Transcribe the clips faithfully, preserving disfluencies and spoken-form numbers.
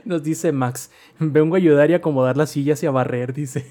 Nos dice Max, vengo a ayudar y acomodar las sillas y a barrer, dice.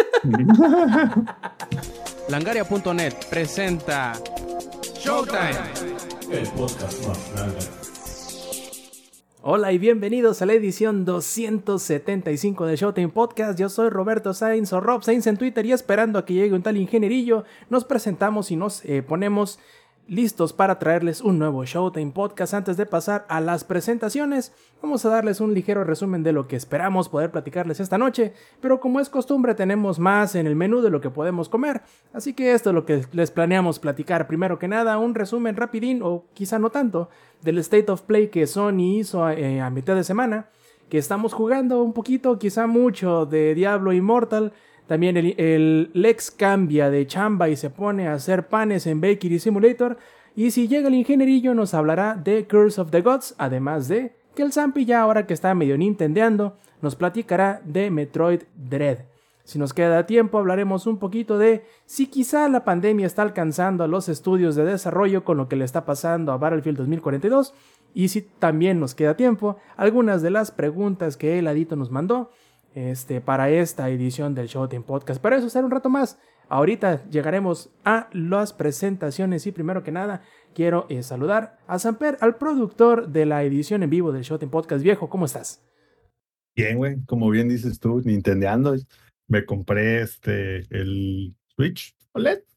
Langaria punto net presenta Showtime, el podcast más grande. Hola y bienvenidos a la edición doscientos setenta y cinco de Showtime Podcast. Yo soy Roberto Sainz o Rob Sainz en Twitter y esperando a que llegue un tal ingenierillo, nos presentamos y nos eh, ponemos listos para traerles un nuevo Showtime Podcast. Antes de pasar a las presentaciones, vamos a darles un ligero resumen de lo que esperamos poder platicarles esta noche, pero como es costumbre tenemos más en el menú de lo que podemos comer, así que esto es lo que les planeamos platicar. Primero que nada, un resumen rapidín, o quizá no tanto, del State of Play que Sony hizo eh, a mitad de semana, que estamos jugando un poquito, quizá mucho, de Diablo Immortal. También el, el Lex cambia de chamba y se pone a hacer panes en Bakery Simulator. Y si llega el ingenierillo nos hablará de Curse of the Gods, además de que el Zampi, ya ahora que está medio nintendeando, nos platicará de Metroid Dread. Si nos queda tiempo hablaremos un poquito de si quizá la pandemia está alcanzando a los estudios de desarrollo con lo que le está pasando a Battlefield dos mil cuarenta y dos. Y si también nos queda tiempo, algunas de las preguntas que el Adito nos mandó Este, para esta edición del Showtime Podcast. Pero eso será un rato más. Ahorita llegaremos a las presentaciones y primero que nada quiero eh, saludar a Samper, al productor de la edición en vivo del Showtime Podcast. Viejo, ¿cómo estás? Bien, güey, como bien dices tú, nintendeando, me compré este, el Switch O L E D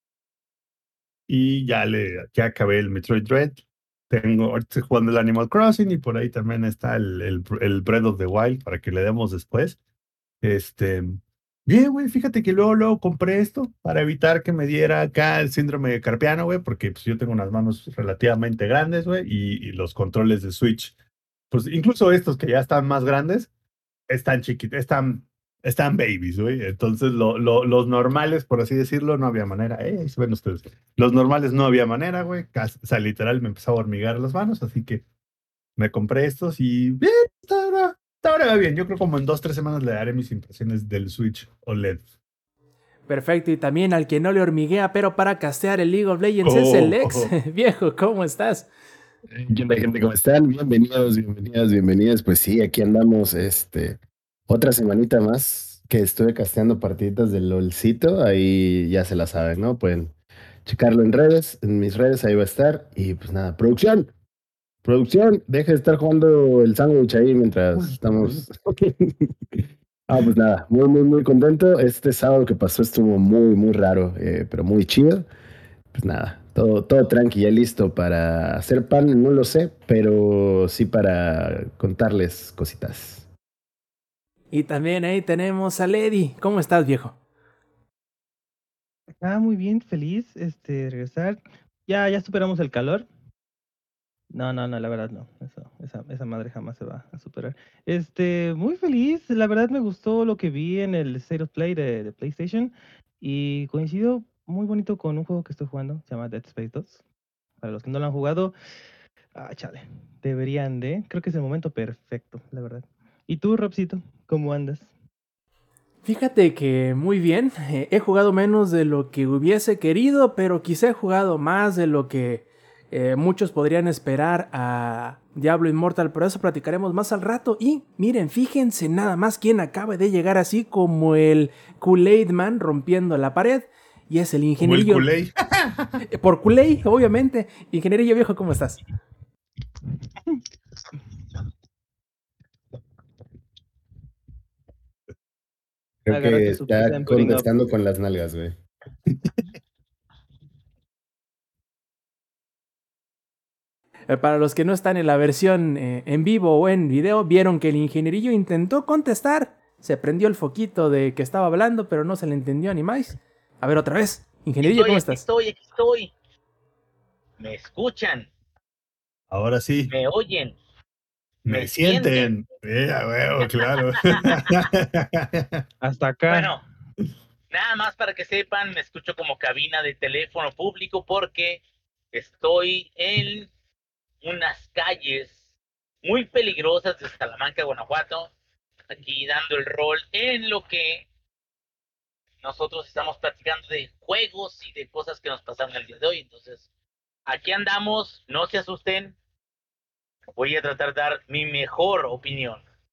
y ya le, ya acabé el Metroid Dread. Tengo, ahorita estoy jugando el Animal Crossing y por ahí también está el, el, el Breath of the Wild para que le demos después. Este, bien, güey, fíjate que luego, luego compré esto para evitar que me diera acá el síndrome de carpiano, güey, porque pues yo tengo unas manos relativamente grandes, güey, y, y los controles de Switch, pues incluso estos que ya están más grandes, están chiquitos, están, están babies, güey. Entonces, lo, lo, los normales, por así decirlo, no había manera. Eh, ahí se ven ustedes. Los normales no había manera, güey. Casi- O sea, literal me empezaba a hormigar las manos, así que me compré estos y bien, hasta ahora, hasta ahora va bien. Yo creo como en dos, tres semanas le daré mis impresiones del Switch O L E D. Perfecto, y también al que no le hormiguea, pero para castear el League of Legends es el Oh, Lex. oh. Viejo, ¿cómo estás? ¿Qué onda, gente? ¿Cómo están? Bienvenidos, bienvenidas, bienvenidas. Pues sí, aquí andamos, este, otra semanita más que estuve casteando partiditas del LOLcito. Ahí ya se la saben, ¿no? Pueden checarlo en redes, en mis redes, ahí va a estar. Y pues nada, producción, producción, deja de estar jugando el sándwich ahí mientras estamos. Ah, pues nada, muy, muy, muy contento. Este sábado que pasó estuvo muy, muy raro, eh, pero muy chido. Pues nada, todo, todo tranqui, ya listo para hacer pan, no lo sé, pero sí para contarles cositas. Y también ahí tenemos a Lady. ¿Cómo estás, viejo? Ah, muy bien, feliz este, de regresar. Ya, ya superamos el calor. No, no, no, la verdad no. Eso, esa, esa madre jamás se va a superar. Este, muy feliz. La verdad me gustó lo que vi en el State of Play de, de PlayStation. Y coincido muy bonito con un juego que estoy jugando. Se llama Dead Space dos. Para los que no lo han jugado, ah, chale. Deberían de. Creo que es el momento perfecto, la verdad. ¿Y tú, Robcito? ¿Cómo andas? Fíjate que muy bien, eh, he jugado menos de lo que hubiese querido, pero quizá he jugado más de lo que eh, muchos podrían esperar a Diablo Immortal, pero eso platicaremos más al rato. Y miren, fíjense nada más quién acaba de llegar así como el Kool-Aid Man rompiendo la pared, y es el Como el ingenierillo. Kool-Aid. Eh, Por Kool-Aid, obviamente. Ingenierillo viejo, ¿cómo estás? Creo que Agárrate su pizza está en Putting Up. contestando con las nalgas, güey. Eh, Para los que no están en la versión eh, en vivo o en video, vieron que el ingenierillo intentó contestar. Se prendió el foquito de que estaba hablando, pero no se le entendió ni más. A ver, otra vez. Ingenierillo, ¿cómo Estoy, aquí estás? estoy, aquí estoy. ¿Me escuchan? Ahora sí, ¿Me oyen? me ¿Me sienten. Eh, a huevo, claro. Hasta acá. Bueno, nada más para que sepan, me escucho como cabina de teléfono público porque estoy en unas calles muy peligrosas de Salamanca, Guanajuato, aquí dando el rol en lo que nosotros estamos platicando de juegos y de cosas que nos pasaron el día de hoy. Entonces, aquí andamos, no se asusten, voy a tratar de dar mi mejor opinión.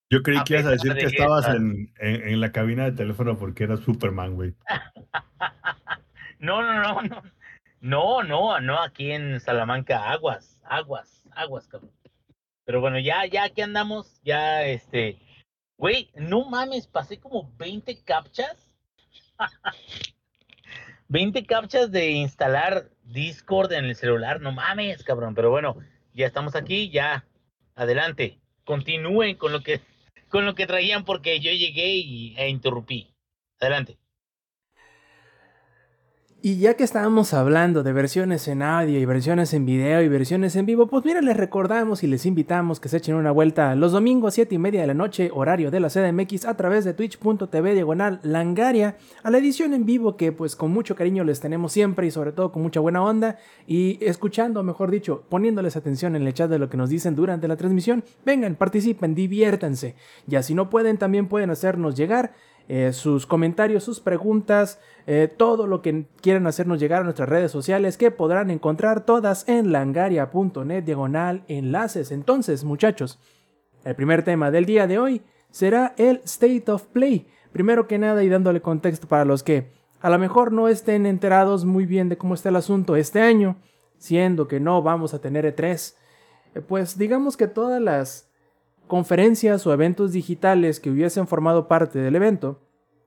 Yo creí A que ibas a decir pesar que de estabas eso. en, en, en la cabina de teléfono porque eras Superman, güey. No, no, no, no. No, no, no, aquí en Salamanca, aguas, aguas, aguas, cabrón. Pero bueno, ya, ya aquí andamos, ya, este, güey, no mames, pasé como veinte captchas, veinte captchas de instalar Discord en el celular, no mames, cabrón, pero bueno, ya estamos aquí, ya, adelante, continúen con lo que, con lo que traían porque yo llegué y, e interrumpí. Adelante. Y ya que estábamos hablando de versiones en audio y versiones en video y versiones en vivo, pues mira, les recordamos y les invitamos que se echen una vuelta los domingos siete y media de la noche, horario de la C D M X, a través de twitch.tv diagonal Langaria, a la edición en vivo que pues con mucho cariño les tenemos siempre y sobre todo con mucha buena onda, y escuchando, mejor dicho, poniéndoles atención en el chat de lo que nos dicen durante la transmisión. Vengan, participen, diviértanse. Ya si no pueden, también pueden hacernos llegar Eh, sus comentarios, sus preguntas, eh, todo lo que quieran hacernos llegar a nuestras redes sociales, que podrán encontrar todas en langaria.net diagonal enlaces. Entonces, muchachos, el primer tema del día de hoy será el State of Play. Primero que nada, y dándole contexto para los que a lo mejor no estén enterados muy bien de cómo está el asunto este año, siendo que no vamos a tener E tres, eh, pues digamos que todas las conferencias o eventos digitales que hubiesen formado parte del evento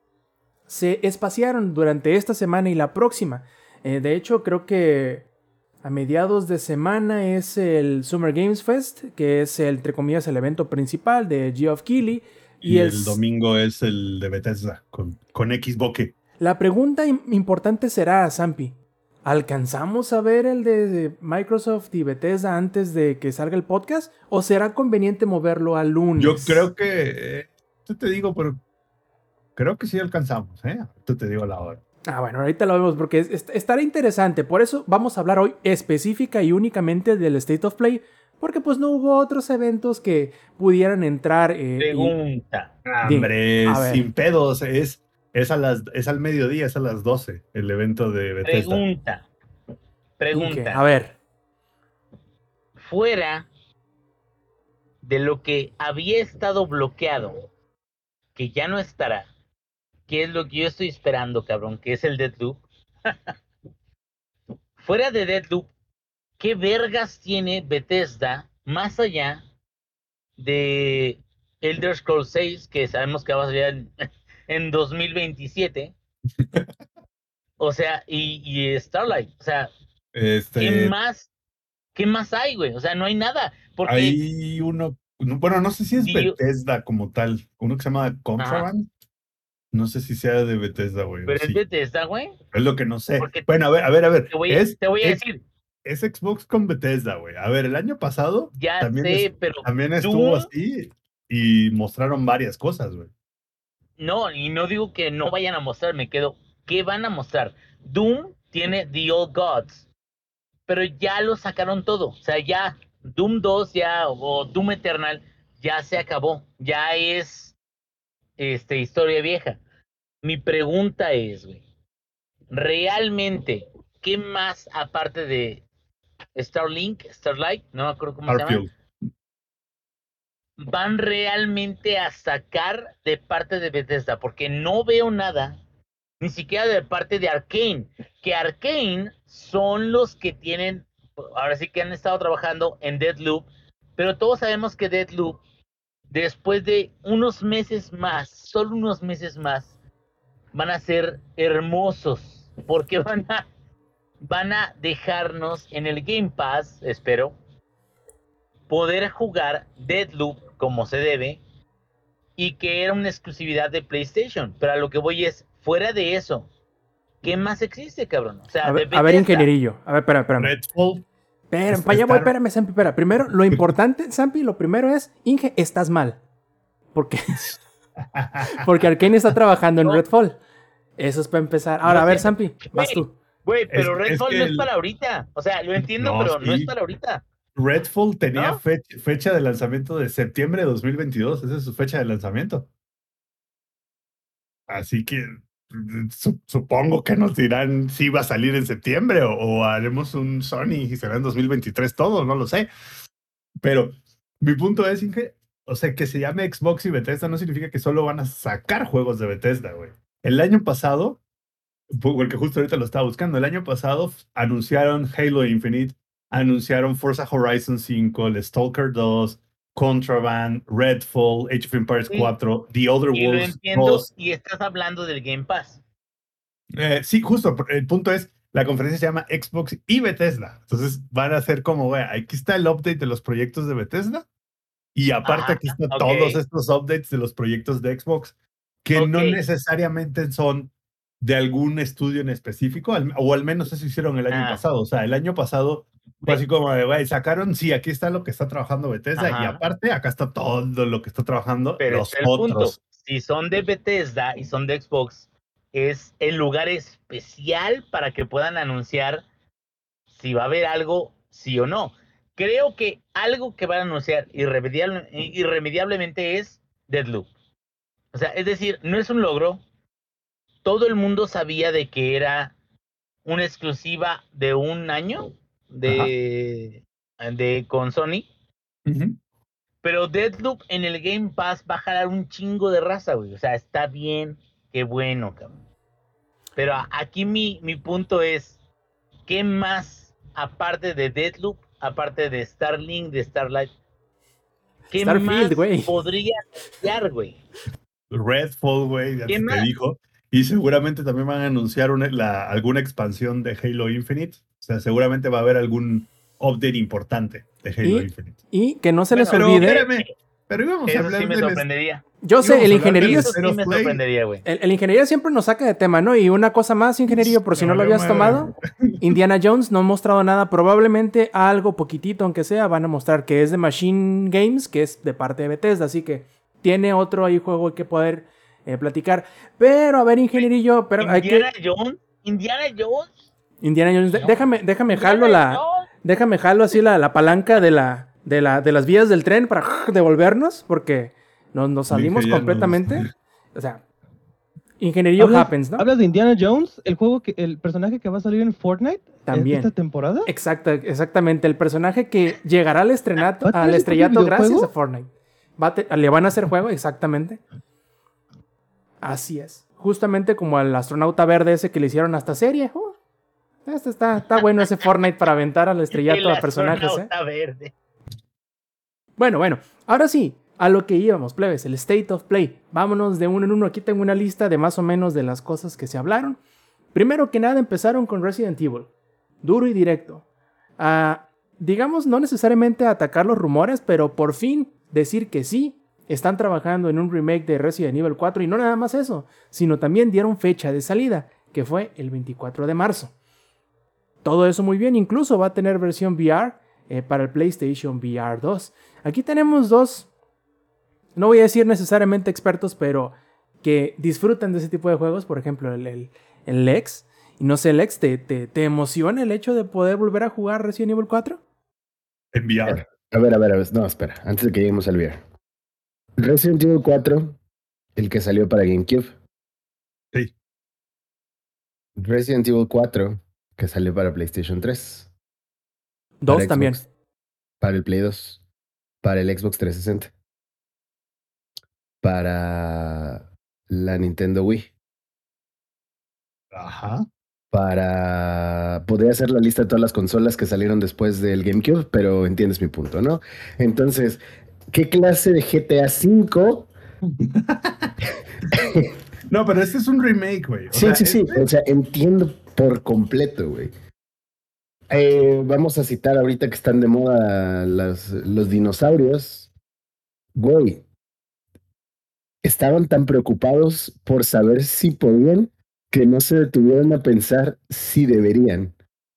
se espaciaron durante esta semana y la próxima. Eh, de hecho, creo que a mediados de semana es el Summer Games Fest, que es, el, entre comillas, el evento principal de Geoff Keighley. Y, y el, el domingo es el de Bethesda, con, con Xbox. La pregunta importante será, Zampi, ¿alcanzamos a ver el de Microsoft y Bethesda antes de que salga el podcast? ¿O será conveniente moverlo al lunes? Yo creo que, eh, yo te digo, pero creo que sí alcanzamos, ¿eh? Tú te digo la hora. Ah, bueno, ahorita lo vemos porque es, es, estará interesante. Por eso vamos a hablar hoy específica y únicamente del State of Play, porque pues no hubo otros eventos que pudieran entrar. Eh, Pregunta. Y... Hombre, sin pedos, es... Es, a las, es al mediodía, es a las doce, el evento de Bethesda. Pregunta. Pregunta. Okay, a ver. Fuera de lo que había estado bloqueado, que ya no estará, que es lo que yo estoy esperando, cabrón, que es el Deathloop. Fuera de Deathloop, ¿qué vergas tiene Bethesda más allá de Elder Scrolls seis, que sabemos que va a salir en, en dos mil veintisiete? O sea, y, y Starlight, o sea, este... ¿qué más? ¿Qué más hay, güey? O sea, no hay nada. Porque hay uno, bueno, no sé si es Dio... Bethesda como tal, uno que se llama Contraband. Ajá. No sé si sea de Bethesda, güey. Pero sí. es Bethesda, güey. Es lo que no sé. Porque bueno, a ver, a ver, a ver. Te voy a, es, te voy a es, decir. Es Xbox con Bethesda, güey. A ver, el año pasado ya también, sé, es, pero también estuvo Doom... así y mostraron varias cosas, güey. No, y no digo que no vayan a mostrar, me quedo. ¿Qué van a mostrar? Doom tiene The Old Gods, pero ya lo sacaron todo. O sea, ya Doom dos ya, o Doom Eternal, ya se acabó. Ya es este, historia vieja. Mi pregunta es, güey, ¿realmente qué más aparte de Starlink, Starlight, no me acuerdo cómo Starfield. se llama, van realmente a sacar de parte de Bethesda? Porque no veo nada, ni siquiera de parte de Arcane, que Arcane son los que tienen, ahora sí que han estado trabajando en Deathloop, pero todos sabemos que Deathloop, después de unos meses más, solo unos meses más, van a ser hermosos, porque van a van a dejarnos en el Game Pass, espero, poder jugar Deathloop como se debe, y que era una exclusividad de PlayStation. Pero a lo que voy es, fuera de eso, ¿qué más existe, cabrón? O sea, a ver, a ver ingenierillo, a ver, espérame, espérame. Redfall. Espérame, para allá voy, espérame, Zampi, espera. Primero, lo importante, Zampi, lo primero es, Inge, estás mal. Porque, porque Arcane está trabajando en no. Redfall. Eso es para empezar. Ahora, no, a ver, Zampi, vas tú. Güey, pero es, Redfall es no el... es para ahorita. O sea, lo entiendo, no, pero sí. no es para ahorita. Redfall tenía ¿no? fecha, fecha de lanzamiento de septiembre de dos mil veintidós. Esa es su fecha de lanzamiento. Así que su, supongo que nos dirán si va a salir en septiembre o, o haremos un Sony y será en dos mil veintitrés todo, no lo sé. Pero mi punto es, Inge, o sea, que se llame Xbox y Bethesda no significa que solo van a sacar juegos de Bethesda, güey. El año pasado, porque justo ahorita lo estaba buscando, el año pasado anunciaron Halo Infinite, anunciaron Forza Horizon cinco, el Stalker dos, Contraband, Redfall, Age of Empires Sí, cuatro, The Other y lo Worlds entiendo, dos. y estás hablando del Game Pass. Eh, sí, justo, el punto es, la conferencia se llama Xbox y Bethesda. Entonces van a hacer como, güey, aquí está el update de los proyectos de Bethesda y aparte Ajá, aquí están ok. todos estos updates de los proyectos de Xbox que Ok. no necesariamente son de algún estudio en específico, al- o al menos eso hicieron el año Ah. pasado. O sea, el año pasado fue Ve- así como de, güey, sacaron, sí, aquí está lo que está trabajando Bethesda y Ajá. aparte acá está todo lo que está trabajando Pero los este es el punto. otros. Si son de Bethesda y son de Xbox, es el lugar especial para que puedan anunciar si va a haber algo, sí o no. Creo que algo que van a anunciar irremediable- irremediablemente es Deathloop. O sea, es decir, no es un logro. Todo el mundo sabía de que era una exclusiva de un año de, de con Sony. Ujú. Pero Deathloop en el Game Pass va a jalar un chingo de raza, güey. O sea, está bien, qué bueno, cabrón. Pero a- aquí mi, mi punto es, ¿qué más, aparte de Deathloop, aparte de Starlink, de Starlight, qué Starfield, más güey. podría anunciar, güey? Redfall, güey, ya ¿Qué te, te más? dijo. Y seguramente también van a anunciar una, la, alguna expansión de Halo Infinite. O sea, seguramente va a haber algún update importante de Halo Y, Infinite. y que no se Bueno, les Pero olvide. espérame, pero íbamos a Eso sí hablar me del, sorprendería. Yo sé, íbamos el a hablar del ingeniería, Eso State sí of me Play. sorprendería, güey. el, el ingeniería siempre nos saca de tema, ¿no? Y una cosa más, ingenierillo, por si no lo Valió habías madre. tomado, Indiana Jones no ha mostrado nada, probablemente algo poquitito, aunque sea, van a mostrar que es de Machine Games, que es de parte de Bethesda, así que tiene otro ahí juego que poder eh, platicar. Pero, a ver, ingenierillo, pero hay Indiana que... Jones, Indiana Jones, Indiana Jones, de- No. déjame, déjame Indiana jalo la... Jones. Déjame jalo así la, la palanca de, la, de, la, de las vías del tren para devolvernos, porque nos, nos salimos Dije, ya completamente. nos- O sea, ingeniería ¿Hablas, happens, ¿no? ¿Hablas de Indiana Jones? ¿El juego que el personaje que va a salir en Fortnite eh, También. esta temporada? Exacto, exactamente. El personaje que llegará al estrenato, ¿Va a tener al su estrellato propio gracias videojuego? a Fortnite. Va a te- le van a hacer juego, exactamente. Así es. Justamente como al astronauta verde ese que le hicieron hasta serie. Uh, este está, está bueno ese Fortnite para aventar al estrellato El a personajes, ¿eh? astronauta verde. Bueno, bueno, ahora sí, a lo que íbamos, plebes, el State of Play. Vámonos de uno en uno. Aquí tengo una lista de más o menos de las cosas que se hablaron. Primero que nada, empezaron con Resident Evil. Duro y directo. Ah, digamos, no necesariamente atacar los rumores, pero por fin decir que sí, están trabajando en un remake de Resident Evil cuatro. Y no nada más eso, sino también dieron fecha de salida, que fue el veinticuatro de marzo. Todo eso muy bien, incluso va a tener versión V R eh, para el PlayStation V R dos. Aquí tenemos dos, no voy a decir necesariamente expertos, pero que disfrutan de ese tipo de juegos. Por ejemplo, el, el, el Lex. Y no sé, Lex, ¿te, te, ¿te emociona el hecho de poder volver a jugar Resident Evil cuatro? En V R. A ver, a ver, a ver. No, espera. Antes de que lleguemos al V R. Resident Evil cuatro, el que salió para GameCube. Sí. Resident Evil cuatro, que salió para PlayStation tres. Dos Para también. Xbox, para el Play dos. Para el Xbox trescientos sesenta. Para la Nintendo Wii. Ajá. Para... Podría hacer la lista de todas las consolas que salieron después del GameCube, pero entiendes mi punto, ¿no? Entonces, ¿qué clase de G T A cinco? No, pero este es un remake, güey. O Sí, sea, sí, sí. este- O sea, entiendo por completo, güey. Eh, vamos a citar ahorita que están de moda las, los dinosaurios. Güey, estaban tan preocupados por saber si podían que no se detuvieron a pensar si deberían.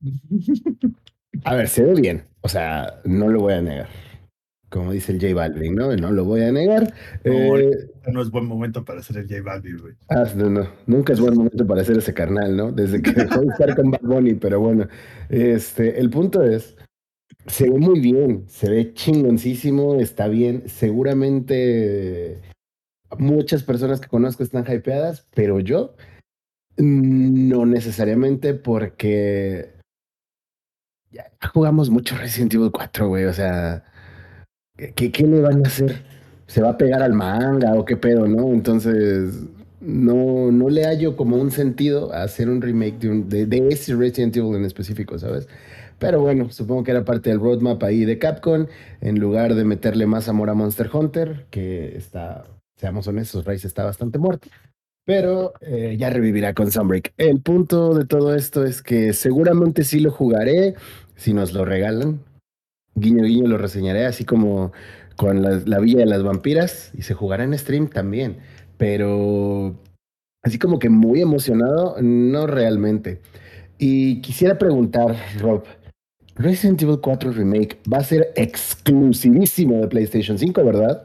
A ver, se ve bien. O sea, no lo voy a negar. Como dice el J Balvin, ¿no? No lo voy a negar. No, Eh, no es buen momento para hacer el J Balvin, güey. ah, no, no. Nunca es buen momento para hacer ese carnal, ¿no? Desde que dejó de estar con Bad Bunny, pero bueno. Este, el punto es, se ve muy bien, se ve chingoncísimo, está bien. Seguramente muchas personas que conozco están hypeadas, pero yo no necesariamente porque ya jugamos mucho Resident Evil cuatro, güey. O sea, ¿qué, qué le van a hacer se va a pegar al manga o qué pedo, ¿no? Entonces, no, no le hallo como un sentido a hacer un remake de, un, de, de ese Resident Evil en específico, ¿sabes? Pero bueno, supongo que era parte del roadmap ahí de Capcom, en lugar de meterle más amor a Monster Hunter, que está, seamos honestos, Rise está bastante muerto. Pero eh, ya revivirá con Sunbreak. El punto de todo esto es que seguramente sí lo jugaré si nos lo regalan. Guiño, guiño, lo reseñaré, así como con la, la Villa de las Vampiras. Y se jugará en stream también. Pero así como que muy emocionado, no realmente. Y quisiera preguntar, Rob, Resident Evil cuatro Remake va a ser exclusivísimo de PlayStation cinco, ¿verdad?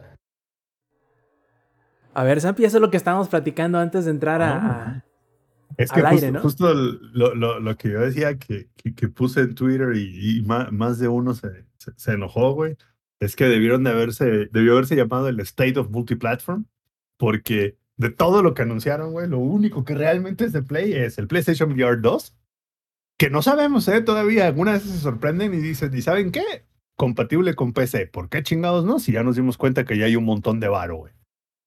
A ver, Sampi, eso es lo que estábamos platicando antes de entrar a, No. a- Es que al justo, aire, ¿no? justo lo, lo, lo que yo decía que, que, que puse en Twitter y, y ma- más, de uno se, se, se enojó, güey, es que debieron de haberse, debió haberse llamado el State of Multiplatform, porque de todo lo que anunciaron, güey, lo único que realmente es de Play es el PlayStation V R dos, que no sabemos, ¿eh? Todavía algunas veces se sorprenden y dicen, ¿y saben qué? Compatible con P C. ¿Por qué chingados no? Si ya nos dimos cuenta que ya hay un montón de varo, güey.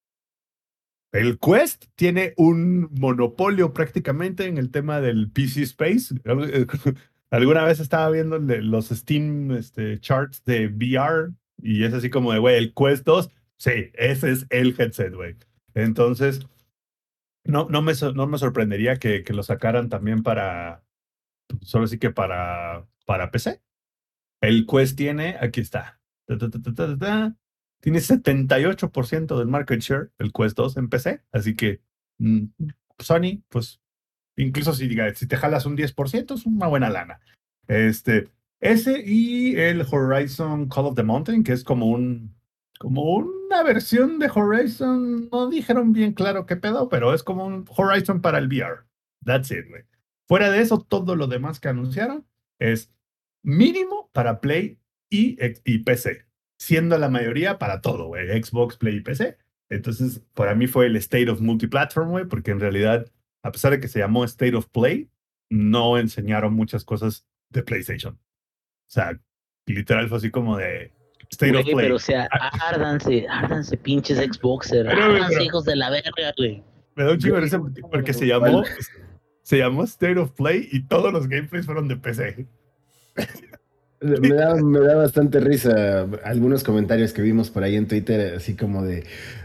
El Quest tiene un monopolio prácticamente en el tema del P C Space. Alguna vez estaba viendo los Steam este, charts de V R y es así como de, güey, el Quest dos, sí, ese es el headset, güey. Entonces, no, no, me, no me sorprendería que, que lo sacaran también para, solo sí que para, para P C. El Quest tiene, aquí está, ta, ta, ta, ta, ta, ta, tiene setenta y ocho por ciento del market share, el Quest dos en P C, así que mm, Sony, pues incluso si, diga, si te jalas un diez por ciento es una buena lana. Este, ese y el Horizon Call of the Mountain, que es como un como una versión de Horizon, no dijeron bien claro qué pedo, pero es como un Horizon para el V R. That's it, güey. Fuera de eso, todo lo demás que anunciaron es mínimo para Play y, y P C, siendo la mayoría para todo, güey, Xbox, Play y P C. Entonces, para mí fue el State of Multiplatform, güey, porque en realidad, a pesar de que se llamó State of Play, no enseñaron muchas cosas de PlayStation. O sea, literal fue así como de State Güey, of Play. pero o sea, árdanse, árdanse, pinches Xboxer, Pero, güey, árdanse, pero hijos de la verga, güey. me da un chingo de risa porque, porque se llamó, se llamó State of Play y todos los gameplays fueron de P C. Me da, me da bastante risa algunos comentarios que vimos por ahí en Twitter, así como de,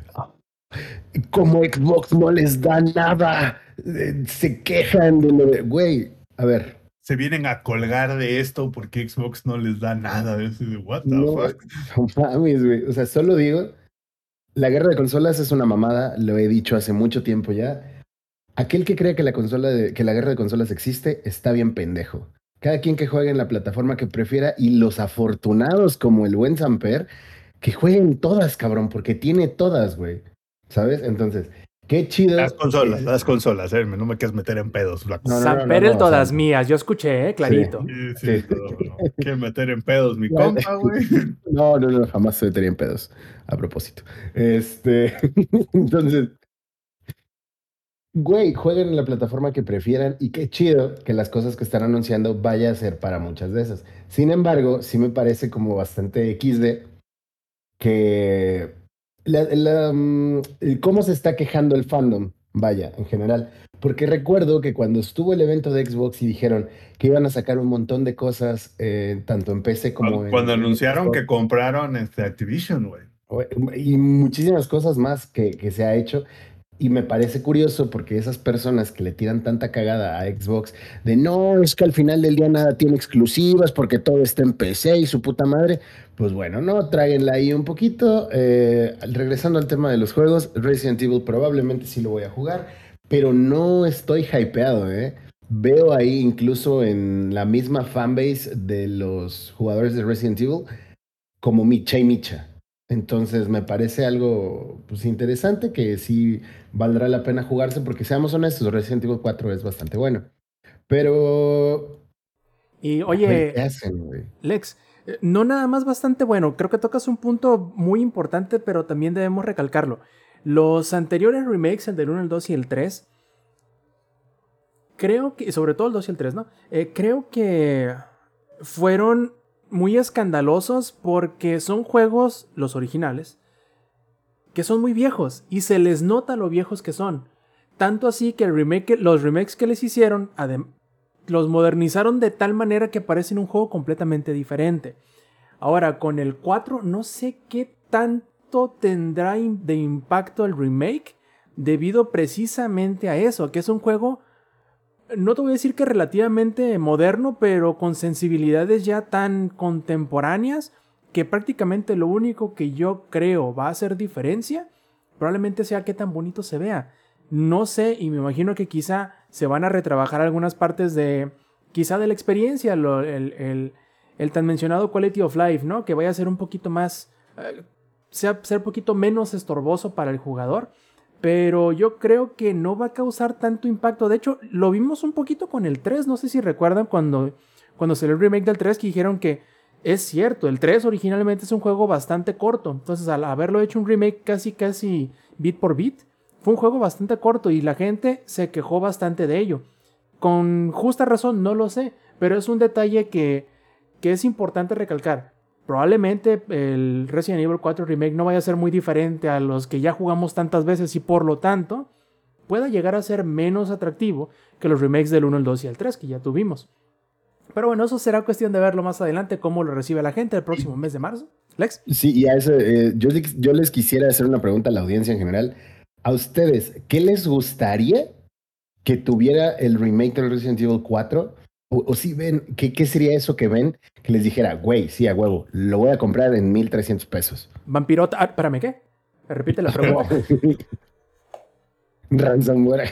como Xbox no les da nada, eh, se quejan de lo de, güey, a ver. Se vienen a colgar de esto porque Xbox no les da nada. De eso, de, what the No, fuck? no mames, güey. O sea, solo digo, la guerra de consolas es una mamada, lo he dicho hace mucho tiempo ya. Aquel que cree que la consola de, que la guerra de consolas existe, está bien pendejo. Cada quien que juegue en la plataforma que prefiera y los afortunados como el buen Samper, que jueguen todas, cabrón, porque tiene todas, güey. ¿Sabes? Entonces, qué chido. Las consolas, que- las consolas, eh, no me quieras meter en pedos, flaco. No, no, no, no, Samper no, el o todas sea, mías, yo escuché, ¿eh? Clarito. Sí, sí, sí. no, no. Quiere meter en pedos mi Ya. compa, güey. No, no, no, jamás se metería en pedos. A propósito. Este, entonces, güey, jueguen en la plataforma que prefieran y qué chido que las cosas que están anunciando vaya a ser para muchas de esas. Sin embargo, sí me parece como bastante equis de que la, la, mm, el cómo se está quejando el fandom, vaya, en general. Porque recuerdo que cuando estuvo el evento de Xbox y dijeron que iban a sacar un montón de cosas, eh, tanto en P C como Cuando, en, cuando en anunciaron Xbox, que compraron este Activision, güey. y muchísimas cosas más que, que se ha hecho. Y me parece curioso porque esas personas que le tiran tanta cagada a Xbox de no, es que al final del día nada tiene exclusivas porque todo está en P C y su puta madre, pues bueno, no, tráguenla ahí un poquito. Eh, regresando al tema de los juegos, Resident Evil probablemente sí lo voy a jugar, pero no estoy hypeado, ¿eh? Veo ahí incluso en la misma fanbase de los jugadores de Resident Evil como Micha y Micha. Entonces me parece algo pues, interesante que sí valdrá la pena jugarse porque seamos honestos, Resident Evil cuatro es bastante bueno. Pero... Y a ver qué oye, hacen, güey. Lex, eh, no nada más bastante bueno, creo que tocas un punto muy importante, pero también debemos recalcarlo. Los anteriores remakes, el del uno, el dos y el tres, creo que, sobre todo el dos y el tres, ¿no? Eh, creo que fueron muy escandalosos porque son juegos, los originales, que son muy viejos y se les nota lo viejos que son. Tanto así que el remake, los remakes que les hicieron, adem- los modernizaron de tal manera que parecen un juego completamente diferente. Ahora, con el cuatro, no sé qué tanto tendrá in- de impacto el remake, debido precisamente a eso, que es un juego, no te voy a decir que relativamente moderno, pero con sensibilidades ya tan contemporáneas, que prácticamente lo único que yo creo va a hacer diferencia, probablemente sea qué tan bonito se vea. No sé, y me imagino que quizá se van a retrabajar algunas partes de, quizá de la experiencia, lo- el, el- el tan mencionado quality of life, ¿no? Que vaya a ser un poquito más, eh, sea, ser un poquito menos estorboso para el jugador. Pero yo creo que no va a causar tanto impacto. De hecho, lo vimos un poquito con el tres. No sé si recuerdan cuando, cuando salió el remake del tres, que dijeron que es cierto, el tres originalmente es un juego bastante corto. Entonces, al haberlo hecho un remake casi, casi bit por bit, fue un juego bastante corto y la gente se quejó bastante de ello. Con justa razón, no lo sé, pero es un detalle que, que es importante recalcar. Probablemente el Resident Evil cuatro Remake no vaya a ser muy diferente a los que ya jugamos tantas veces y por lo tanto pueda llegar a ser menos atractivo que los remakes del uno, el dos y el tres que ya tuvimos. Pero bueno, eso será cuestión de verlo más adelante, cómo lo recibe la gente el próximo mes de marzo. Lex. Sí, y a eso, eh, yo, les- yo les quisiera hacer una pregunta a la audiencia en general. A ustedes, ¿qué les gustaría que tuviera el remake del Resident Evil cuatro? O, o si ven, ¿qué, ¿qué sería eso que ven que les dijera, güey, sí, a huevo, lo voy a comprar en mil trescientos pesos? Vampirota. Ah, espérame, ¿qué? Repite la pregunta. Ransomware.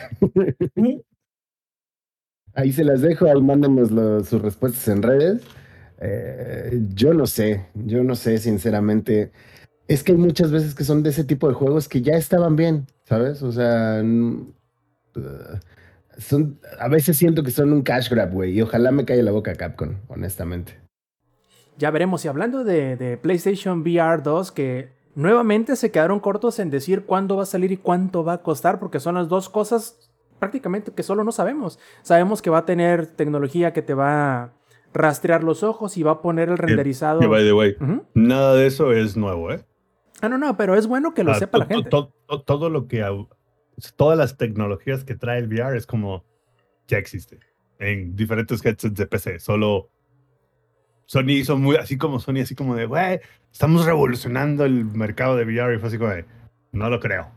Ahí se las dejo, ahí mándenos lo- sus respuestas en redes. Eh, yo no sé, yo no sé, sinceramente. Es que hay muchas veces que son de ese tipo de juegos que ya estaban bien, ¿sabes? O sea, n- uh, son, a veces siento que son un cash grab, güey, y ojalá me calle la boca Capcom, honestamente. Ya veremos. Y hablando de, de PlayStation V R dos, que nuevamente se quedaron cortos en decir cuándo va a salir y cuánto va a costar, porque son las dos cosas prácticamente que solo no sabemos. Sabemos que va a tener tecnología que te va a rastrear los ojos y va a poner el Que, renderizado. que, by the way, Ujú. nada de eso es nuevo, ¿eh? Ah, no, no, pero es bueno que lo Ah, sepa la to- gente. to- to- todo lo que, au- todas las tecnologías que trae el V R es como ya existe en diferentes headsets de P C. Solo Sony hizo muy así como Sony, así como de, güey, estamos revolucionando el mercado de V R. Y fue así como de, no lo creo.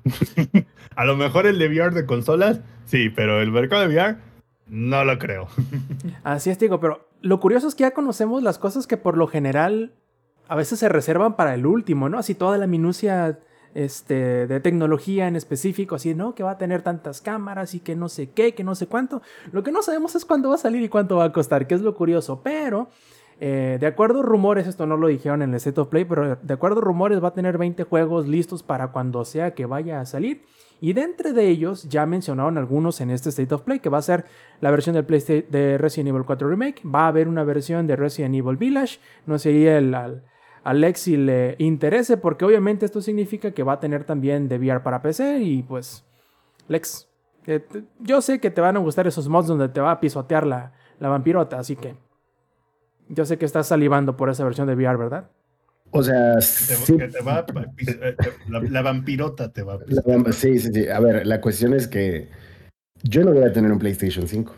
A lo mejor el de V R de consolas, sí, pero el mercado de V R, no lo creo. Así es, digo, pero lo curioso es que ya conocemos las cosas que por lo general a veces se reservan para el último, ¿no? Así toda la minucia este, de tecnología en específico, así, ¿no? Que va a tener tantas cámaras y que no sé qué, que no sé cuánto. Lo que no sabemos es cuándo va a salir y cuánto va a costar, que es lo curioso, pero... Eh, de acuerdo a rumores, esto no lo dijeron en el State of Play, pero de acuerdo a rumores va a tener veinte juegos listos para cuando sea que vaya a salir. Y de entre de ellos ya mencionaron algunos en este State of Play, que va a ser la versión del PlayStation de Resident Evil cuatro Remake, va a haber una versión de Resident Evil Village, no sé si el, al, al Lexi le interese, porque obviamente esto significa que va a tener también de V R para P C y pues, Lex, eh, te- yo sé que te van a gustar esos mods donde te va a pisotear la, la vampirota, así que yo sé que estás salivando por esa versión de V R, ¿verdad? O sea, Te- sí, que te va a pis- eh, la, la vampirota te va a la- pisotear. sí, sí, sí. A ver, la cuestión es que yo no voy a tener un PlayStation cinco.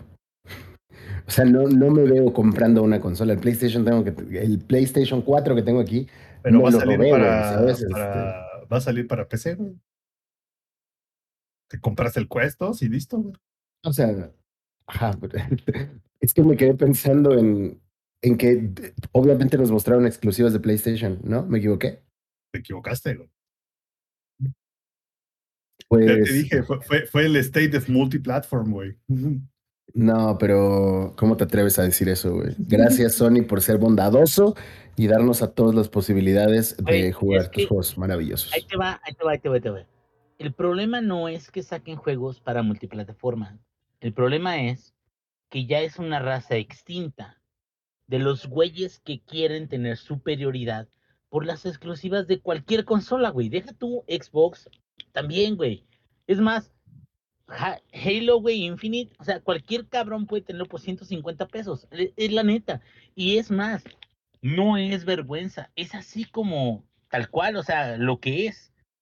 O sea, no, no me veo comprando una consola. El PlayStation tengo que, el PlayStation cuatro que tengo aquí, Pero me va a lo salir robé, güey, para, ¿sabes? Este, para, va a salir para P C, güey. Te compras el Quest dos y listo, güey. o sea, ajá, pero- es que me quedé pensando en, en que d- obviamente nos mostraron exclusivas de PlayStation, ¿no? ¿Me equivoqué? Te equivocaste, güey. Ya te Pues dije, fue, fue, fue el state of multiplatform, güey. no, pero ¿cómo te atreves a decir eso, güey? Gracias, Sony, por ser bondadoso y darnos a todas las posibilidades de Güey, jugar es tus que juegos ahí maravillosos. te va, ahí te va, ahí te va, ahí te va. El problema no es que saquen juegos para multiplataforma. El problema es que ya es una raza extinta de los güeyes que quieren tener superioridad por las exclusivas de cualquier consola, güey. Deja tu Xbox también, güey. Es más, Ha- Halo, güey, Infinite, o sea, cualquier cabrón puede tenerlo por ciento cincuenta pesos. Es, es la neta. Y es más, no es vergüenza, es así como tal cual, o sea, lo que es.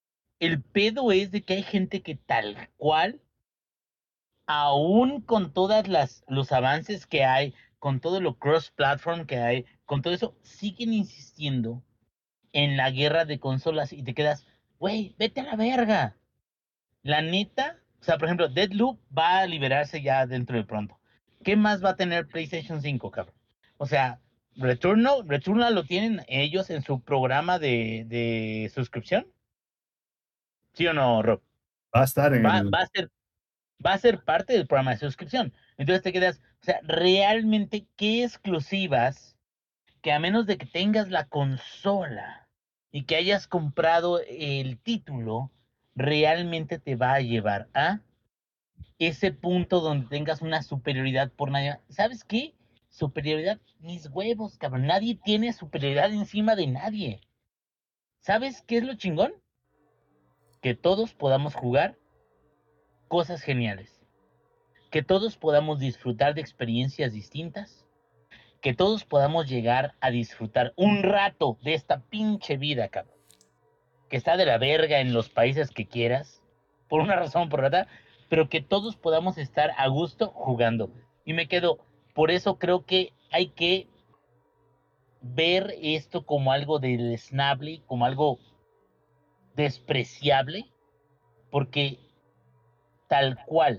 el pedo es de que hay gente que tal cual, aún con todas las los avances que hay, con todo lo cross-platform que hay, con todo eso, siguen insistiendo en la guerra de consolas y te quedas, güey, vete a la verga. La neta, o sea, por ejemplo, Deathloop va a liberarse ya dentro de pronto. ¿Qué más va a tener PlayStation cinco, cabrón? O sea, Returnal, Returnal lo tienen ellos en su programa de, de suscripción. ¿Sí o no, Rob? Va a estar en Va, el... va a ser, va a ser parte del programa de suscripción. Entonces te quedas, o sea, realmente, ¿qué exclusivas que a menos de que tengas la consola y que hayas comprado el título, realmente te va a llevar a ese punto donde tengas una superioridad por nadie? ¿Sabes qué? Superioridad, mis huevos, cabrón. Nadie tiene superioridad encima de nadie. ¿Sabes qué es lo chingón? Que todos podamos jugar cosas geniales. Que todos podamos disfrutar de experiencias distintas. Que todos podamos llegar a disfrutar un rato de esta pinche vida, cabrón. Que está de la verga en los países que quieras, por una razón o por otra, pero que todos podamos estar a gusto jugando. Y me quedo, por eso creo que hay que ver esto como algo deleznable, como algo despreciable, porque tal cual,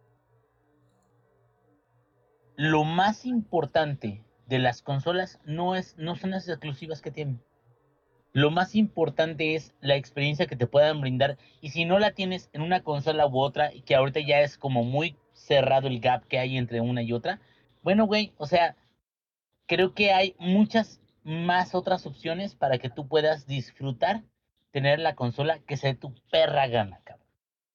lo más importante de las consolas no es, no son las exclusivas que tienen. Lo más importante es la experiencia que te puedan brindar. Y si no la tienes en una consola u otra, que ahorita ya es como muy cerrado el gap que hay entre una y otra, bueno, güey, o sea, creo que hay muchas más otras opciones para que tú puedas disfrutar tener la consola que sea tu perra gana, cabrón.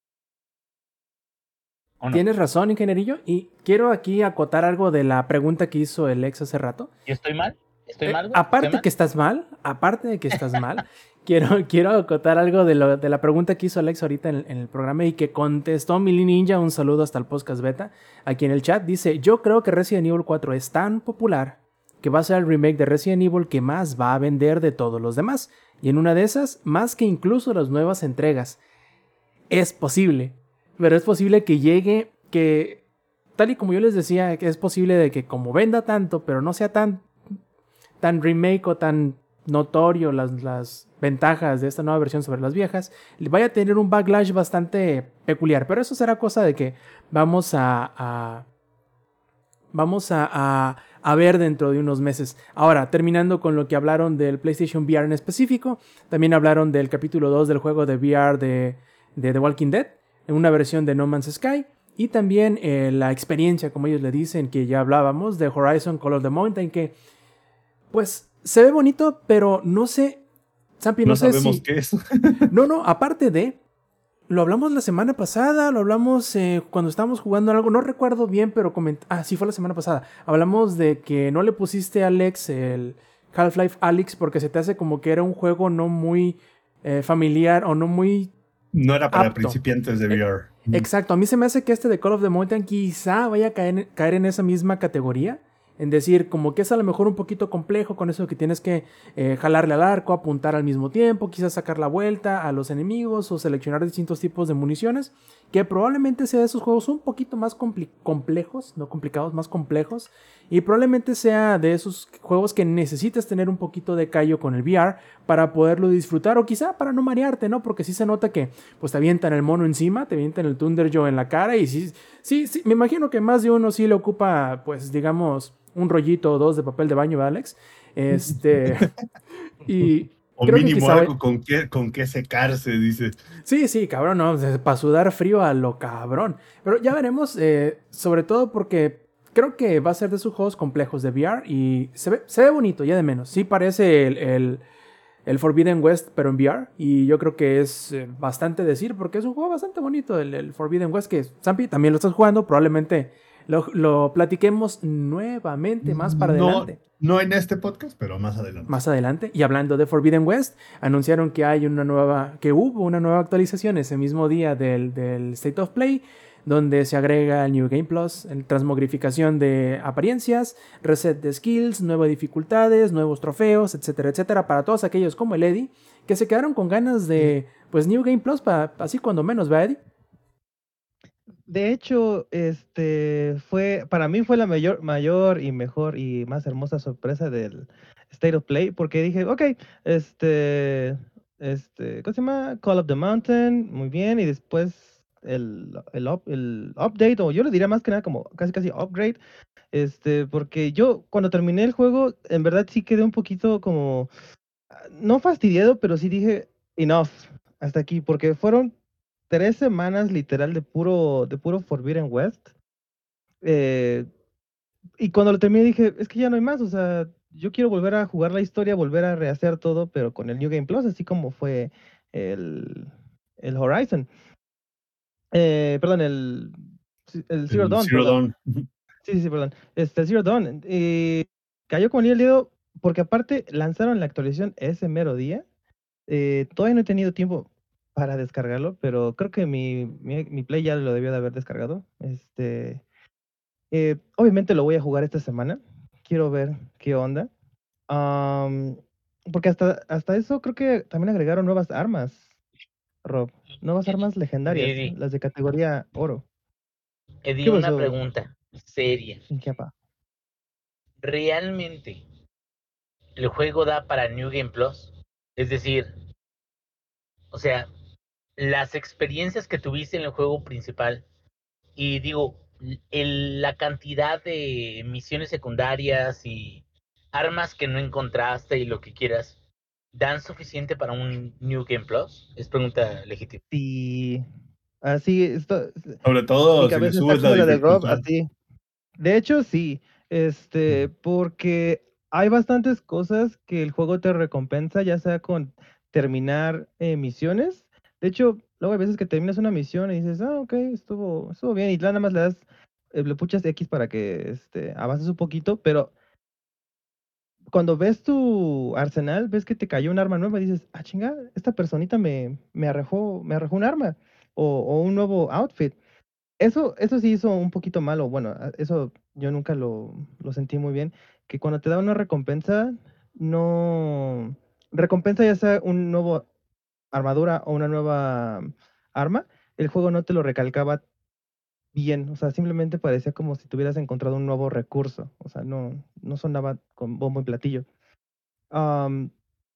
¿O no? Tienes razón, ingenierillo. Y quiero aquí acotar algo de la pregunta que hizo el ex hace rato. ¿Yo estoy mal? ¿Estoy Eh, mal, güey? aparte ¿Estoy mal? que estás mal, aparte de que estás mal, quiero, quiero acotar algo de, lo, de la pregunta que hizo Alex ahorita en, en el programa y que contestó Mili Ninja. Un saludo hasta el podcast beta. Aquí en el chat dice: yo creo que Resident Evil cuatro es tan popular que va a ser el remake de Resident Evil que más va a vender de todos los demás. Y en una de esas, más que incluso las nuevas entregas. Es posible, pero es posible que llegue, que tal y como yo les decía, que es posible de que como venda tanto, pero no sea tan tan remake o tan notorio las, las ventajas de esta nueva versión sobre las viejas, vaya a tener un backlash bastante peculiar. Pero eso será cosa de que vamos a, a vamos a, a, a ver dentro de unos meses. Ahora, terminando con lo que hablaron del PlayStation V R en específico, también hablaron del capítulo dos del juego de V R de, de The Walking Dead, en una versión de No Man's Sky. Y también eh, la experiencia, como ellos le dicen, que ya hablábamos, de Horizon Call of the Mountain, que pues se ve bonito, pero no sé, Zampi, no, No sé sabemos si... qué es. No, no, aparte de... Lo hablamos la semana pasada, lo hablamos eh, cuando estábamos jugando algo, no recuerdo bien, pero coment... Ah, sí, fue la semana pasada. Hablamos de que no le pusiste a Alex el Half-Life Alyx porque se te hace como que era un juego no muy eh, familiar o no muy... No era para apto. principiantes de V R. Exacto, a mí se me hace que este de Call of the Mountain quizá vaya a caer, caer en esa misma categoría. En decir, como que es a lo mejor un poquito complejo con eso que tienes que eh, jalarle al arco, apuntar al mismo tiempo, quizás sacar la vuelta a los enemigos o seleccionar distintos tipos de municiones, que probablemente sea de esos juegos un poquito más complejos, no complicados, más complejos, y probablemente sea de esos juegos que necesitas tener un poquito de callo con el V R para poderlo disfrutar, o quizá para no marearte, ¿no? Porque sí se nota que pues te avientan el mono encima, te avientan el Thunderjaw en la cara, y sí, sí, sí, me imagino que más de uno sí le ocupa, pues digamos, un rollito o dos de papel de baño, ¿verdad, Alex? Este. y. O creo mínimo que quizá... algo con que, con que secarse, dice. Sí, sí, cabrón, no, para sudar frío a lo cabrón. Pero ya veremos, eh, sobre todo porque creo que va a ser de esos juegos complejos de V R y se ve, se ve bonito, ya de menos. Sí parece el, el, el Forbidden West, pero en V R. Y yo creo que es eh, bastante decir porque es un juego bastante bonito, el, el Forbidden West, que Zampi también lo estás jugando, probablemente... Lo, lo platiquemos nuevamente más para no, adelante. No en este podcast, pero más adelante. Más adelante. Y hablando de Forbidden West, anunciaron que hay una nueva, que hubo una nueva actualización ese mismo día del, del State of Play, donde se agrega el New Game Plus, el transmogrificación de apariencias, reset de skills, nuevas dificultades, nuevos trofeos, etcétera, etcétera, para todos aquellos como el Eddie, que se quedaron con ganas de pues New Game Plus, pa, así cuando menos, ¿verdad, Eddie? De hecho, este fue, para mí fue la mayor, mayor y mejor y más hermosa sorpresa del State of Play, porque dije, ok, este, este, ¿cómo se llama? Call of the Mountain, muy bien, y después el, el, up- el update, o yo le diría más que nada como casi casi upgrade, este, porque yo cuando terminé el juego, en verdad sí quedé un poquito como, ah, no fastidiado, pero sí dije, enough, hasta aquí, porque fueron tres semanas literal de puro, de puro Forbidden West. eh, y cuando lo terminé dije, es que ya no hay más, o sea, yo quiero volver a jugar la historia, volver a rehacer todo, pero con el New Game Plus, así como fue el, el Horizon. Eh, perdón, el, el Zero El Dawn, Zero perdón. Dawn. Ujú. Sí, sí, sí, perdón. Este, el Zero Dawn. eh, cayó como anillo al dedo, porque aparte lanzaron la actualización ese mero día. Eh, todavía no he tenido tiempo para descargarlo, pero creo que mi, mi, mi Play ya lo debió de haber descargado. Este, eh, obviamente lo voy a jugar esta semana. Quiero ver qué onda. Am, porque hasta, hasta eso creo que también agregaron nuevas armas, Rob. Nuevas armas legendarias, Eddie, las de categoría oro. Eddie, ¿Qué una pasó, pregunta seria. Inquiapa? ¿Realmente el juego da para New Game Plus? Es decir, o sea, las experiencias que tuviste en el juego principal y digo, el- la cantidad de misiones secundarias y armas que no encontraste y lo que quieras, ¿dan suficiente para un New Game Plus? Es pregunta legítima. Sí, así, esto, Sobre mi todo si le cabeza está subes la como la de Rob, dificultad. así. De hecho, sí, este, porque hay bastantes cosas que el juego te recompensa, ya sea con terminar eh, misiones. De hecho, luego hay veces que terminas una misión y dices, ah, ok, estuvo, estuvo bien, y nada más le das, eh, le puchas X para que este, avances un poquito, pero cuando ves tu arsenal, ves que te cayó un arma nueva y dices, ah, chinga, esta personita me, me arrojó, me arrojó un arma o, o un nuevo outfit. Eso, eso sí hizo un poquito malo. Bueno, a- eso yo nunca lo, lo sentí muy bien. Que cuando te da una recompensa, no. Recompensa ya sea un nuevo armadura o una nueva arma, el juego no te lo recalcaba bien. O sea, simplemente parecía como si tuvieras encontrado un nuevo recurso. O sea, no, no sonaba con bombo y platillo. Am,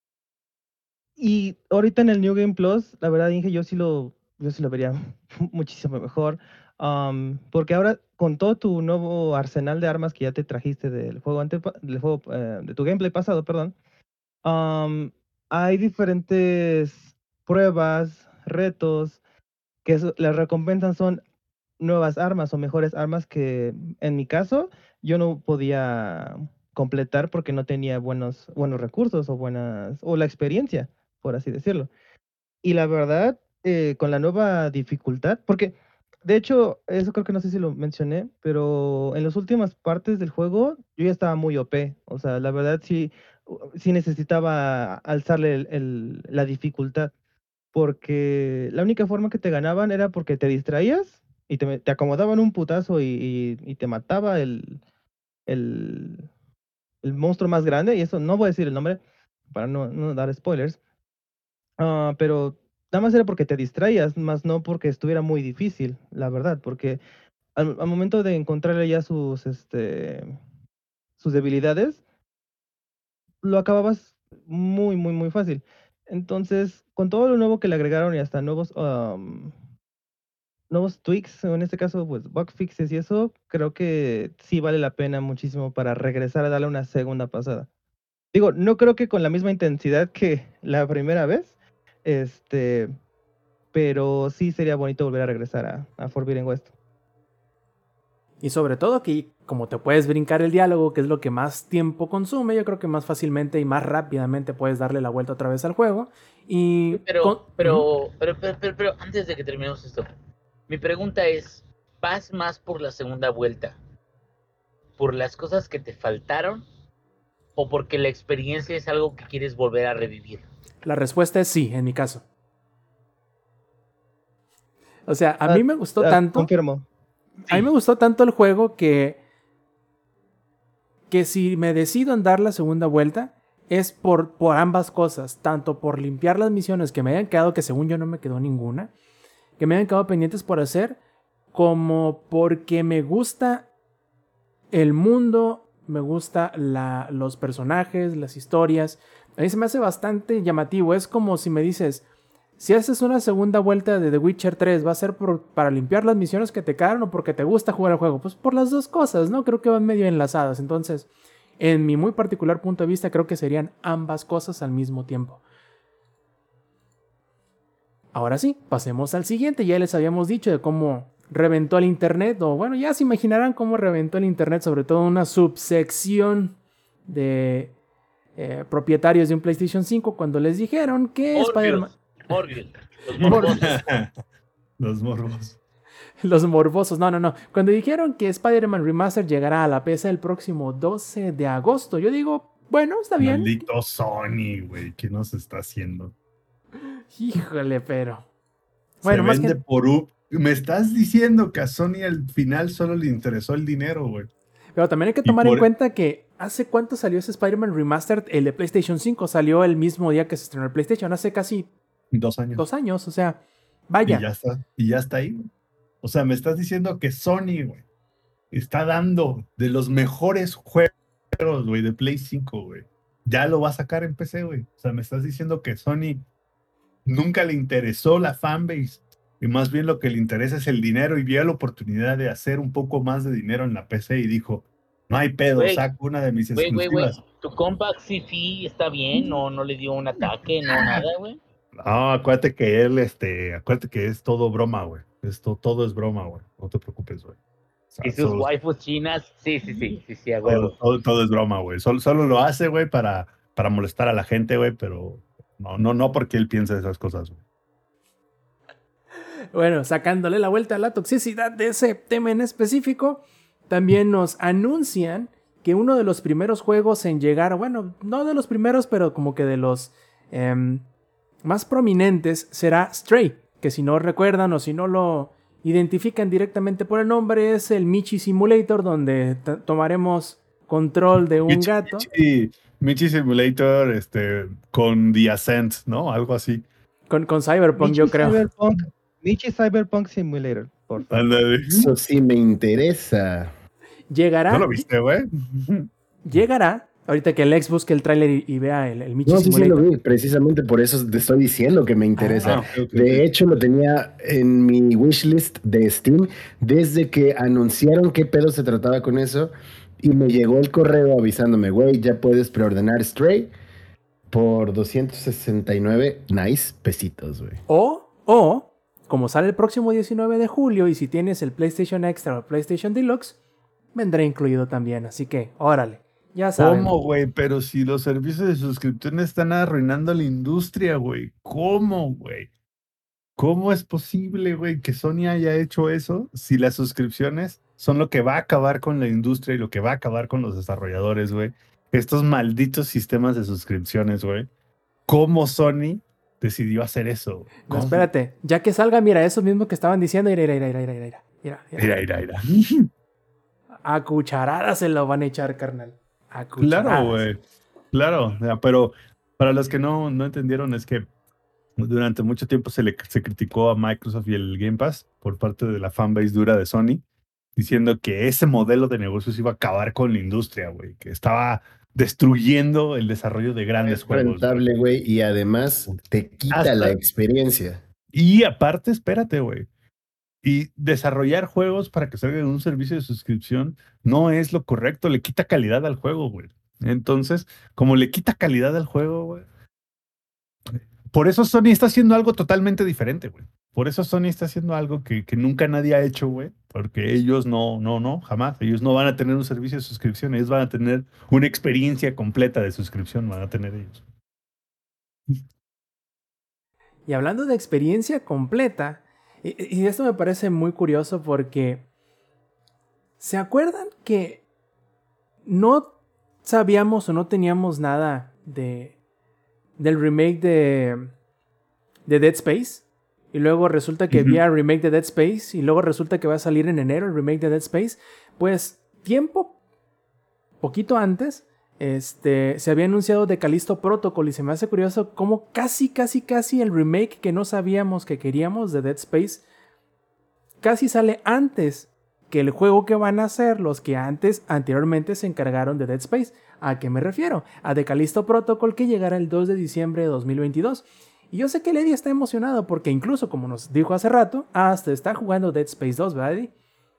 y ahorita en el New Game Plus, la verdad, dije, yo sí lo, yo sí lo vería muchísimo mejor. am, porque ahora, con todo tu nuevo arsenal de armas que ya te trajiste del juego ante, del juego, eh, de tu gameplay pasado, perdón, am, hay diferentes pruebas, retos, que eso- las recompensas son nuevas armas o mejores armas que, en mi caso, yo no podía completar porque no tenía buenos, buenos recursos o buenas, o la experiencia, por así decirlo. Y la verdad, eh, con la nueva dificultad, porque de hecho, eso creo que no sé si lo mencioné, pero en las últimas partes del juego yo ya estaba muy O P. O sea, la verdad sí, u- sí necesitaba alzarle el- el- la dificultad, porque la única forma que te ganaban era porque te distraías y te, me- te acomodaban un putazo y, y- y te mataba el, el, el monstruo más grande, y eso no voy a decir el nombre para no, no dar spoilers. Ah, pero nada más era porque te distraías, más no porque estuviera muy difícil, la verdad, porque al, al momento de encontrarle ya sus, este, sus debilidades, lo acababas muy, muy, muy fácil. Entonces, con todo lo nuevo que le agregaron y hasta nuevos, am, nuevos tweaks, o en este caso, pues bug fixes y eso, creo que sí vale la pena muchísimo para regresar a darle una segunda pasada. Digo, no creo que con la misma intensidad que la primera vez, este, pero sí sería bonito volver a regresar a, a Forbidden West. Y sobre todo que como te puedes brincar el diálogo, que es lo que más tiempo consume, yo creo que más fácilmente y más rápidamente puedes darle la vuelta otra vez al juego. Y Pero, con- Ujú. pero, pero, pero, pero, pero antes de que terminemos esto, mi pregunta es, ¿vas más por la segunda vuelta? ¿Por las cosas que te faltaron? ¿O porque la experiencia es algo que quieres volver a revivir? La respuesta es sí, en mi caso. O sea, a Ah, mí me gustó ah, tanto, confirmo. a mí me Sí. gustó tanto el juego que, que si me decido en dar la segunda vuelta, es por, por ambas cosas, tanto por limpiar las misiones que me hayan quedado, que según yo no me quedó ninguna, que me hayan quedado pendientes por hacer, como porque me gusta el mundo, me gusta la, los personajes, las historias. A mí se me hace bastante llamativo. Es como si me dices, si haces una segunda vuelta de The Witcher tres, ¿va a ser por, para limpiar las misiones que te quedaron o porque te gusta jugar el juego? Pues por las dos cosas, ¿no? Creo que van medio enlazadas. Entonces, en mi muy particular punto de vista, creo que serían ambas cosas al mismo tiempo. Ahora sí, pasemos al siguiente. Ya les habíamos dicho de cómo reventó el internet, o bueno, ya se imaginarán cómo reventó el internet, sobre todo una subsección de eh, propietarios de un PlayStation cinco cuando les dijeron que Spider-Man... Morbius, los morbosos. Los morbosos. Los morbosos, no, no, no. Cuando dijeron que Spider-Man Remastered llegará a la P C el próximo doce de agosto, yo digo, bueno, está bien. Maldito Sony, güey, ¿qué nos está haciendo? Híjole, pero... Bueno, Se más vende que... por U. Me estás diciendo que a Sony al final solo le interesó el dinero, güey. Pero también hay que tomar por... en cuenta que ¿hace cuánto salió ese Spider-Man Remastered? El de PlayStation cinco salió el mismo día que se estrenó el PlayStation, hace casi dos años. Dos años, o sea, vaya. Y ya está, y ya está ahí, güey. O sea, me estás diciendo que Sony, güey, está dando de los mejores juegos, güey, de Play cinco, güey. Ya lo va a sacar en P C, güey. O sea, me estás diciendo que Sony nunca le interesó la fanbase. Y más bien lo que le interesa es el dinero, y vio la oportunidad de hacer un poco más de dinero en la P C y dijo, no hay pedo, Wey, saco una de mis wey, exclusivas. Wey, wey. Tu compa sí está bien, no, no le dio un ataque, no nada, güey. No, acuérdate que él, este, acuérdate que es todo broma, güey. Esto todo es broma, güey. No te preocupes, güey. O sea, y sus solo, waifus chinas, sí, sí, sí, sí, sí, a todo, huevo. todo, todo es broma, güey. Solo, solo lo hace, güey, para, para molestar a la gente, güey, pero no, no, no porque él piensa esas cosas, güey. Bueno, sacándole la vuelta a la toxicidad de ese tema en específico, también nos anuncian que uno de los primeros juegos en llegar, bueno, no de los primeros, pero como que de los eh, más prominentes, será Stray, que si no recuerdan o si no lo identifican directamente por el nombre, es el Michi Simulator, donde t- tomaremos control de un Michi, gato. Michi, Michi Simulator, este, con The Ascent, ¿no? Algo así. Con, con Cyberpunk, Michi yo creo. Cyberpunk, Michi Cyberpunk Simulator, por favor. Ándale. Eso sí me interesa. Llegará. ¿No lo viste, güey? Llegará. Ahorita que Alex busque el tráiler y, y vea el, el Michi No, sí, sí Simulator. lo vi. Precisamente por eso te estoy diciendo que me interesa. Ah, okay, okay, de okay. hecho, lo tenía en mi wishlist de Steam desde que anunciaron qué pedo se trataba con eso. Y me llegó el correo avisándome, güey, ya puedes preordenar Stray por doscientos sesenta y nueve nice pesitos, güey. O, o, como sale el próximo diecinueve de julio y si tienes el PlayStation Extra o el PlayStation Deluxe, vendrá incluido también. Así que, órale, ya saben. ¿Cómo, güey? Pero si los servicios de suscripción están arruinando la industria, güey. ¿Cómo, güey? ¿Cómo es posible, güey, que Sony haya hecho eso si las suscripciones son lo que va a acabar con la industria y lo que va a acabar con los desarrolladores, güey? Estos malditos sistemas de suscripciones, güey. ¿Cómo Sony decidió hacer eso? No, ¿Cómo? espérate, ya que salga, mira, eso mismo que estaban diciendo, mira, mira, mira, mira, mira, mira, mira. Mira, mira, mira. A cucharadas se lo van a echar, carnal. A cucharadas. Claro, güey. Claro, o sea, pero para los que no, no entendieron es que durante mucho tiempo se le se criticó a Microsoft y el Game Pass por parte de la fanbase dura de Sony, diciendo que ese modelo de negocios iba a acabar con la industria, güey, que estaba destruyendo el desarrollo de grandes Es juegos. rentable, güey, y además te quita Hasta- la experiencia. Y aparte, espérate, güey. Y desarrollar juegos para que salgan en un servicio de suscripción no es lo correcto, le quita calidad al juego, güey. Entonces, como le quita calidad al juego, güey. Por eso Sony está haciendo algo totalmente diferente, güey. Por eso Sony está haciendo algo que, que nunca nadie ha hecho, güey. Porque ellos no, no, no, jamás. Ellos no van a tener un servicio de suscripción. Ellos van a tener una experiencia completa de suscripción. Van a tener ellos. Y hablando de experiencia completa, y, y esto me parece muy curioso porque ¿se acuerdan que no sabíamos o no teníamos nada de del remake de, de Dead Space? Y luego resulta que Ujú. había remake de Dead Space y luego resulta que va a salir en enero el remake de Dead Space. Pues tiempo, poquito antes, este, se había anunciado de Callisto Protocol y se me hace curioso cómo casi, casi, casi el remake que no sabíamos que queríamos de Dead Space casi sale antes que el juego que van a hacer los que antes, anteriormente se encargaron de Dead Space. ¿A qué me refiero? A The Callisto Protocol, que llegará el dos de diciembre de dos mil veintidós. Y yo sé que Lady está emocionado porque incluso, como nos dijo hace rato, hasta está jugando Dead Space dos, ¿verdad, Eddie?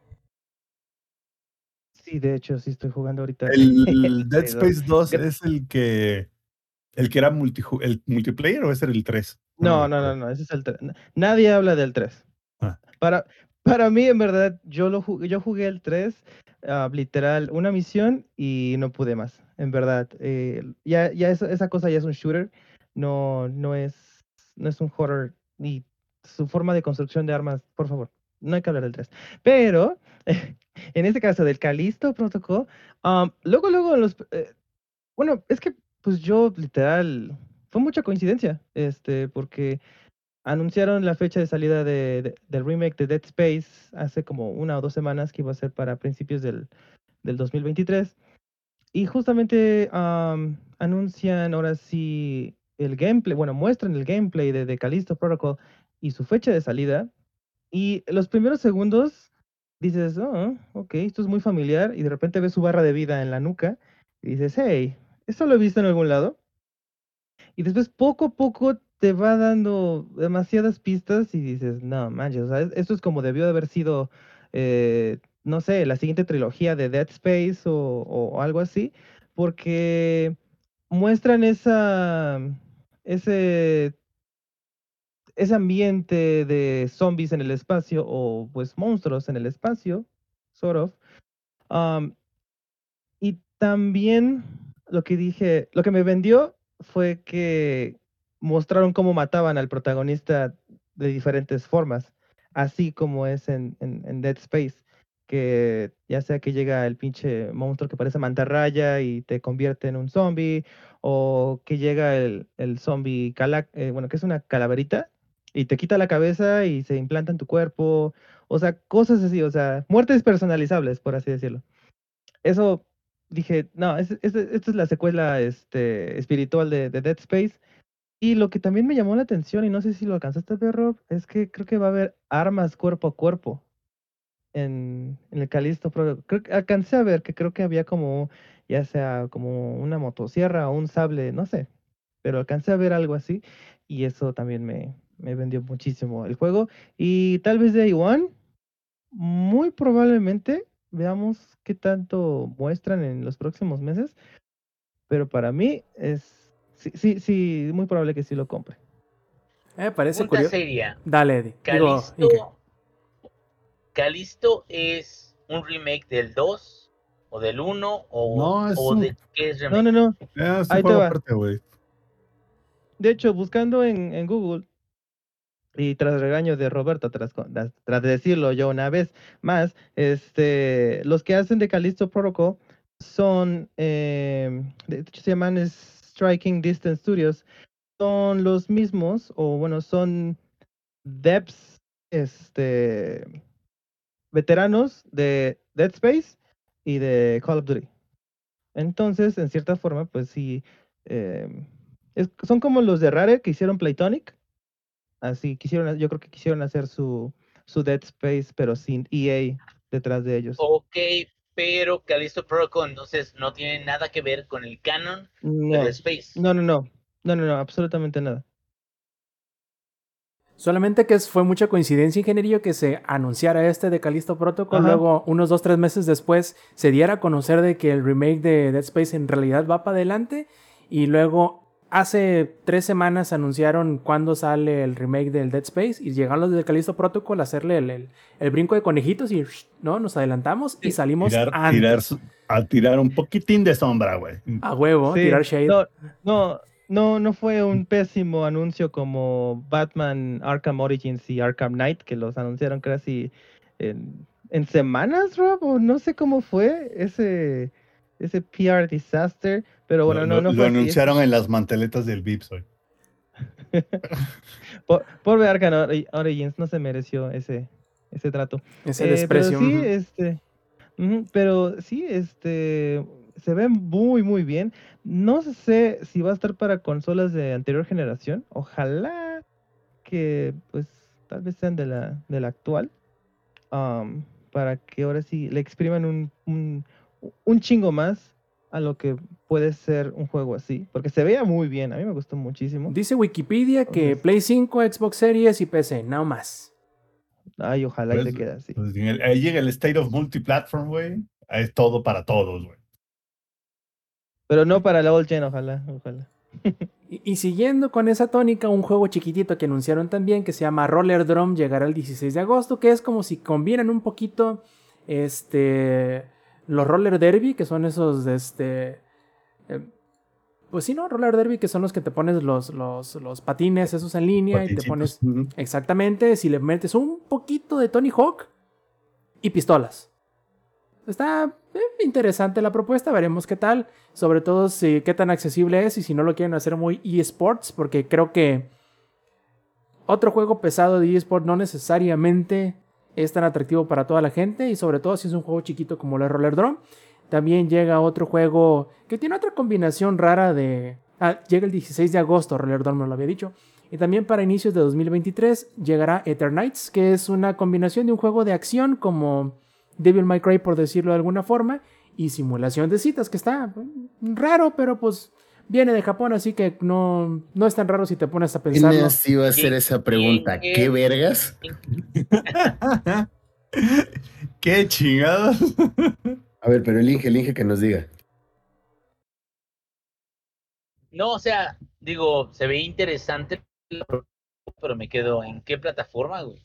Sí, de hecho, sí estoy jugando ahorita. El Dead Space dos es el que el que era multi, el multiplayer, o ese era el tres. No, no, no, no, ese es el tres. Nadie habla del tres. Ah. Para, para mí, en verdad, yo lo jugué, yo jugué el tres, uh, literal, una misión y no pude más. En verdad, eh, ya, ya esa, esa cosa ya es un shooter, no, no es, no es un horror, ni su forma de construcción de armas, por favor, no hay que hablar del tres. Pero en este caso del Callisto Protocol, um, luego, luego los, eh, bueno, es que pues yo literal, fue mucha coincidencia, este, porque anunciaron la fecha de salida de, de, del remake de Dead Space hace como una o dos semanas, que iba a ser para principios del, del dos mil veintitrés. Y justamente um, anuncian ahora sí el gameplay, bueno, muestran el gameplay de, de Callisto Protocol y su fecha de salida. Y los primeros segundos dices, oh, ok, esto es muy familiar. Y de repente ves su barra de vida en la nuca y dices, hey, ¿esto lo he visto en algún lado? Y después poco a poco te va dando demasiadas pistas y dices, no, manches, o sea, esto es como debió de haber sido, eh, no sé, la siguiente trilogía de Dead Space o, o algo así, porque muestran esa, ese, ese ambiente de zombies en el espacio o pues monstruos en el espacio, sort of. Um, y también lo que dije, lo que me vendió fue que mostraron cómo mataban al protagonista de diferentes formas, así como es en, en, en Dead Space, que ya sea que llega el pinche monstruo que parece mantarraya y te convierte en un zombie, o que llega el, el zombie, cala, eh, bueno, que es una calaverita, y te quita la cabeza y se implanta en tu cuerpo, o sea, cosas así, o sea, muertes personalizables, por así decirlo. Eso dije, no, es, es, esta es la secuela este, espiritual de, de Dead Space. Y lo que también me llamó la atención, y no sé si lo alcanzaste a ver, Rob, es que creo que va a haber armas cuerpo a cuerpo en, en el Callisto. Creo que alcancé a ver que creo que había como, ya sea como una motosierra o un sable, no sé, pero alcancé a ver algo así. Y eso también me, me vendió muchísimo el juego. Y tal vez Day One, muy probablemente veamos qué tanto muestran en los próximos meses, pero para mí es sí, sí, sí muy probable que sí lo compre. Me parece Pregunta curioso. seria. Dale, Eddie. Callisto, Digo, ¿Callisto es un remake del dos o del uno o, no, es o un... de qué es remake? No, no, no. Eh, es un Ahí te juego va. aparte, güey. De hecho, buscando en, en Google, y tras regaño de Roberto, tras, tras de decirlo yo una vez más, este, los que hacen de Callisto Protocol son, eh, de hecho se llaman Striking Distance Studios, son los mismos, o bueno, son devs, este, veteranos de Dead Space y de Call of Duty. Entonces, en cierta forma, pues sí, eh, es, son como los de Rare que hicieron Playtonic. Así quisieron, yo creo que quisieron hacer su, su Dead Space, pero sin E A detrás de ellos. Ok, pero Callisto Protocol entonces no tiene nada que ver con el canon no, de Dead Space. No, no, no, no, no, no, absolutamente nada. Solamente que fue mucha coincidencia, ingenierillo, que se anunciara este de Callisto Protocol. Ajá. Luego, unos dos, tres meses después, se diera a conocer de que el remake de Dead Space en realidad va para adelante. Y luego, hace tres semanas anunciaron cuándo sale el remake del Dead Space. Y llegaron los de Callisto Protocol a hacerle el, el, el brinco de conejitos. Y no, nos adelantamos y salimos tirar, antes. Tirar, a tirar un poquitín de sombra, güey. A huevo, sí. Tirar shade. No, no. No, no fue un pésimo anuncio como Batman Arkham Origins y Arkham Knight, que los anunciaron casi en, en semanas, Rob, o no sé cómo fue ese, ese P R disaster, pero bueno, lo, no, no lo fue Lo anunciaron así. En las manteletas del Vips hoy. por, por ver Arkham Origins no se mereció ese, ese trato. Ese eh, desprecio. Pero sí, uh-huh. este... Uh-huh, pero sí, este... se ve muy, muy bien. No sé si va a estar para consolas de anterior generación. Ojalá que, pues, tal vez sean de la, de la actual. um, para que ahora sí le expriman un, un, un chingo más a lo que puede ser un juego así. Porque se veía muy bien. A mí me gustó muchísimo. Dice Wikipedia que Entonces, Play cinco, Xbox Series y P C, no más. ay, ojalá y Pues, se quede así. pues, en el- ahí llega el state of multiplatform, güey. Es todo para todos, güey. Pero no para la old gen, ojalá, ojalá. Y, y siguiendo con esa tónica, un juego chiquitito que anunciaron también que se llama Roller Drum llegará el dieciséis de agosto, que es como si combinan un poquito este, los Roller Derby, que son esos de este... eh, pues sí, ¿no? Roller Derby, que son los que te pones los, los, los patines esos en línea y te Patincitos. pones Ujú. exactamente, si le metes un poquito de Tony Hawk y pistolas. Está eh, interesante la propuesta, veremos qué tal, sobre todo si qué tan accesible es y si no lo quieren hacer muy eSports, porque creo que otro juego pesado de eSports no necesariamente es tan atractivo para toda la gente y sobre todo si es un juego chiquito como el Roller Drum. También llega otro juego que tiene otra combinación rara de... Ah, llega el dieciséis de agosto, Roller Drum no lo había dicho. Y también para inicios de dos mil veintitrés llegará Eternights, que es una combinación de un juego de acción como Devil May Cry, por decirlo de alguna forma, y simulación de citas, que está raro, pero pues viene de Japón, así que no, no es tan raro si te pones a pensarlo. Inés iba a hacer ¿Y- esa y en pregunta. qué- ¿Qué vergas? ¿Qué chingados? A ver, pero el Inge, el Inge que nos diga. No, o sea, digo, se ve interesante, pero me quedo en qué plataforma, güey.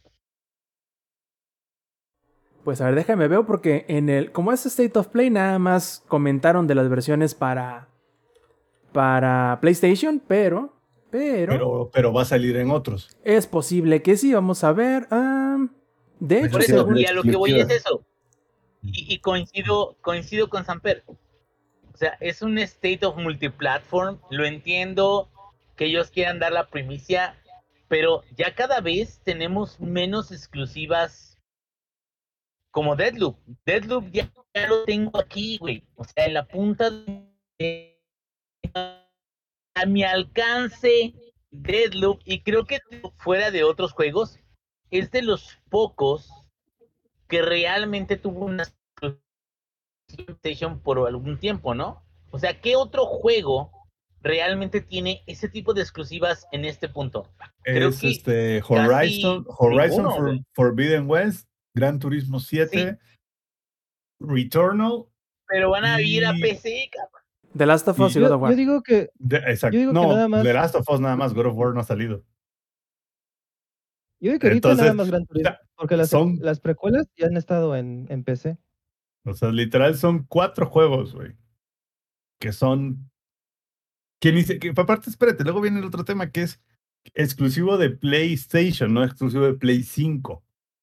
Pues a ver, déjame ver porque en el... Como es State of Play, nada más comentaron de las versiones para... Para PlayStation, pero... Pero... Pero, pero va a salir en otros. es posible que sí, vamos a ver. ah, de hecho, Por Exclusiva, eso, según... y a lo que voy es exclusiva. eso. Y, y coincido, coincido con Samper. O sea, es un state of multiplatform. Lo entiendo que ellos quieran dar la primicia, pero ya cada vez tenemos menos exclusivas como Deadloop. Deadloop ya, ya lo tengo aquí, güey. O sea, en la punta de a mi alcance Deadloop, y creo que fuera de otros juegos, es de los pocos que realmente tuvo una PlayStation por algún tiempo, ¿no? O sea, ¿qué otro juego realmente tiene ese tipo de exclusivas en este punto? Creo Es que este casi Horizon, Horizon ninguno, For- güey. Forbidden West, Gran Turismo Sí, siete, Returnal pero van a ir a y... P C, cabrón. The Last of Us y y God Yo, of yo War. digo que, de- yo exacto. digo que No, nada The más, Last of Us nada más, God of War no ha salido. yo digo que ahorita nada más Entonces, Gran o Turismo, sea, porque las, son, las precuelas ya han estado en, en P C. o sea, literal son cuatro juegos, güey, que son... ¿Quién dice? Que, aparte, espérate, luego viene el otro tema que es exclusivo de PlayStation, no exclusivo de Play cinco.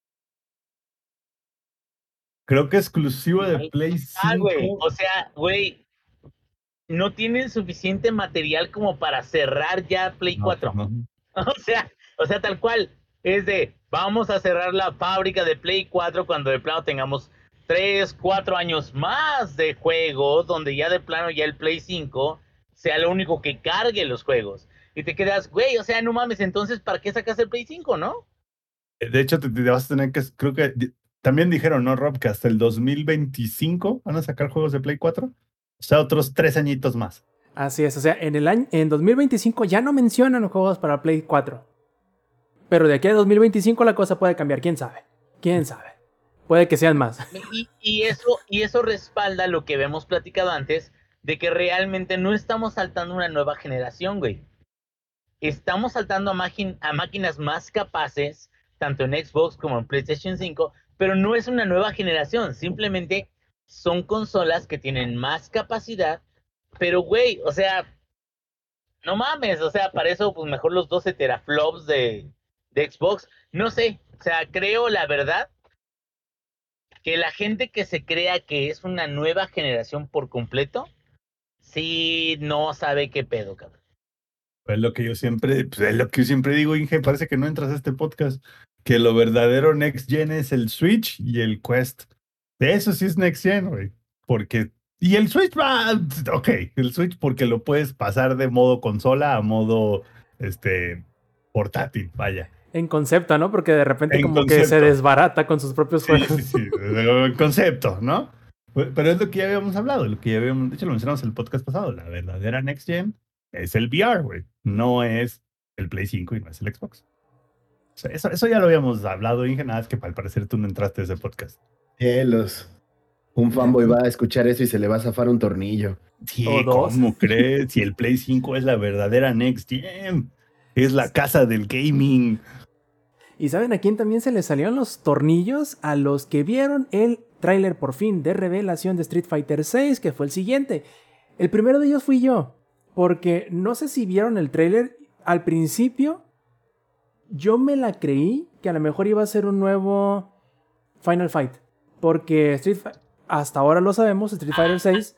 Creo que exclusivo de Play Ah, güey, cinco. o sea, güey, no tienen suficiente material como para cerrar ya Play No, pues cuatro. no. O sea, o sea, tal cual. Es de, vamos a cerrar la fábrica de Play cuatro cuando de plano tengamos tres, cuatro años más de juegos, donde ya de plano ya el Play cinco sea lo único que cargue los juegos. Y te quedas, güey, o sea, no mames, entonces, ¿para qué sacas el Play cinco, no? De hecho, te, te vas a tener que, creo que di- también dijeron, ¿no, Rob? Que hasta el dos mil veinticinco van a sacar juegos de Play cuatro. O sea, otros tres añitos más. Así es, o sea, en el año, en dos mil veinticinco ya no mencionan juegos para Play cuatro. Pero de aquí a dos mil veinticinco la cosa puede cambiar, quién sabe. Quién sabe. Puede que sean más. Y, y eso, y eso respalda lo que habíamos platicado antes, de que realmente no estamos saltando una nueva generación, güey. Estamos saltando a, máquin- a máquinas más capaces, tanto en Xbox como en PlayStation cinco, pero no es una nueva generación, simplemente son consolas que tienen más capacidad, pero güey, o sea, no mames, o sea, para eso pues mejor los doce teraflops de, de Xbox, no sé, o sea, creo la verdad que la gente que se crea que es una nueva generación por completo, sí no sabe qué pedo, cabrón. Es lo que yo siempre, pues, es lo que yo siempre digo, Inge, parece que no entras a este podcast, que lo verdadero Next Gen es el Switch y el Quest. Eso sí es Next Gen, güey. Porque Y el Switch va, ok, el Switch porque lo puedes pasar de modo consola a modo este portátil, vaya. En concepto, ¿no? Porque de repente En como que se concepto. desbarata con sus propios Sí, juegos. sí, sí, en concepto, ¿no? Pero es lo que ya habíamos hablado, lo que ya habíamos, de hecho lo mencionamos en el podcast pasado, la verdadera Next Gen es el V R, güey, no es el Play cinco y no es el Xbox. O sea, eso, eso ya lo habíamos hablado, Inge, nada es que al parecer tú no entraste a ese podcast. Cielos. Un fanboy va a escuchar eso y se le va a zafar un tornillo. Sí, O dos. ¿cómo crees? Si el Play cinco es la verdadera Next Gen, es la casa del gaming. ¿Y saben a quién también se le salieron los tornillos? A los que vieron el tráiler por fin de revelación de Street Fighter seis, que fue el siguiente. El primero de ellos fui yo, porque no sé si vieron el tráiler. Al principio, yo me la creí que a lo mejor iba a ser un nuevo Final Fight, porque Street Fi- hasta ahora lo sabemos, Street Fighter seis...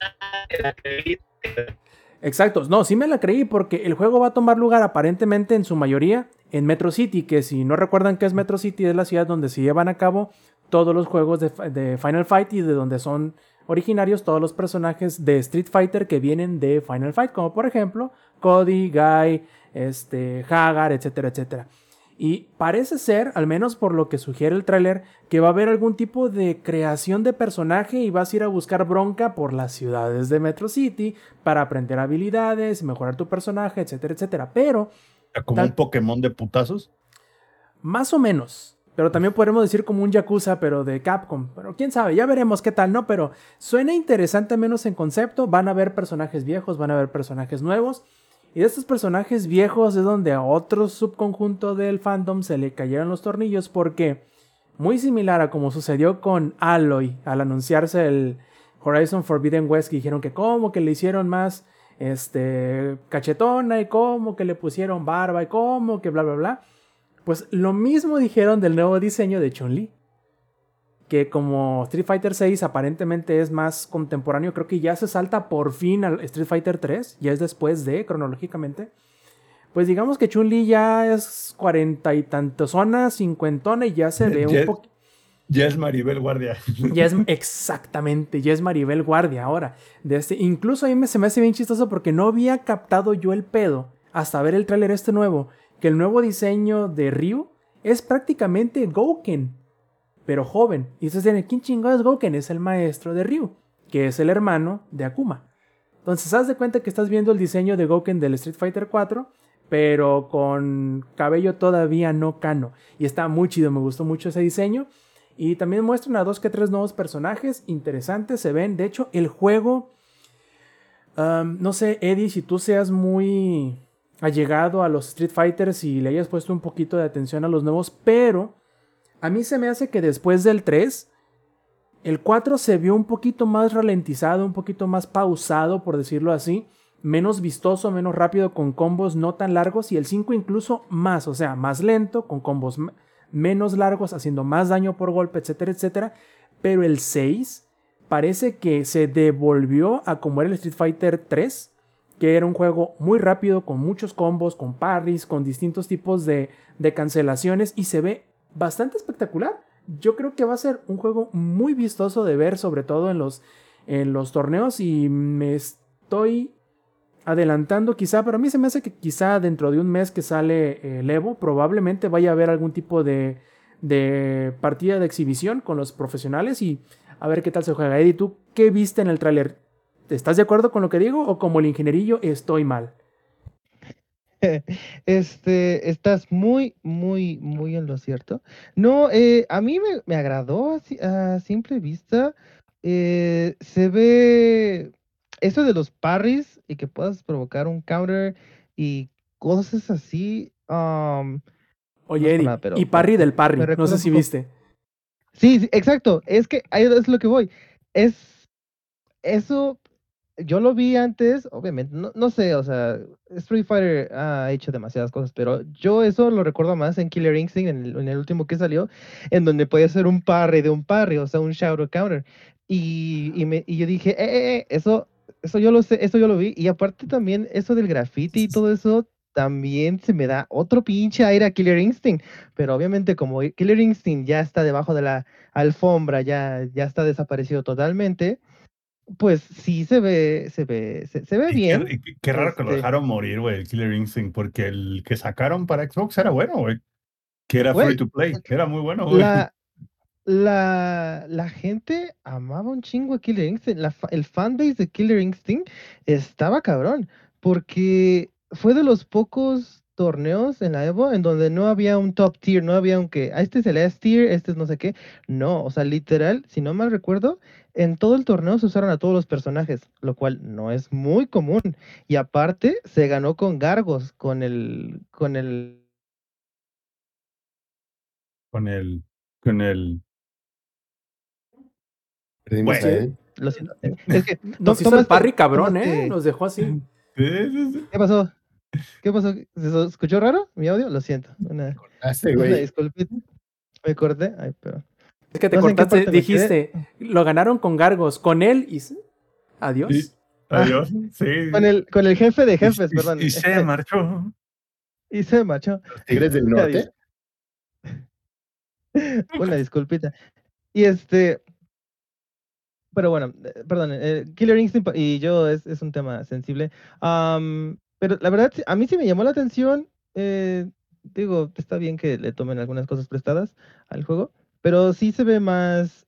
Exacto, no, sí me la creí porque el juego va a tomar lugar aparentemente en su mayoría en Metro City, que si no recuerdan qué es Metro City, es la ciudad donde se llevan a cabo todos los juegos de, de Final Fight y de donde son originarios todos los personajes de Street Fighter que vienen de Final Fight, como por ejemplo Cody, Guy, este, Hagar, etcétera, etcétera. Y parece ser, al menos por lo que sugiere el tráiler, que va a haber algún tipo de creación de personaje y vas a ir a buscar bronca por las ciudades de Metro City para aprender habilidades, mejorar tu personaje, etcétera, etcétera. Pero, Como tal, un Pokémon de putazos. más o menos. Pero también podemos decir como un Yakuza, pero de Capcom. Pero quién sabe, ya veremos qué tal, ¿no? Pero suena interesante menos en concepto. Van a haber personajes viejos, van a haber personajes nuevos. Y de estos personajes viejos es donde a otro subconjunto del fandom se le cayeron los tornillos porque, muy similar a como sucedió con Aloy al anunciarse el Horizon Forbidden West, que dijeron que como que le hicieron más este, cachetona y como que le pusieron barba y como que bla bla bla. Pues lo mismo dijeron del nuevo diseño de Chun-Li, que como Street Fighter seis aparentemente es más contemporáneo, creo que ya se salta por fin al Street Fighter tres, ya es después de, cronológicamente. Pues digamos que Chun-Li ya es cuarenta y tantos zonas, cincuentona y ya se ve Ya- un poco... Ya es Maribel Guardia. Ya es exactamente, ya es Maribel Guardia ahora. De este, incluso a mí me, se me hace bien chistoso porque no había captado yo el pedo hasta ver el tráiler este nuevo, que el nuevo diseño de Ryu es prácticamente Gouken, pero joven. Y ustedes dirán, ¿quién chingado es Gouken? Es el maestro de Ryu, que es el hermano de Akuma. Entonces, haz de cuenta que estás viendo el diseño de Gouken del Street Fighter cuatro, pero con cabello todavía no cano. Y está muy chido, me gustó mucho ese diseño. Y también muestran a dos que tres nuevos personajes interesantes, se ven. De hecho, el juego, um, no sé, Eddie, si tú seas muy allegado a los Street Fighters y le hayas puesto un poquito de atención a los nuevos, pero a mí se me hace que después del tres, el cuatro se vio un poquito más ralentizado, un poquito más pausado, por decirlo así, menos vistoso, menos rápido, con combos no tan largos, y el cinco incluso más, o sea, más lento, con combos menos largos, haciendo más daño por golpe, etcétera, etcétera. Pero el seis parece que se devolvió a como era el Street Fighter tres, que era un juego muy rápido, con muchos combos, con parries, con distintos tipos de, de cancelaciones, y se ve bastante espectacular. Yo creo que va a ser un juego muy vistoso de ver, sobre todo en los, en los torneos, y me estoy adelantando quizá, pero a mí se me hace que quizá dentro de un mes que sale el Evo, probablemente vaya a haber algún tipo de, de partida de exhibición con los profesionales y a ver qué tal se juega. Eddie, ¿tú qué viste en el tráiler? ¿Estás de acuerdo con lo que digo o como el ingenierillo estoy mal? Este, estás muy, muy, muy en lo cierto. No, eh, a mí me, me agradó a, si- a simple vista. Eh, se ve eso de los parries y que puedas provocar un counter y cosas así. um, Oye, no es por Eddie, nada, pero y parry me, del me parry, no recuerda sé un si poco. viste. Sí, sí, exacto. Es que ahí es lo que voy. Es eso. Yo lo vi antes, obviamente, no, no sé, o sea, Street Fighter ha hecho demasiadas cosas, pero yo eso lo recuerdo más en Killer Instinct, en el, en el último que salió, en donde podía hacer un parry de un parry, o sea, un shadow counter. Y, y, me, y yo dije, eh, eh, eh, eso, eso yo lo sé, eso yo lo vi. Y aparte también eso del graffiti y todo eso, también se me da otro pinche aire a Killer Instinct. Pero obviamente como Killer Instinct ya está debajo de la alfombra, ya, ya está desaparecido totalmente. Pues sí se ve, se ve, se, se ve Y bien. qué, y qué- qué raro que lo Este, dejaron morir, güey, el Killer Instinct, porque el que sacaron para Xbox era bueno, güey. Que era free güey, to play, que era muy bueno, güey. la, la, la gente amaba un chingo a Killer Instinct. La fa- el fanbase de Killer Instinct estaba cabrón, porque fue de los pocos torneos en la Evo en donde no había un top tier, no había un que, "Ah, este es el S tier, este es no sé qué". No, o sea, literal, si no mal recuerdo, en todo el torneo se usaron a todos los personajes, lo cual no es muy común. Y aparte, se ganó con Gargos, con el, con el Con el, con el, Perdimos bueno. a Sí, él. Lo siento. eh, Es que to- nos hizo el tomaste, parry cabrón, ¿eh? tomaste. Nos dejó así. Sí, sí, sí. ¿Qué pasó? ¿Qué pasó? ¿Se escuchó raro mi audio? Lo siento. Una, Hace, una güey. disculpita. Me corté. Ay, pero. Es que te No sé en qué cortaste, parte me quedé. dijiste, lo ganaron con Gargos, con él y... Y- Adiós. Ah, adiós. Sí. con el, con el jefe de Y, jefes, y- perdón. y se marchó. Y se machó. Los Tigres del Una, Norte. dis- una disculpita. Y este. Pero bueno, eh, perdón. eh, Killer Instinct y yo es, es un tema sensible. Am, pero la verdad, sí, a mí sí me llamó la atención. eh, digo, está bien que le tomen algunas cosas prestadas al juego. Pero sí se ve más.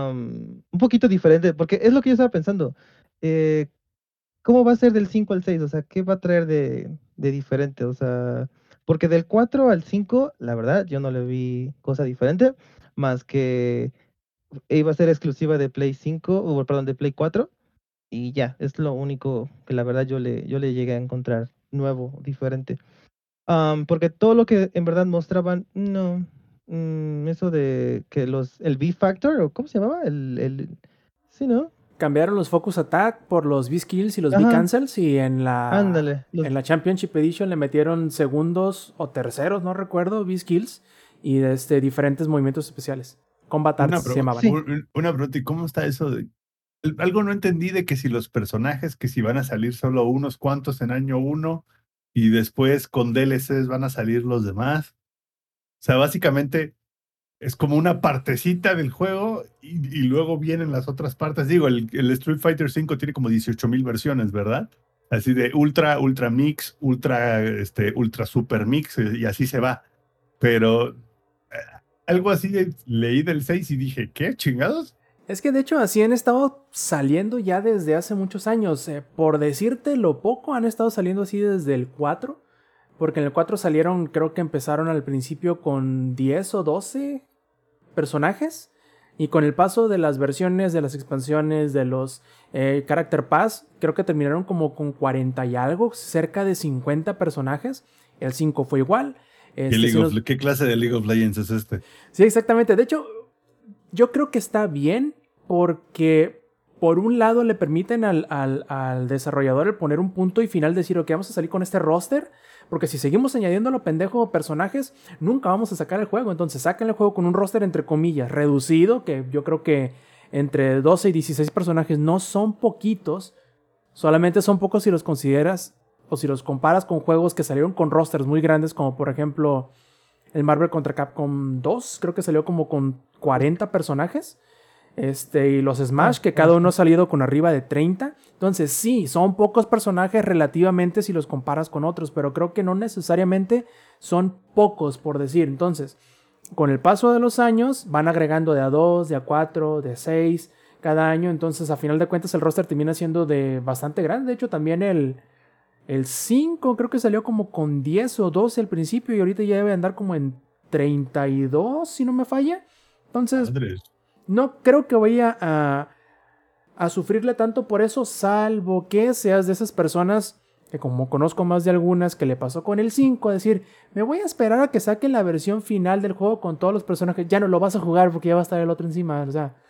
am, un poquito diferente. Porque es lo que yo estaba pensando. eh, ¿Cómo va a ser del cinco al seis? O sea, ¿qué va a traer de, de diferente? O sea, porque del cuatro al cinco, la verdad, yo no le vi cosa diferente, más que iba a ser exclusiva de Play cinco, o perdón, de Play cuatro, y ya, es lo único que la verdad yo le, yo le llegué a encontrar nuevo, diferente. Am, porque todo lo que en verdad mostraban, no, mm, eso de que los, el V-Factor, o ¿cómo se llamaba? El, el, sí, ¿no? Cambiaron los Focus Attack por los V-Skills y los Ajá, V-Cancels y en la, ándale, los, en la Championship Edition le metieron segundos o terceros, no recuerdo, V-Skills y este, diferentes movimientos especiales. Combat Una, Arts se pro- llamaban. sí. un- una pregunta, ¿y cómo está eso de- el- algo no entendí de que si los personajes, que si van a salir solo unos cuantos en año uno y después con D L Cs van a salir los demás. O sea, básicamente es como una partecita del juego y, y luego vienen las otras partes. Digo, el, el Street Fighter cinco tiene como dieciocho mil versiones, ¿verdad? Así de ultra, ultra mix, ultra, este, ultra super mix eh, y así se va. Pero eh, algo así eh, leí del seis y dije, ¿qué chingados? Es que de hecho así han estado saliendo ya desde hace muchos años. Eh, por decirte lo poco, han estado saliendo así desde el cuatro. Porque en el cuatro salieron, creo que empezaron al principio con diez o doce personajes. Y con el paso de las versiones, de las expansiones, de los eh, Character Pass, creo que terminaron como con cuarenta y algo, cerca de cincuenta personajes. El cinco fue igual. ¿Qué, Este, League sí, of- nos- ¿Qué clase de League of Legends es este? sí, exactamente. De hecho, yo creo que está bien porque por un lado le permiten al, al, al desarrollador el poner un punto y final, decir, ok, vamos a salir con este roster, porque si seguimos añadiendo a lo pendejo personajes, nunca vamos a sacar el juego. Entonces saquen el juego con un roster entre comillas reducido, que yo creo que entre doce y dieciséis personajes no son poquitos, solamente son pocos si los consideras o si los comparas con juegos que salieron con rosters muy grandes, como por ejemplo el Marvel contra Capcom dos, creo que salió como con cuarenta personajes. Este, y los Smash, que cada uno ha salido con arriba de treinta. Entonces, sí, son pocos personajes relativamente si los comparas con otros, pero creo que no necesariamente son pocos, por decir. Entonces, con el paso de los años, van agregando de a dos, de a cuatro, de a seis cada año. Entonces, a final de cuentas, el roster termina siendo de bastante grande. De hecho, también el, el cinco creo que salió como con diez o doce al principio y ahorita ya debe andar como en treinta y dos, si no me falla. Entonces, Madres. no creo que vaya a, a sufrirle tanto por eso, salvo que seas de esas personas que, como conozco más de algunas, que le pasó con el cinco, a decir, me voy a esperar a que saquen la versión final del juego con todos los personajes, ya no lo vas a jugar porque ya va a estar el otro encima. O sea,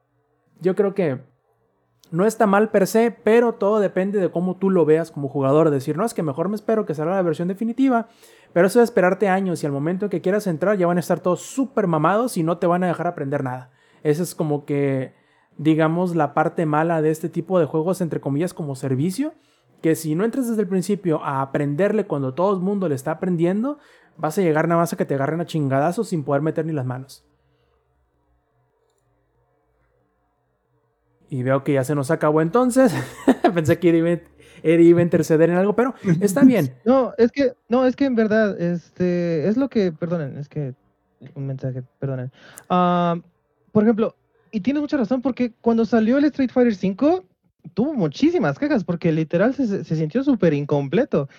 yo creo que no está mal per se, pero todo depende de cómo tú lo veas como jugador. Decir, no, es que mejor me espero que salga la versión definitiva, pero eso de esperarte años y al momento en que quieras entrar ya van a estar todos súper mamados y no te van a dejar aprender nada. Esa es como que, digamos, la parte mala de este tipo de juegos, entre comillas, como servicio, que si no entras desde el principio a aprenderle cuando todo el mundo le está aprendiendo, vas a llegar nada más a que te agarren a chingadazos sin poder meter ni las manos. Y veo que ya se nos acabó entonces. Pensé que Eddie, Eddie iba a interceder en algo, pero está bien. No, es que, no, es que en verdad, este, es lo que, perdonen, es que un mensaje, perdonen. Ah, por ejemplo, y tienes mucha razón, porque cuando salió el Street Fighter cinco, tuvo muchísimas quejas, porque literal se, se sintió súper incompleto.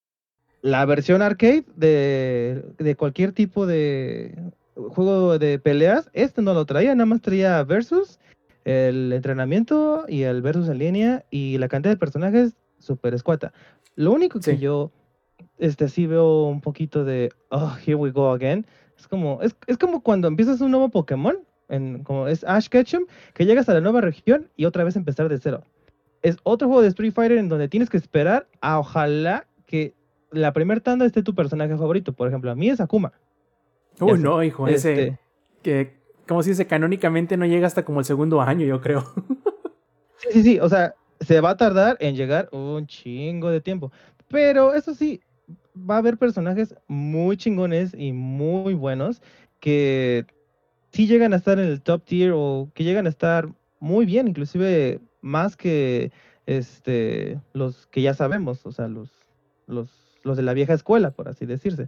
La versión arcade de, de cualquier tipo de juego de peleas, este no lo traía, nada más traía versus, el entrenamiento y el versus en línea, y la cantidad de personajes súper escueta. Lo único que Sí. yo este sí veo un poquito de oh, here we go again. Es como, es, es como cuando empiezas un nuevo Pokémon, en, como es Ash Ketchum, que llegas a la nueva región y otra vez empezar de cero. Es otro juego de Street Fighter en donde tienes que esperar a ojalá que la primera tanda esté tu personaje favorito. Por ejemplo, a mí es Akuma. Ya Uy, sé. no, hijo, ese Este, que, como se dice, canónicamente no llega hasta como el segundo año, yo creo. sí, sí, sí, o sea, se va a tardar en llegar un chingo de tiempo. Pero eso sí, va a haber personajes muy chingones y muy buenos que sí llegan a estar en el top tier o que llegan a estar muy bien, inclusive más que este los que ya sabemos, o sea, los, los, los de la vieja escuela, por así decirse.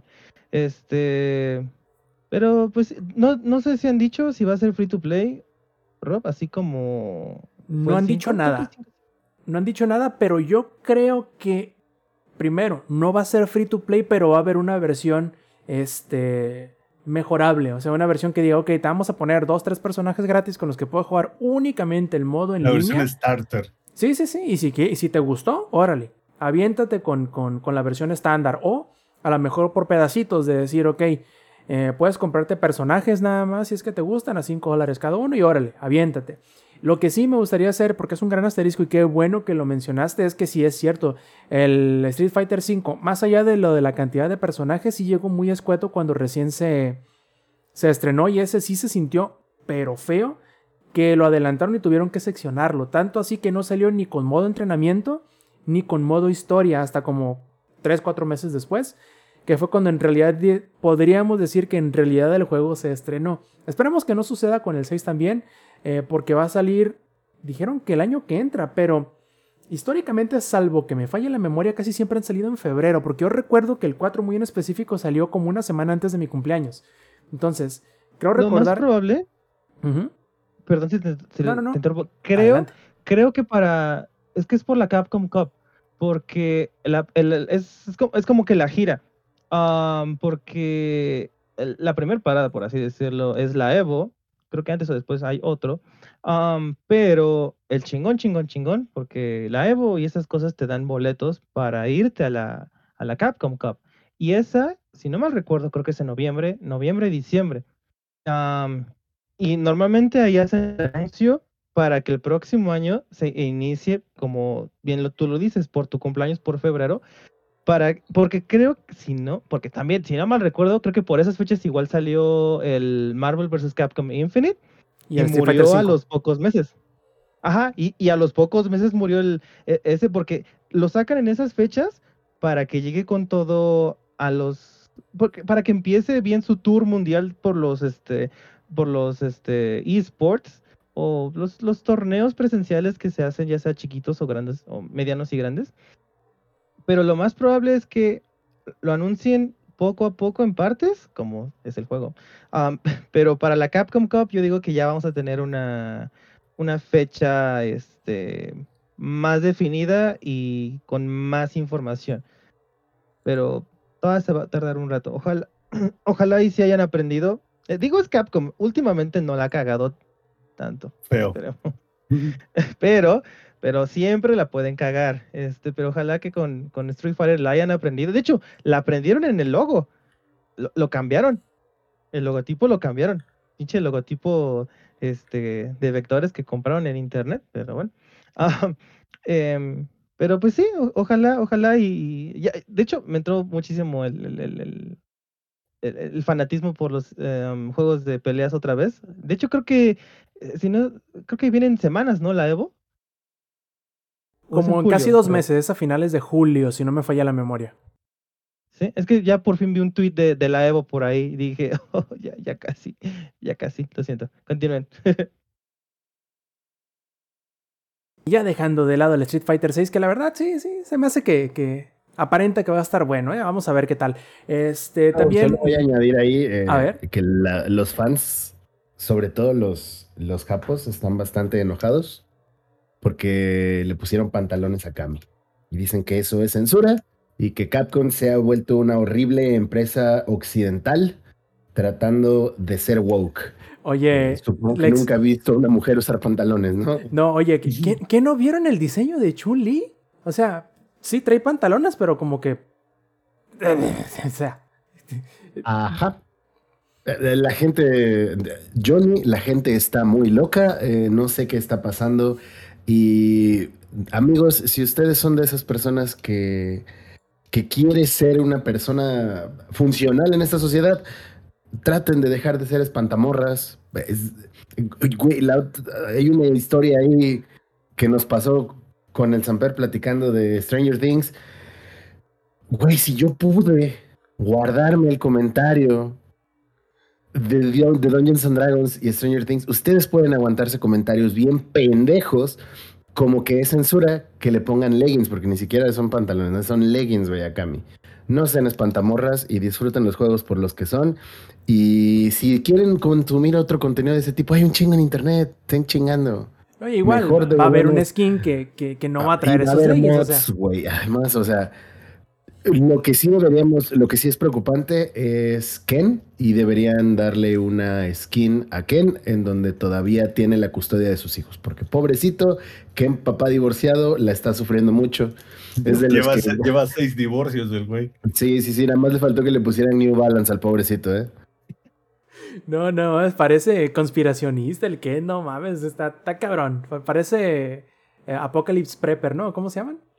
Este, pero pues no, no sé si han dicho si va a ser free to play, Rob, así como fue No el han dicho cinco, creo que el nada. cinco. No han dicho nada, pero yo creo que, primero, no va a ser free to play, pero va a haber una versión, este, mejorable. O sea, una versión que diga, ok, te vamos a poner dos, tres personajes gratis con los que puedes jugar únicamente el modo en La línea. versión starter. Sí, sí, sí. Y si, y si te gustó, órale, aviéntate con, con, con la versión estándar. O a lo mejor por pedacitos de decir, ok, eh, puedes comprarte personajes nada más si es que te gustan a cinco dólares cada uno y órale, aviéntate. Lo que sí me gustaría hacer, porque es un gran asterisco y qué bueno que lo mencionaste, es que sí es cierto, el Street Fighter cinco, más allá de lo de la cantidad de personajes, sí llegó muy escueto cuando recién se, se estrenó y ese sí se sintió, pero feo, que lo adelantaron y tuvieron que seccionarlo, tanto así que no salió ni con modo entrenamiento, ni con modo historia, hasta como tres cuatro meses después, que fue cuando en realidad podríamos decir que en realidad el juego se estrenó. Esperemos que no suceda con el seis también, eh, porque va a salir, dijeron que el año que entra, pero históricamente, salvo que me falle la memoria, casi siempre han salido en febrero, porque yo recuerdo que el cuatro muy en específico salió como una semana antes de mi cumpleaños. Entonces, creo Lo más recordar... probable, Uh-huh. perdón si te, si No, no, no. te interrumpo, creo, Adelante. creo que para, es que es por la Capcom Cup, porque la, el, el- es, es, como, es como que la gira, um, porque el- la primera parada, por así decirlo, es la Evo, creo que antes o después hay otro, um, pero el chingón, chingón, chingón, porque la Evo y esas cosas te dan boletos para irte a la, a la Capcom Cup, y esa, si no mal recuerdo, creo que es en noviembre, noviembre, diciembre. Um, y normalmente ahí hacen el anuncio para que el próximo año se inicie, como bien lo, tú lo dices, por tu cumpleaños por febrero, para, porque creo que si no, porque también, si no mal recuerdo, creo que por esas fechas igual salió el Marvel versus. Capcom Infinite Y y el Street Fighter murió a cinco. los pocos meses. Ajá, y, y a los pocos meses murió el, e- ese, porque lo sacan en esas fechas para que llegue con todo a los, porque, para que empiece bien su tour mundial por los, este, por los, este, esports o los, los torneos presenciales que se hacen, ya sea chiquitos o grandes, o medianos y grandes. Pero lo más probable es que lo anuncien poco a poco en partes, como es el juego. Am, pero para la Capcom Cup yo digo que ya vamos a tener una, una fecha este, más definida y con más información. Pero todavía se va a tardar un rato. Ojalá, ojalá y si hayan aprendido. Eh, digo es Capcom, últimamente no la ha cagado tanto. Feo. Pero, pero, pero siempre la pueden cagar. Este, pero ojalá que con, con Street Fighter la hayan aprendido. De hecho, la aprendieron en el logo. Lo, lo cambiaron. El logotipo lo cambiaron. Pinche logotipo este, de vectores que compraron en internet. Pero bueno. Ah, em, pero pues sí, o- ojalá, ojalá y, y ya, de hecho me entró muchísimo el, el, el- el- el- el fanatismo por los em, juegos de peleas otra vez. De hecho creo que, eh, si no, creo que vienen semanas, ¿no? La Evo. ¿O es en Como en casi julio, dos Rob? meses, es a finales de julio, si no me falla la memoria. Sí, es que ya por fin vi un tweet de, de la Evo por ahí y dije, oh, ya, ya casi, ya casi, lo siento. Continúen. Ya dejando de lado el Street Fighter seis, que la verdad sí, sí, se me hace que, que aparenta que va a estar bueno, ¿eh? Vamos a ver qué tal. Este, No, también... solo voy a añadir ahí eh, A ver. que la- los fans, sobre todo los, los japos, están bastante enojados porque le pusieron pantalones a Kami. Y dicen que eso es censura y que Capcom se ha vuelto una horrible empresa occidental tratando de ser woke. Oye, Eh, supongo que Lex... nunca he visto a una mujer usar pantalones, ¿no? No, oye, ¿qué, qué, qué no vieron el diseño de Chun-Li? O sea, sí trae pantalones, pero como que... O sea... Ajá. Eh, La gente, Johnny, la gente está muy loca, eh, no sé qué está pasando. Y amigos, si ustedes son de esas personas que, que quiere ser una persona funcional en esta sociedad, traten de dejar de ser espantamorras. Es- güey, la ot- hay una historia ahí que nos pasó con el Samper platicando de Stranger Things. Güey, si yo pude guardarme el comentario de, Dio- de Dungeons and Dragons y Stranger Things, ustedes pueden aguantarse comentarios bien pendejos, como que es censura que le pongan leggings, porque ni siquiera son pantalones, no son leggings, güey, Akami. No sean espantamorras y disfruten los juegos por los que son. Y si quieren consumir otro contenido de ese tipo, hay un chingo en internet, estén chingando. Oye, igual Mejor va, va a haber un devolvemos- skin que, que, que no va a Ah, traer y va a esos haber leggings, o mods, sea... güey. Además, o sea, lo que sí deberíamos, lo que sí es preocupante es Ken, y deberían darle una skin a Ken en donde todavía tiene la custodia de sus hijos, porque pobrecito, Ken, papá divorciado, la está sufriendo mucho. Es de los Lleva, que- se- lleva seis divorcios el güey. Sí, sí, sí, nada más le faltó que le pusieran New Balance al pobrecito, ¿eh? No, no, es- parece conspiracionista el que, no mames, está, está cabrón. Pa- Parece eh, Apocalypse Prepper, ¿no? ¿Cómo se llaman?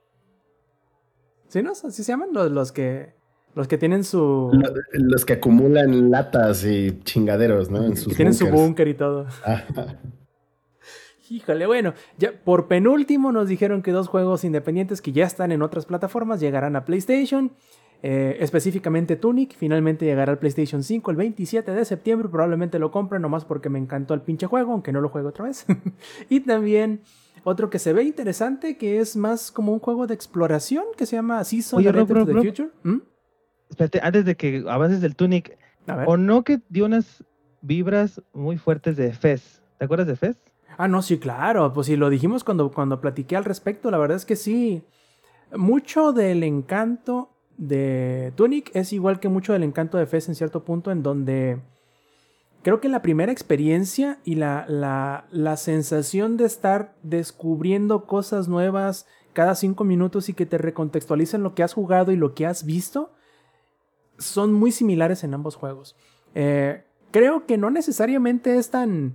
¿Sí, no? ¿Así se llaman? Los, los que los que tienen su... Lo- Los que acumulan latas y chingaderos, ¿no? En sus que tienen su búnkers. búnker y todo. Ajá. Híjole, bueno, ya por penúltimo nos dijeron que dos juegos independientes que ya están en otras plataformas llegarán a PlayStation. Eh, específicamente Tunic, finalmente llegará al PlayStation cinco el veintisiete de septiembre. Probablemente lo compre nomás porque me encantó el pinche juego, aunque no lo juego otra vez. Y también otro que se ve interesante, que es más como un juego de exploración, que se llama Season Oye, of Rob, Return to Rob, the Rob. Future. ¿Mm? Espérate, antes de que avances del Tunic, A ver. o no que dio unas vibras muy fuertes de Fez. ¿Te acuerdas de Fez? Ah, no, sí, claro. Pues sí, lo dijimos cuando, cuando platiqué al respecto. La verdad es que sí. Mucho del encanto de Tunic es igual que mucho del encanto de Fez en cierto punto, en donde creo que la primera experiencia y la, la, la sensación de estar descubriendo cosas nuevas cada cinco minutos y que te recontextualicen lo que has jugado y lo que has visto son muy similares en ambos juegos. Eh, creo que no necesariamente es tan...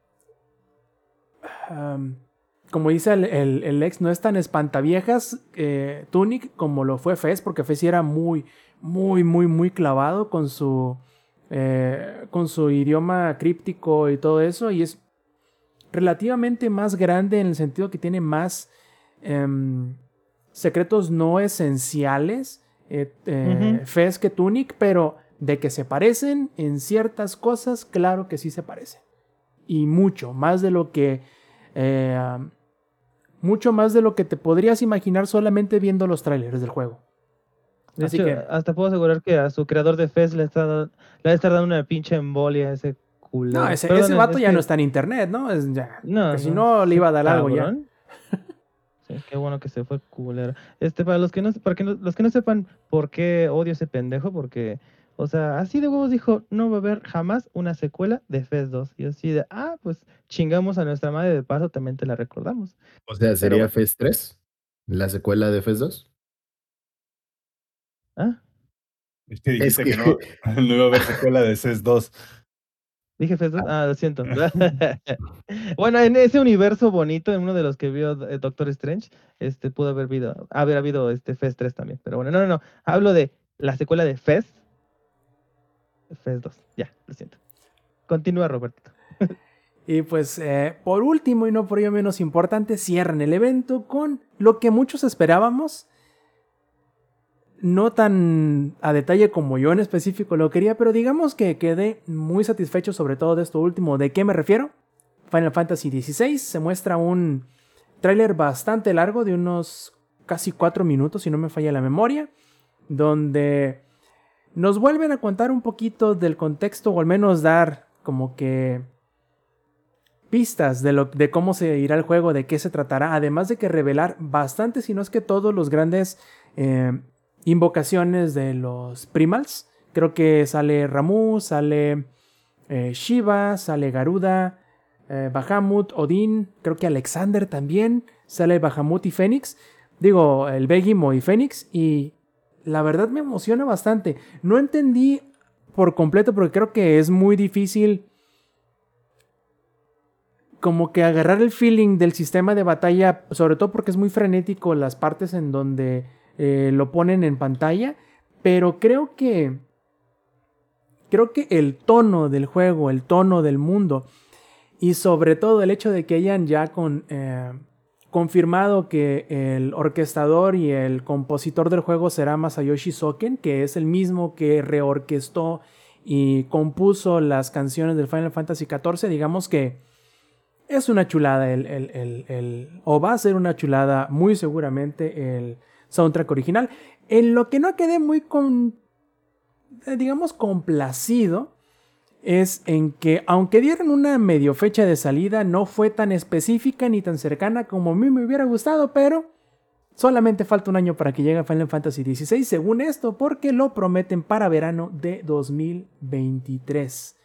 Um, como dice el, el, el ex, no es tan espantaviejas eh, Tunic como lo fue Fez, porque Fez sí era muy, muy, muy, muy clavado con su, eh, con su idioma críptico y todo eso, y es relativamente más grande en el sentido que tiene más eh, secretos no esenciales eh, eh, Ujú. Fez que Tunic, pero de que se parecen en ciertas cosas, claro que sí se parecen. Y mucho, más de lo que... Eh, mucho más de lo que te podrías imaginar solamente viendo los trailers del juego. De Así hecho, que- hasta puedo asegurar que a su creador de Fez le está dando, le va a estar dando una pinche embolia a ese culero. No, ese, Perdón, ese vato es ya que- no está en internet, ¿no? Es ya, No, que si no, no le iba a dar algo ya. cabrón. Sí, qué bueno que se fue culero. Este, para los que no, para que no- los que no sepan por qué odio ese pendejo, porque, o sea, así de huevos dijo, no va a haber jamás una secuela de Fez dos. Y así de, ah, pues chingamos a nuestra madre, de paso también te la recordamos. O sea, ¿sería bueno. Fez tres? ¿La secuela de Fez dos? Ah, Es que dijiste Es que, que- no, no iba a haber secuela de C E S dos. dije Fez dos, ah, lo siento. Bueno, en ese universo bonito, en uno de los que vio eh, Doctor Strange, este, pudo haber habido, haber habido este Fez tres también. Pero bueno, no, no, no. Hablo de la secuela de Fez. Fez dos, ya, lo siento. Continúa, Robertito. Y pues, eh, por último y no por ello menos importante, cierran el evento con lo que muchos esperábamos. No tan a detalle como yo en específico lo quería, pero digamos que quedé muy satisfecho sobre todo de esto último. ¿De qué me refiero? Final Fantasy dieciséis se muestra un tráiler bastante largo de unos casi cuatro minutos, si no me falla la memoria, donde nos vuelven a contar un poquito del contexto, o al menos dar como que pistas de, lo, de cómo se irá el juego, de qué se tratará, además de que revelar bastante, si no es que todos los grandes eh, invocaciones de los Primals. Creo que sale Ramuh, sale eh, Shiva, sale Garuda, eh, Bahamut, Odín, creo que Alexander también, sale Bahamut y Fénix, digo, el Begimo y Fénix, y la verdad me emociona bastante. No entendí por completo porque creo que es muy difícil como que agarrar el feeling del sistema de batalla, sobre todo porque es muy frenético las partes en donde eh, lo ponen en pantalla, pero creo que creo que el tono del juego, el tono del mundo y sobre todo el hecho de que hayan ya con, eh, confirmado que el orquestador y el compositor del juego será Masayoshi Soken, que es el mismo que reorquestó y compuso las canciones del Final Fantasy catorce, digamos que es una chulada, el, el, el, el, o va a ser una chulada muy seguramente el soundtrack original. En lo que no quedé muy, con, digamos, complacido es en que, aunque dieron una medio fecha de salida, no fue tan específica ni tan cercana como a mí me hubiera gustado, pero solamente falta un año para que llegue Final Fantasy dieciséis, según esto, porque lo prometen para verano de dos mil veintitrés.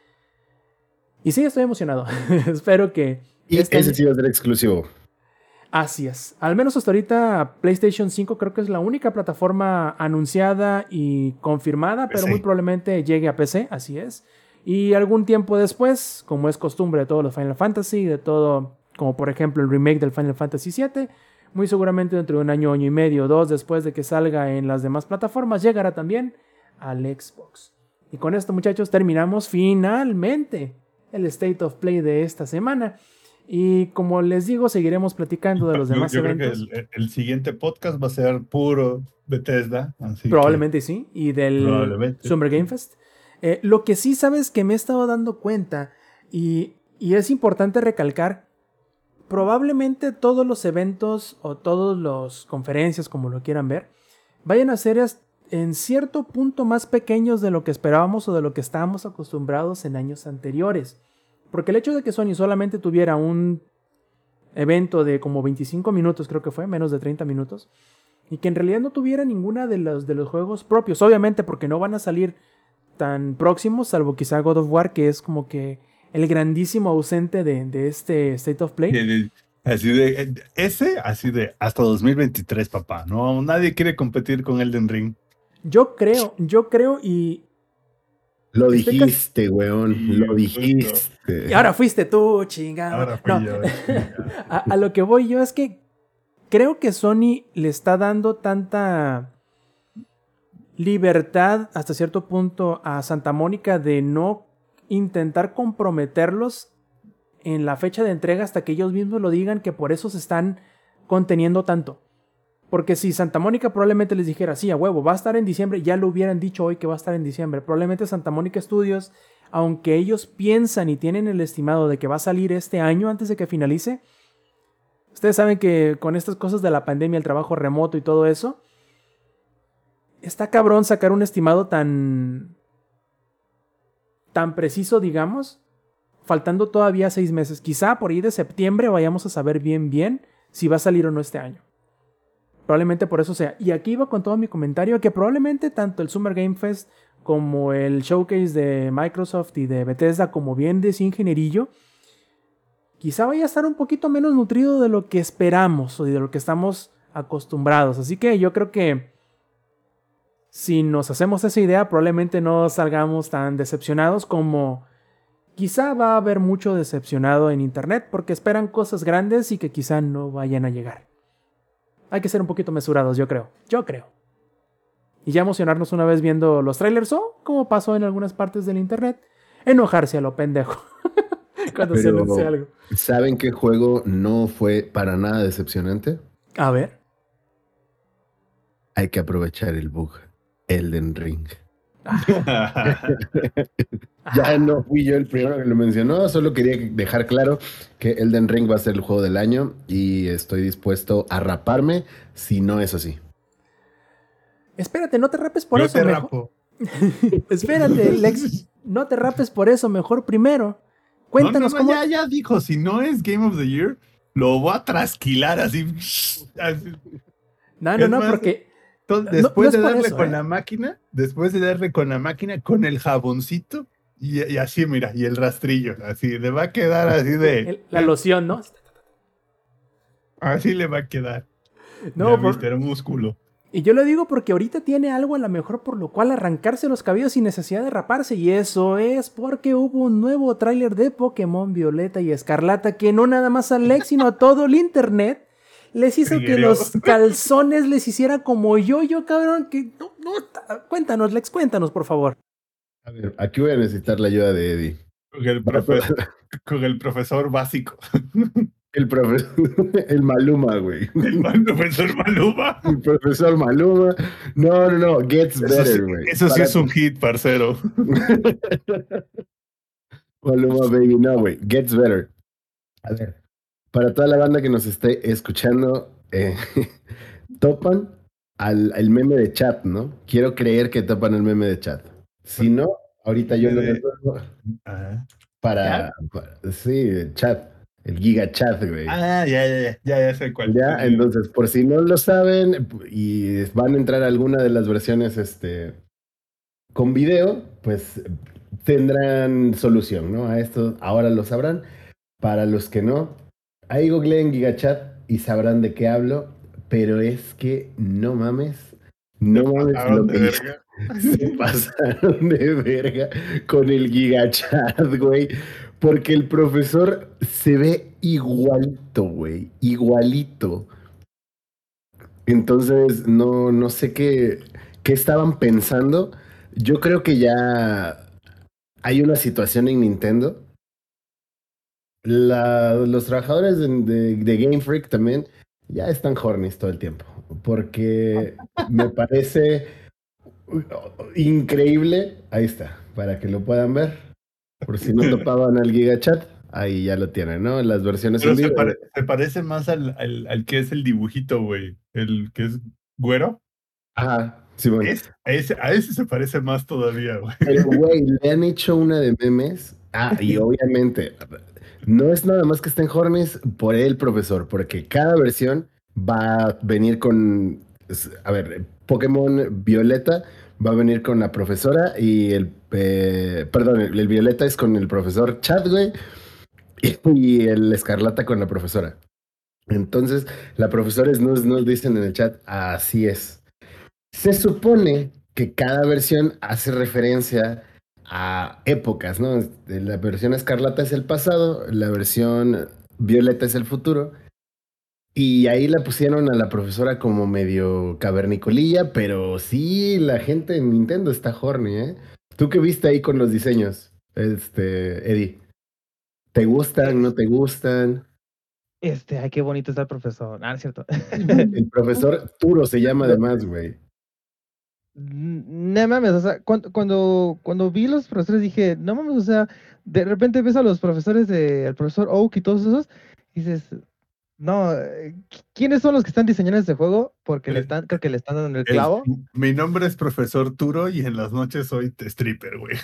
Y sí, estoy emocionado. Espero que... Y este ese año... sí va a ser exclusivo. Así es. Al menos hasta ahorita PlayStation cinco creo que es la única plataforma anunciada y confirmada, P C. Pero muy probablemente llegue a P C, así es. Y algún tiempo después, como es costumbre de todos los Final Fantasy, de todo, como por ejemplo el remake del Final Fantasy siete, muy seguramente dentro de un año, año y medio, dos después de que salga en las demás plataformas, llegará también al Xbox. Y con esto, muchachos, terminamos finalmente el State of Play de esta semana. Y como les digo, seguiremos platicando de los yo, demás yo eventos. Creo que el, el siguiente podcast va a ser puro Bethesda. Así probablemente que, sí. Y del Summer Game Fest. Eh, lo que sí sabes que me he estado dando cuenta, y, y es importante recalcar, probablemente todos los eventos o todas las conferencias, como lo quieran ver, vayan a ser en cierto punto más pequeños de lo que esperábamos o de lo que estábamos acostumbrados en años anteriores. Porque el hecho de que Sony solamente tuviera un evento de como veinticinco minutos, creo que fue, menos de treinta minutos, y que en realidad no tuviera ninguna de los, de los juegos propios, obviamente porque no van a salir tan próximos, salvo quizá God of War, que es como que el grandísimo ausente de, de este State of Play. Así de, ese, así de, hasta dos mil veintitrés, papá, no, nadie quiere competir con Elden Ring. Yo creo, yo creo y... Lo dijiste, casi... weón, sí, lo dijiste. Y ahora fuiste tú, chingado. Ahora fui no. yo. a, a lo que voy yo es que creo que Sony le está dando tanta libertad hasta cierto punto a Santa Mónica de no intentar comprometerlos en la fecha de entrega hasta que ellos mismos lo digan, que por eso se están conteniendo tanto. Porque si Santa Mónica probablemente les dijera, sí, a huevo, va a estar en diciembre, ya lo hubieran dicho hoy que va a estar en diciembre. Probablemente Santa Mónica Studios, aunque ellos piensan y tienen el estimado de que va a salir este año antes de que finalice, ustedes saben que con estas cosas de la pandemia, el trabajo remoto y todo eso, está cabrón sacar un estimado tan, tan preciso, digamos, faltando todavía seis meses. Quizá por ahí de septiembre vayamos a saber bien bien si va a salir o no este año. Probablemente por eso sea. Y aquí iba con todo mi comentario que probablemente tanto el Summer Game Fest como el showcase de Microsoft y de Bethesda, como bien decía Ingenierillo, quizá vaya a estar un poquito menos nutrido de lo que esperamos o de lo que estamos acostumbrados. Así que yo creo que si nos hacemos esa idea, probablemente no salgamos tan decepcionados como quizá va a haber mucho decepcionado en internet porque esperan cosas grandes y que quizá no vayan a llegar. Hay que ser un poquito mesurados, yo creo. Yo creo. Y ya emocionarnos una vez viendo los trailers o, como pasó en algunas partes del internet, enojarse a lo pendejo cuando Pero, se anuncia algo. ¿saben qué juego no fue para nada decepcionante? A ver. Hay que aprovechar el bug. Elden Ring. Ya no fui yo el primero que lo mencionó, solo quería dejar claro que Elden Ring va a ser el juego del año y estoy dispuesto a raparme si no es así. Espérate, no te rapes por Yo eso. te mejor- rapo. Espérate, Lex, no te rapes por eso, mejor primero. Cuéntanos no, no, no, cómo... ya, ya dijo, si no es Game of the Year, lo voy a trasquilar así. así. No, no, Es no, más, porque... Entonces, No- no después es de por darle eso, con ¿eh? la máquina, después de darle con la máquina, con el jaboncito, y, y así, mira, y el rastrillo, así, le va a quedar así de... el- la loción, ¿no? Así le va a quedar. No, ya por- viste, era músculo. Y yo lo digo porque ahorita tiene algo a lo mejor por lo cual arrancarse los cabellos sin necesidad de raparse. Y eso es porque hubo un nuevo tráiler de Pokémon Violeta y Escarlata que no nada más a Lex, sino a todo el internet les hizo que Triguereó. los calzones les hiciera como yo, yo cabrón. Que no, no, ta- cuéntanos, Lex, cuéntanos, por favor. A ver, aquí voy a necesitar la ayuda de Eddie. Con el profesor, con el profesor básico. El profesor, el Maluma, güey. El mal profesor Maluma. El profesor Maluma. No, no, no, gets Eso sí, better, güey. eso sí Para- es un hit, parcero. Maluma, baby, no, güey, gets better. A ver, para toda la banda que nos esté escuchando, eh, topan al el meme de chat, ¿no? Quiero creer que topan el meme de chat. Si no, ahorita yo lo De- resuelvo Ajá. para, para- sí, chat, el giga chat, güey. Ah, ya, ya, ya, ya, ya sé cuál. Ya, entonces, por si no lo saben y van a entrar a alguna de las versiones este, con video, pues tendrán solución, ¿no? A esto ahora lo sabrán. Para los que no, ahí googleen GigaChat y sabrán de qué hablo, pero es que no mames, no Se mames pasaron lo de que verga. se pasaron de verga con el GigaChat, güey. Porque el profesor se ve igualito, güey. Igualito. Entonces, no, no sé qué, qué estaban pensando. Yo creo que ya hay una situación en Nintendo. La- los trabajadores de, de- de Game Freak también ya están hornies todo el tiempo. Porque me parece increíble. Ahí está, para que lo puedan ver. Por si no topaban al GigaChat, ahí ya lo tienen, ¿no? Las versiones Pero en se, vivo. pare- se parece más al, al, al que es el dibujito, güey. El que es güero. Ajá, sí, bueno. Es, a, ese, a ese se parece más todavía, güey. Pero, güey, le han hecho una de memes. Ah, y obviamente, no es nada más que estén hornies por el profesor, porque cada versión va a venir con. A ver, Pokémon Violeta va a venir con la profesora y el. eh, perdón, el, el Violeta es con el profesor Chad, güey, y, y el Escarlata con la profesora. Entonces, la profesora nos, nos dicen en el chat, así es. Se supone que cada versión hace referencia a épocas, ¿no? La versión escarlata es el pasado, la versión violeta es el futuro. Y ahí la pusieron a la profesora como medio cavernicolilla, pero sí, la gente en Nintendo está horny, ¿eh? ¿Tú qué viste ahí con los diseños, este, Eddie? ¿Te gustan, no te gustan? Este, ay, qué bonito está el profesor. Ah, es cierto. El profesor Turo se llama además, güey. No mames, o sea, cuando, cuando, cuando vi los profesores dije, no mames, o sea, de repente ves a los profesores de, el profesor Oak y todos esos, y dices, no, eh, ¿quiénes son los que están diseñando este juego? Porque le están, creo que le están dando el El- clavo. mi nombre es profesor Turo y en las noches soy stripper, güey.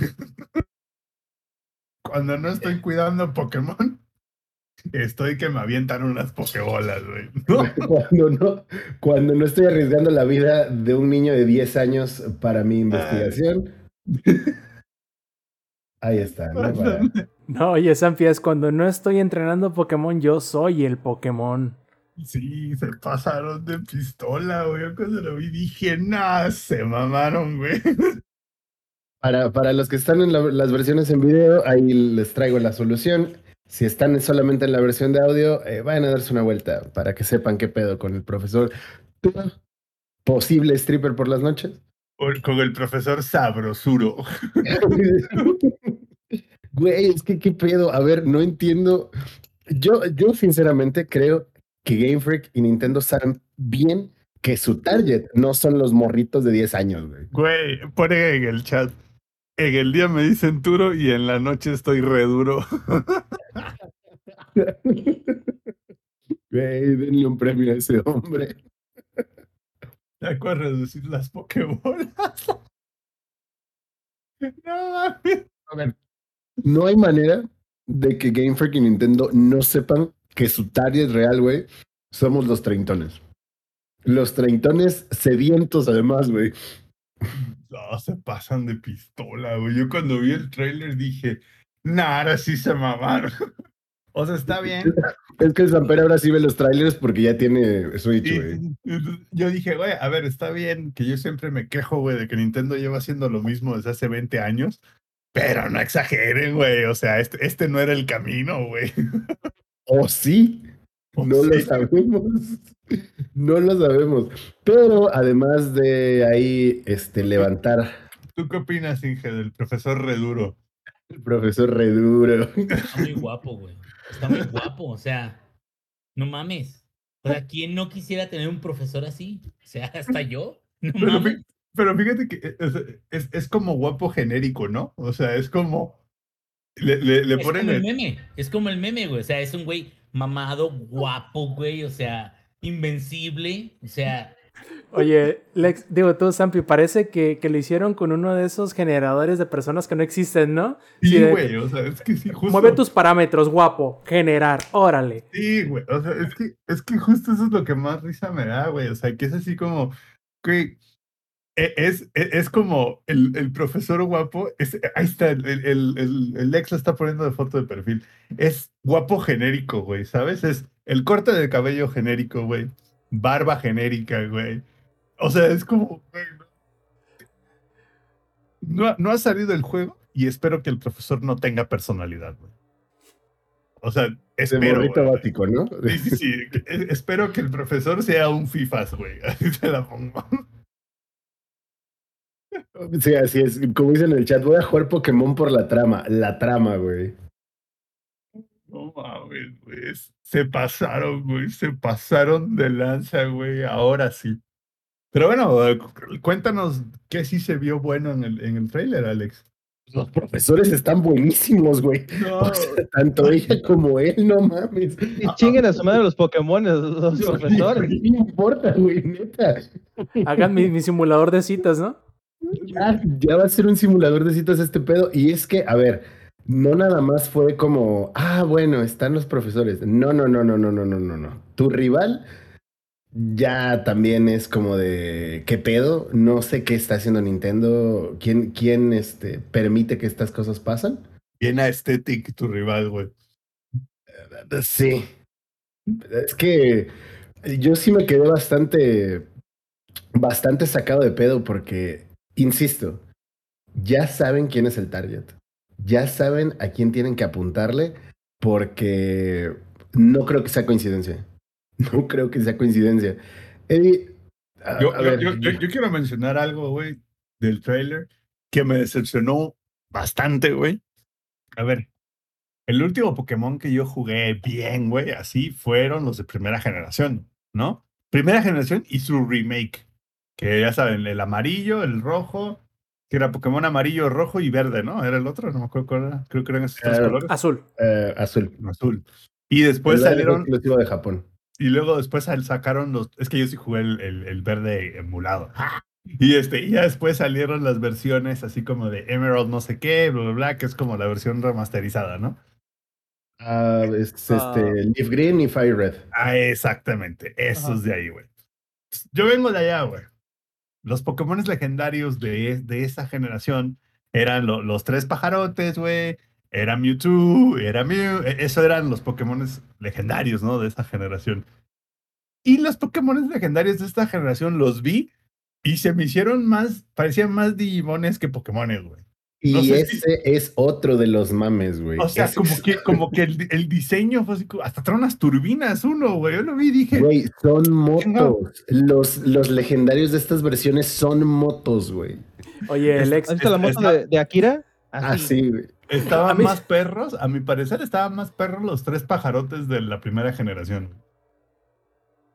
Cuando no estoy cuidando Pokémon, estoy que me avientan unas pokebolas, güey. ¿No? Cuando no, cuando no estoy arriesgando la vida de un niño de diez años para mi investigación. Ahí está, ¿no? Para- No, oye, Sanfia, es cuando no estoy entrenando Pokémon, yo soy el Pokémon. Sí, se pasaron de pistola, güey. Yo cuando lo vi dije, nah, se mamaron, güey. Para, para los que están en la- las versiones en video, ahí les traigo la solución. Si están solamente en la versión de audio, eh, vayan a darse una vuelta para que sepan qué pedo con el profesor. Posible stripper por las noches. Con con el profesor Sabrosuro. Güey, es que qué pedo. A ver, no entiendo. Yo, yo sinceramente creo que Game Freak y Nintendo saben bien que su target no son los morritos de diez años, güey. Güey, pone en el chat. En el día me dicen duro y en la noche estoy re duro. Güey, denle un premio a ese hombre. Saco a reducir las Pokébolas. No mames. A ver, no hay manera de que Game Freak y Nintendo no sepan que su target real, güey, somos los treintones. Los treintones sedientos, además, güey. No, se pasan de pistola, güey. Yo cuando vi el trailer dije, nah, ahora sí se mamaron. O sea, está bien. Es que el Samper ahora sí ve los trailers porque ya tiene Switch, Y, güey. y- yo dije, güey, a ver, está bien que yo siempre me quejo, güey, de que Nintendo lleva haciendo lo mismo desde hace veinte años, pero no exageren, güey. O sea, este, este no era el camino, güey. ¿O sí? ¿O No lo sí? sabemos. No lo sabemos. Pero además de ahí este, levantar ¿Tú qué opinas, Inge, del profesor Reduro? el profesor Reduro. Está muy guapo, güey. Está muy guapo, o sea, no mames. O sea, ¿quién no quisiera tener un profesor así? O sea, hasta yo. No Pero, mames. fí- pero fíjate que eh, es, es, es como guapo genérico, ¿no? O sea, es como... Le, le, le Es ponen como el el... meme, es como el meme, güey. O sea, es un güey mamado, guapo, güey. O sea, invencible. O sea, Oye, Lex, digo tú, Sampi, parece que, que lo hicieron con uno de esos generadores de personas que no existen, ¿no? Sí, de- güey, o sea, es que sí, justo... Mueve tus parámetros, guapo, generar, órale. Sí, güey, o sea, es que, es que justo eso es lo que más risa me da, güey, o sea, que es así como, güey, e- es, es, es como el, el profesor guapo, es, ahí está, el, el, el, el- el ex lo está poniendo de foto de perfil, es guapo genérico, güey, ¿sabes? Es el corte de cabello genérico, güey, barba genérica, güey, o sea, es como, güey, no, no, no ha salido el juego y espero que el profesor no tenga personalidad, güey. O sea, De espero, morrito güey. básico, ¿no? Sí, sí, sí. que- eh, Espero que el profesor sea un FIFAs, güey. Así te la pongo. Sí, así es. Como dicen en el chat, voy a jugar Pokémon por la trama. La trama, güey. No mames, güey. es- Se pasaron, güey. Se pasaron de lanza, güey. Ahora sí. Pero bueno, eh, cu- cuéntanos qué sí se vio bueno en el, en el trailer, Alex. Los profesores están buenísimos, güey. No, O sea, tanto ella como él, no mames. Y chinguen a su madre los Pokémon, los Sí, profesores. güey, no importa, güey, neta. Hagan mi, mi simulador de citas, ¿no? Ya, ya va a ser un simulador de citas este pedo. Y es que, a ver, no nada más fue como, ah, bueno, están los profesores. No, no, no, no, no, no, no, no, no. Tu rival ya también es como de, ¿qué pedo? No sé qué está haciendo Nintendo. ¿Quién, quién este, permite que estas cosas pasen? bien aesthetic tu rival, güey. Sí. Es que yo sí me quedé bastante, bastante sacado de pedo porque, insisto, ya saben quién es el target. Ya saben a quién tienen que apuntarle porque no creo que sea coincidencia. No creo que sea coincidencia. Eddie, a, Yo, a yo, ver, yo, yo, yo quiero mencionar algo, güey, del trailer que me decepcionó bastante, güey. A ver, el último Pokémon que yo jugué bien, güey, así fueron los de primera generación, ¿no? Primera generación y su remake. Que ya saben, el amarillo, el rojo, que era Pokémon amarillo, rojo y verde, ¿no? Era el otro, no me acuerdo cuál era. Creo que eran esos tres Eh, colores. Azul. eh, azul. Azul. Y después El verde salieron, exclusivo de Japón. y luego después sal- sacaron los. Es que yo sí jugué el, el, el verde emulado. Y este, y ya después salieron las versiones así como de Emerald no sé qué, bla, bla, bla, que es como la versión remasterizada, ¿no? Ah, es Ah. este, Leaf Green y Fire Red. Ah, exactamente. Esos Ajá. de ahí, güey. Yo vengo de allá, güey. Los Pokémon legendarios de, de esa generación eran lo- los tres pajarotes, güey. Era Mewtwo, era Mew. e- Eso eran los Pokémon legendarios, ¿no? De esa generación. Y los Pokémon legendarios de esta generación los vi y se me hicieron más, parecían más Digimones que Pokémones, güey. Y No sé si- ese es otro de los mames, güey. O sea, Ese como es- que, como que el, el diseño fue así, como- hasta trae unas turbinas uno, güey. Yo lo vi y dije, Güey, son Chinga. motos. Los, los legendarios de estas versiones son motos, güey. Oye, Es- Lex, ¿Has visto la moto Está- de, de Akira? Así, güey. estaban A mí- más perros, a mi parecer estaban más perros los tres pajarotes de la primera generación.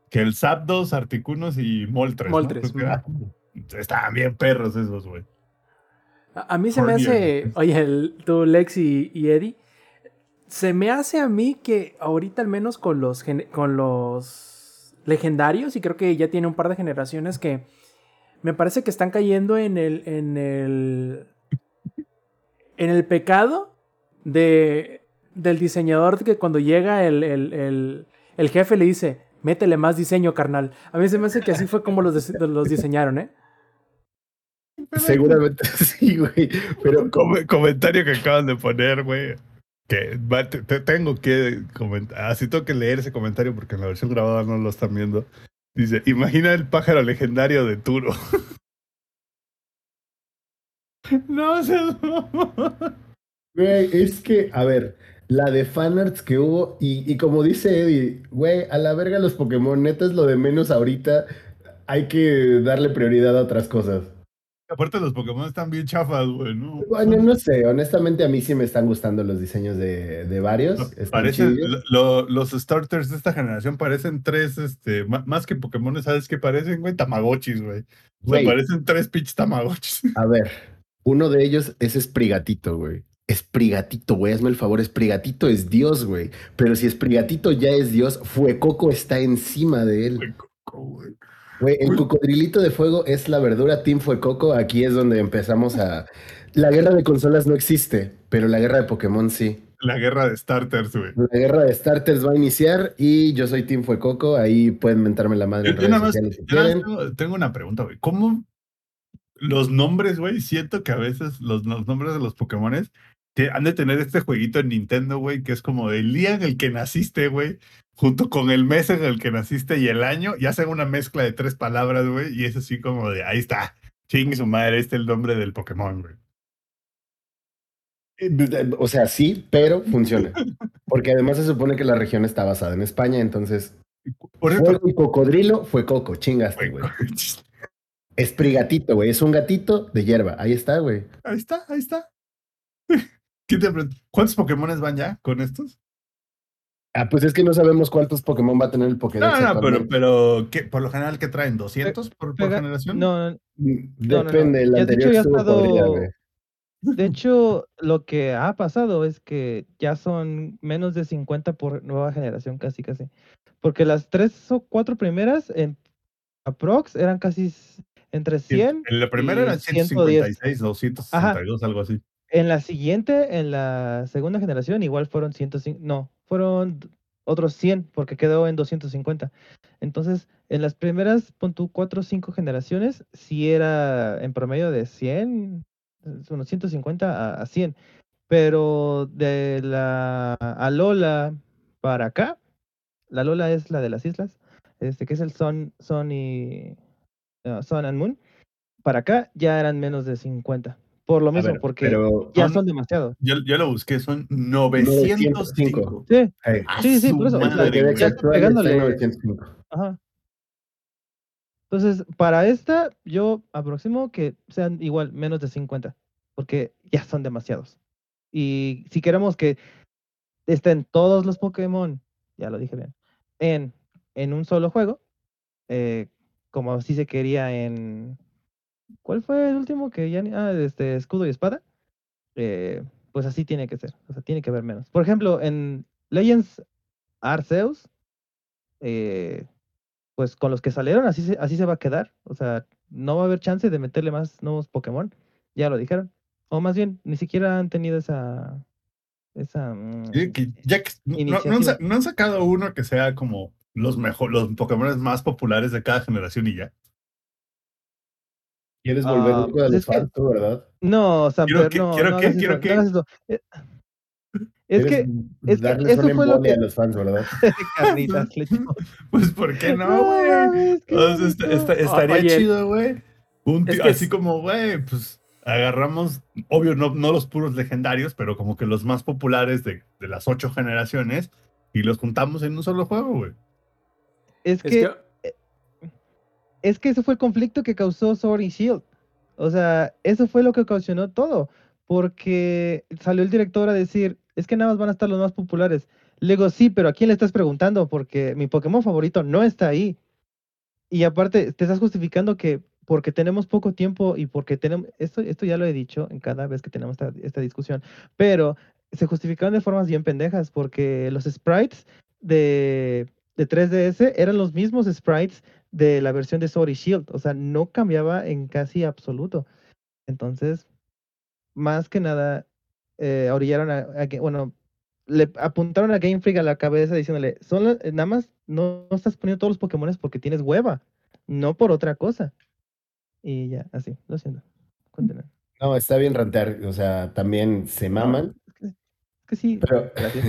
que el Zapdos, Articunos y Moltres, Moltres, ¿no? Ah, estaban bien perros esos, güey. A, a mí se me hace, oye, el, tú Lex y, y Eddie, se me hace a mí que ahorita al menos con los, con los legendarios, y creo que ya tiene un par de generaciones que me parece que están cayendo en el, en el, en el pecado de, del diseñador que cuando llega el, el, el, el jefe le dice, métele más diseño, carnal. A mí se me hace que así fue como los, los diseñaron, ¿eh? Seguramente sí, güey. Pero un com comentario que acaban de poner, güey. Que te, te tengo que comentar. Así tengo que leer ese comentario porque en la versión grabada no lo están viendo. Dice, imagina el pájaro legendario de Turo. No se güey, es que, a ver, la de fanarts que hubo, y, y como dice Eddie, güey, a la verga los Pokémon, neta es lo de menos ahorita. Hay que darle prioridad a otras cosas. Aparte los Pokémon están bien chafas, güey, ¿no? Bueno, no sé, honestamente a mí sí me están gustando los diseños de, de varios. Parecen, lo, lo, los starters de esta generación parecen tres, este, más que Pokémon, ¿sabes qué parecen, güey? Tamagotchis, güey. O sea, parecen tres pitch Tamagotchis. A ver, uno de ellos es Sprigatito, güey. Sprigatito, güey, hazme el favor, Sprigatito es Dios, güey. Pero si Sprigatito ya es Dios, Fuecoco está encima de él. Fuecoco, güey. Güey, el cocodrilito de fuego es la verdura Team Fuecoco. Aquí es donde empezamos a... La guerra de consolas no existe, pero la guerra de Pokémon sí. La guerra de starters, güey. La guerra de starters va a iniciar y yo soy Team Fuecoco. Ahí pueden mentarme la madre yo, en yo redes más, sociales si quieren. Tengo, tengo una pregunta, güey. ¿Cómo los nombres, güey? Siento que a veces los, los nombres de los Pokémones han de tener este jueguito en Nintendo, güey, que es como del día en el que naciste, güey, junto con el mes en el que naciste y el año, y hacen una mezcla de tres palabras, güey, y es así como de, ahí está, ching su madre, este es el nombre del Pokémon, güey. O sea, sí, pero funciona. Porque además se supone que la región está basada en España, entonces... Por fuego y cocodrilo fue coco, chingaste, güey. Sprigatito, güey, es un gatito de hierba, ahí está, güey. Ahí está, ahí está. ¿Qué te ¿Cuántos Pokémones van ya con estos? Ah, pues es que no sabemos cuántos Pokémon va a tener el Pokédex. No, no, pero, pero ¿qué, por lo general, ¿qué traen? ¿doscientos por, por generación? No, no, depende, no, no. el anterior ya estuvo estado... podrida, güey. De hecho, lo que ha pasado es que ya son menos de cincuenta por nueva generación, casi, casi. Porque las tres o cuatro primeras en aprox eran casi entre cien. En la primera eran ciento cincuenta y seis, doscientos sesenta y dos, algo así. En la siguiente, en la segunda generación, igual fueron ciento cinco, no, fueron otros cien, porque quedó en doscientos cincuenta. Entonces, en las primeras, pon tú, cuatro o cinco generaciones, sí era en promedio de cien, unos ciento cincuenta a, a cien. Pero de la Alola para acá, la Alola es la de las islas, este, que es el Sun, Sun y uh, Sun and Moon. Para acá ya eran menos de cincuenta. Por lo mismo, ver, porque ya son, son demasiados. Yo, yo lo busqué, son novecientos cinco. Sí, hey. sí, sí, por eso. Madre, ya está pegándole. novecientos cinco. Ajá. Entonces, para esta, yo aproximo que sean igual menos de cincuenta, porque ya son demasiados. Y si queremos que estén todos los Pokémon, ya lo dije bien, en, en un solo juego, eh, como así se quería en... ¿Cuál fue el último que ya... Ah, este, Escudo y Espada? Eh, pues así tiene que ser, o sea, tiene que haber menos. Por ejemplo, en Legends Arceus, eh, pues con los que salieron, así se, así se va a quedar. O sea, no va a haber chance de meterle más nuevos Pokémon, ya lo dijeron. O más bien, ni siquiera han tenido esa... esa sí, que ya que no, no, han, no han sacado uno que sea como los mejor, los Pokémon más populares de cada generación y ya. ¿Quieres volver uh, loco de los fans, tú, verdad? No, Samper, no, quiero no, que, no quiero que. No es que, es que eso fue lo que... a los fans, ¿verdad? Carnitas, pues, ¿por qué no, güey? No, o sea, est est estaría Oye, chido, güey. Es así es... como, güey, pues agarramos, obvio, no, no los puros legendarios, pero como que los más populares de, de las ocho generaciones y los juntamos en un solo juego, güey. Es que... Es que... Es que ese fue el conflicto que causó Sword y Shield. O sea, eso fue lo que ocasionó todo. Porque salió el director a decir, es que nada más van a estar los más populares. Le digo, sí, pero ¿a quién le estás preguntando? Porque mi Pokémon favorito no está ahí. Y aparte, te estás justificando que porque tenemos poco tiempo y porque tenemos, esto, esto ya lo he dicho en cada vez que tenemos esta, esta discusión, pero se justificaron de formas bien pendejas, porque los sprites de, de tres D S eran los mismos sprites de la versión de Sword y Shield, o sea, no cambiaba en casi absoluto. Entonces, más que nada, eh, orillaron a, a que- bueno, le apuntaron a Game Freak a la cabeza diciéndole, son la- nada más no, no estás poniendo todos los Pokémones porque tienes hueva, no por otra cosa. Y ya, así, lo siento. Continúa. No, está bien rantear, o sea, también se No, maman, es que, es que sí, pero, gracias.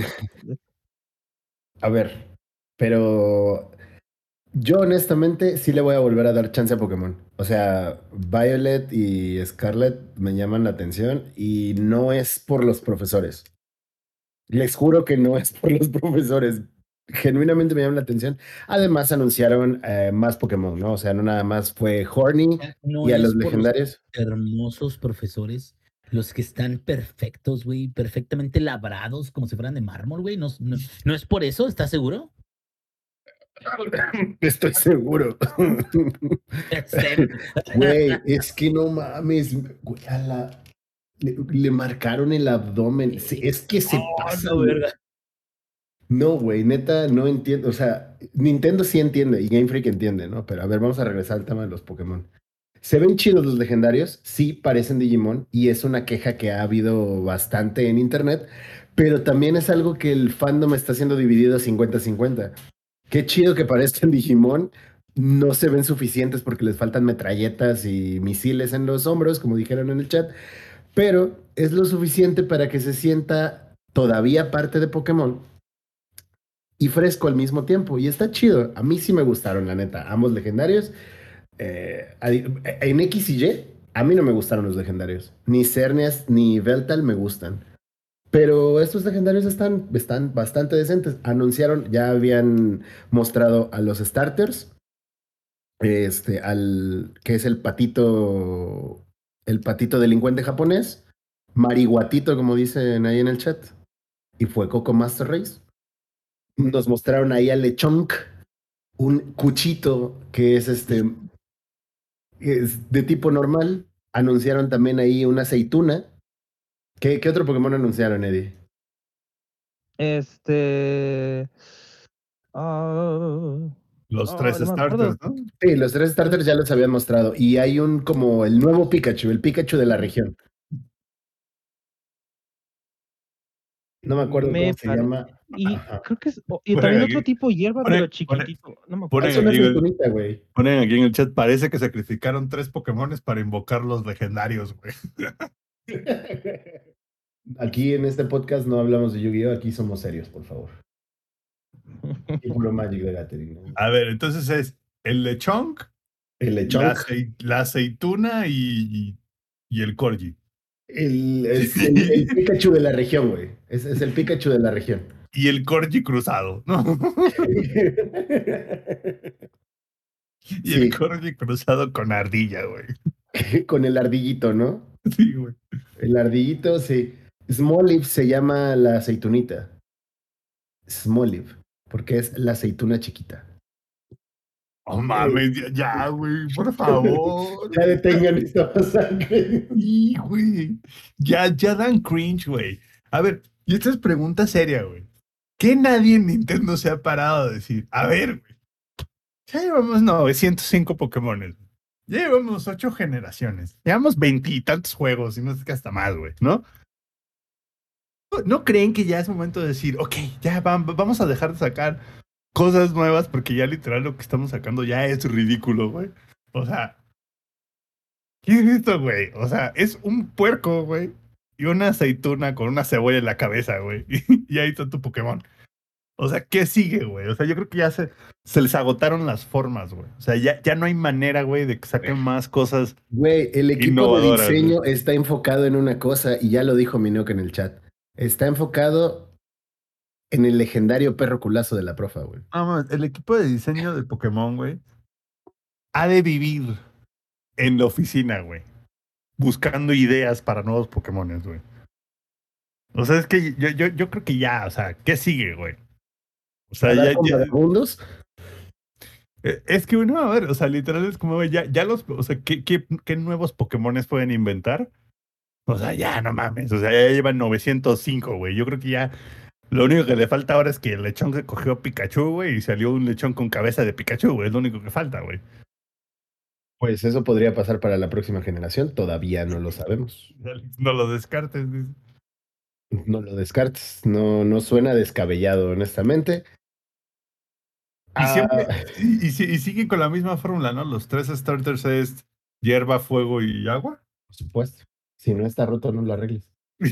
a ver, pero yo honestamente sí le voy a volver a dar chance a Pokémon. O sea, Violet y Scarlet me llaman la atención y no es por los profesores. Les juro que no es por los profesores. Genuinamente me llaman la atención. Además anunciaron eh, más Pokémon, ¿no? O sea, no nada más fue Horny No y a los es por los legendarios. hermosos profesores, los que están perfectos, güey, perfectamente labrados, como si fueran de mármol, güey. No, no, no es por eso, ¿estás seguro? Estoy seguro. Este, Güey, es que no mames. Güey, a la- le, le marcaron el abdomen. Sí, es que se Oh, pasa, no, güey. verga. No, güey, neta, no entiendo. O sea, Nintendo sí entiende y Game Freak entiende, ¿no? Pero a ver, vamos a regresar al tema de los Pokémon. ¿Se ven chidos los legendarios? Sí, parecen Digimon y es una queja que ha habido bastante en internet, pero también es algo que el fandom está siendo dividido cincuenta cincuenta. Qué chido que parezcan Digimon, no se ven suficientes porque les faltan metralletas y misiles en los hombros, como dijeron en el chat, pero es lo suficiente para que se sienta todavía parte de Pokémon y fresco al mismo tiempo. Y está chido. A mí sí me gustaron, la neta. Ambos legendarios. Eh, en X y Y, a mí no me gustaron los legendarios. Ni Cernias ni Veltal me gustan. Pero estos legendarios están, están bastante decentes. Anunciaron, ya habían mostrado a los starters. Este, al que es el patito, el patito delincuente japonés. Mariguatito, como dicen ahí en el chat. Y fue Coco Master Race. Nos mostraron ahí a Lechonk, un cuchito que es este es de tipo normal. Anunciaron también ahí una aceituna. ¿Qué, qué otro Pokémon anunciaron, Eddie? Este. ah, Los ah, tres no me acuerdo. starters, ¿no? Sí, los tres starters ya los habían mostrado. Y hay un como el nuevo Pikachu, el Pikachu de la región. No me acuerdo Me cómo se parece. llama. Y Ajá. creo que es. oh, y Ponen también aquí, otro tipo hierba, pero ponen, ponen, chiquitito. No me ponen Es acuerdo. una aquí, en el, aceitunita, güey. ponen aquí en el chat, parece que sacrificaron tres Pokémones para invocar los legendarios, güey. Aquí en este podcast no hablamos de Yu-Gi-Oh! Aquí somos serios, por favor. Y puro Magic de Gathering, ¿no? A ver, entonces es el Lechonk, El la, Lechonk. acei- la aceituna y, y el Corgi. El, es el, el Pikachu de la región, güey. Es, es el Pikachu de la región. Y el Corgi cruzado, ¿no? Y el Sí, Corgi cruzado con ardilla, güey. con el ardillito, ¿no? Sí, güey. El ardillito, sí. Smoliv se llama la aceitunita. Smoliv, porque es la aceituna chiquita. Oh, mames, ya, ya, güey, por favor. Ya detengan esta masacre. Sí, güey. Ya, ya dan cringe, güey. A ver, y esta es pregunta seria, güey. ¿Qué nadie en Nintendo se ha parado a decir? A ver, güey. Ya llevamos novecientos cinco Pokémones. Ya llevamos ocho generaciones. Llevamos veintitantos juegos, y no sé qué hasta más, güey, ¿no? ¿No- ¿No creen que ya es momento de decir, ok, ya va- vamos a dejar de sacar cosas nuevas porque ya literal lo que estamos sacando ya es ridículo, güey? O sea, ¿qué es esto, güey? O sea, es un puerco, güey, y una aceituna con una cebolla en la cabeza, güey. Y ahí está tu Pokémon. O sea, ¿qué sigue, güey? O sea, yo creo que ya se, se les agotaron las formas, güey. O sea, ya, ya no hay manera, güey, de que saquen más cosas. Güey, el equipo de Innovadoras, diseño güey. está enfocado en una cosa, y ya lo dijo Minoc en el chat. Está enfocado en el legendario perro culazo de la profa, güey. Vamos, el equipo de diseño de Pokémon, güey, ha de vivir en la oficina, güey, buscando ideas para nuevos Pokémones, güey. O sea, es que yo, yo, yo creo que ya, o sea, ¿qué sigue, güey? O sea, ¿Hablar ya, con ya- vagabundos? eh, es que, bueno, a ver, o sea, literal es como, güey, ya, ya los, o sea, ¿qué, qué, qué nuevos Pokémones pueden inventar? O sea, ya, no mames, o sea, ya llevan novecientos cinco, güey. Yo creo que ya lo único que le falta ahora es que el lechón se cogió a Pikachu, güey, y salió un lechón con cabeza de Pikachu, güey. Es lo único que falta, güey. Pues eso podría pasar para la próxima generación, todavía no lo sabemos. No lo descartes, dice. No lo descartes, no, no suena descabellado, honestamente. Y Ah, siempre, y, y si- y siguen con la misma fórmula, ¿no? Los tres starters es hierba, fuego y agua. por supuesto, si no está roto, no lo arregles.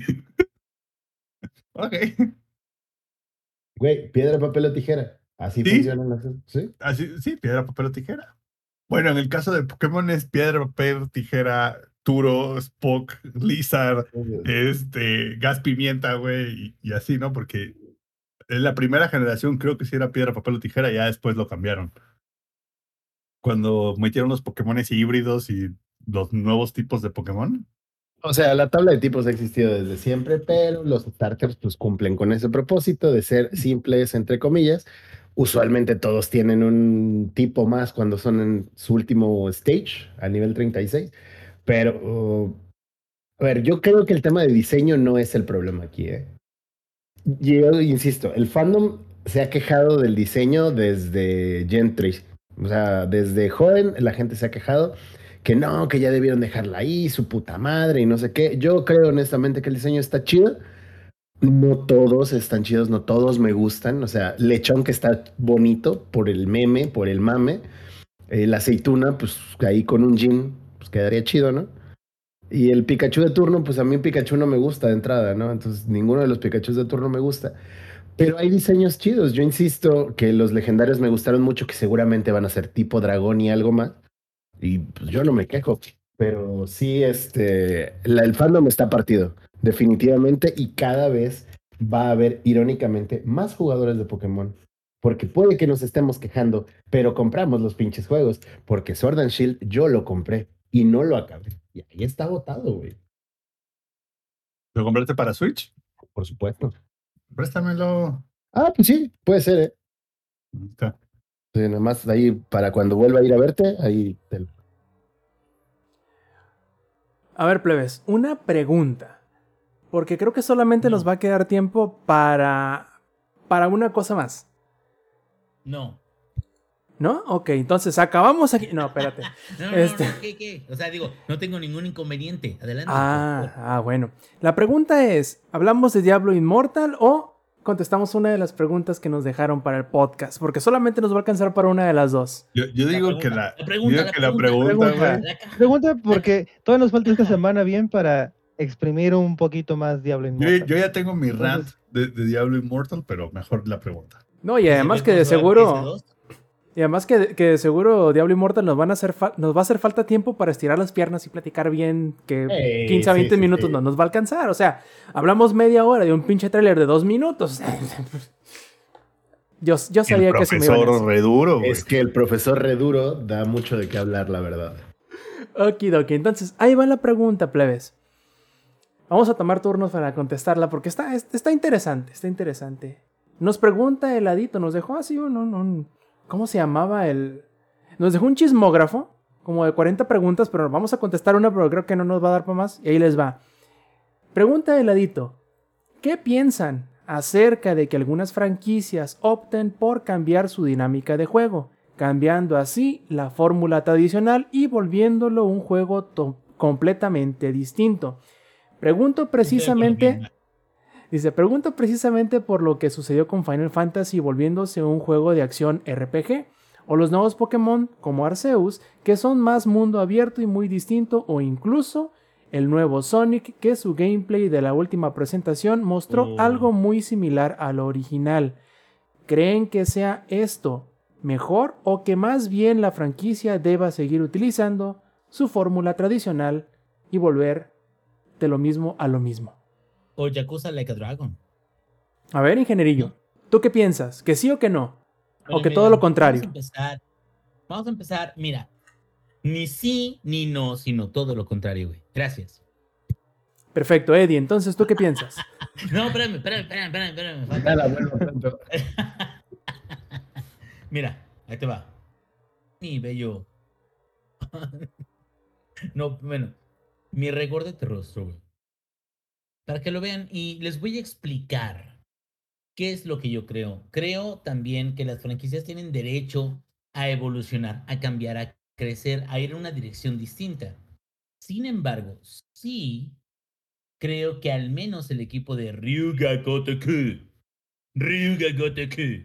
Ok. Güey, piedra, papel o tijera. Así Sí, funcionan las cosas, ¿sí? así, sí, piedra, papel o tijera. Bueno, en el caso de Pokémon es piedra, papel, tijera, Turo, Spock, Lizard, este, gas pimienta, güey, y, y así, ¿no? Porque en la primera generación creo que sí era piedra, papel o tijera, ya después lo cambiaron. Cuando metieron los Pokémones híbridos y los nuevos tipos de Pokémon. O sea, la tabla de tipos ha existido desde siempre, pero los starters pues cumplen con ese propósito de ser simples, entre comillas. Usualmente todos tienen un tipo más cuando son en su último stage, a nivel treinta y seis. Pero, uh, a ver, yo creo que el tema de diseño no es el problema aquí, ¿eh? Yo insisto, el fandom se ha quejado del diseño desde Gen tres. O sea, desde joven la gente se ha quejado que no, que ya debieron dejarla ahí, su puta madre y no sé qué. Yo creo honestamente que el diseño está chido. No todos están chidos, no todos me gustan. O sea, lechón que está bonito por el meme, por el mame. Eh, la aceituna, pues ahí con un jean, pues quedaría chido, ¿no? Y el Pikachu de turno, pues a mí Pikachu no me gusta de entrada, ¿no? Entonces ninguno de los Pikachus de turno me gusta. Pero hay diseños chidos. Yo insisto que los legendarios me gustaron mucho, que seguramente van a ser tipo dragón y algo más. Y pues yo no me quejo. Pero sí, este, la, el fandom está partido, definitivamente, y cada vez va a haber, irónicamente, más jugadores de Pokémon. Porque puede que nos estemos quejando, pero compramos los pinches juegos. Porque Sword and Shield yo lo compré y no lo acabé. Y ahí está agotado, güey. ¿Lo compraste para Switch? Por supuesto. Préstamelo. Ah, pues sí, puede ser, ¿eh? Ahí está. Sí, nada más ahí para cuando vuelva a ir a verte, ahí te lo... A ver, plebes, una pregunta. Porque creo que solamente No. nos va a quedar tiempo para, para una cosa más. No. ¿No? Ok, entonces acabamos aquí. No, espérate. No, no, Este- no, ¿qué, qué? O sea, digo, no tengo ningún inconveniente. Adelante. por Ah, favor. ah, bueno. La pregunta es, ¿hablamos de Diablo Immortal o contestamos una de las preguntas que nos dejaron para el podcast? Porque solamente nos va a alcanzar para una de las dos. Yo, yo La digo pregunta, que la, la pregunta, digo la que la pregunta. pregunta, Pregunta. güey. La caja. Pregunta porque todavía nos falta esta semana bien para exprimir un poquito más Diablo Yo, Immortal. yo ya tengo mi rant Entonces- de, de Diablo Immortal, pero mejor la pregunta. No, y además ¿Se que ve de consola seguro... P S dos? Y además que, que de seguro Diablo Immortal nos, van a hacer fa- nos va a hacer falta tiempo para estirar las piernas y platicar bien, que Ey, quince a sí, veinte sí, minutos sí. no nos va a alcanzar. O sea, hablamos media hora de un pinche tráiler de dos minutos. yo, yo sabía El que eso me iba a profesor decir. Reduro, güey. Es que el profesor Reduro da mucho de qué hablar, la verdad. Okidoki, entonces ahí va la pregunta, plebes. Vamos a tomar turnos para contestarla porque está, está interesante, está interesante. Nos pregunta el Adito, nos dejó así un, un, un- ¿cómo se llamaba el...? Nos dejó un chismógrafo, como de cuarenta preguntas, pero vamos a contestar una, pero creo que no nos va a dar para más. Y ahí les va. Pregunta el Adito, ¿qué piensan acerca de que algunas franquicias opten por cambiar su dinámica de juego, cambiando así la fórmula tradicional y volviéndolo un juego to- completamente distinto? Pregunto precisamente... Dice, pregunto precisamente por lo que sucedió con Final Fantasy volviéndose un juego de acción R P G, o los nuevos Pokémon como Arceus, que son más mundo abierto y muy distinto, o incluso el nuevo Sonic, que su gameplay de la última presentación mostró Oh. algo muy similar a lo original. ¿Creen que sea esto mejor o que más bien la franquicia deba seguir utilizando su fórmula tradicional y volver de lo mismo a lo mismo? O Yakuza Like a Dragon. A ver, ingenierillo, ¿tú qué piensas? ¿Que sí o que no? Bueno, ¿O que mira, todo lo contrario? Vamos a empezar. Vamos a empezar, mira. Ni sí ni no, sino todo lo contrario, güey. Gracias. Perfecto, Eddie, entonces, ¿tú qué piensas? No, espérame, espérame, espérame, espérame, espérame. me falta- Ya la vuelvo tanto. Mira, ahí te va. Mi bello. No, bueno, mi regordete rostro, güey. Para que lo vean y les voy a explicar qué es lo que yo creo. Creo también que las franquicias tienen derecho a evolucionar, a cambiar, a crecer, a ir en una dirección distinta. Sin embargo, sí creo que al menos el equipo de Ryuga Gotoku, Ryuga Gotoku,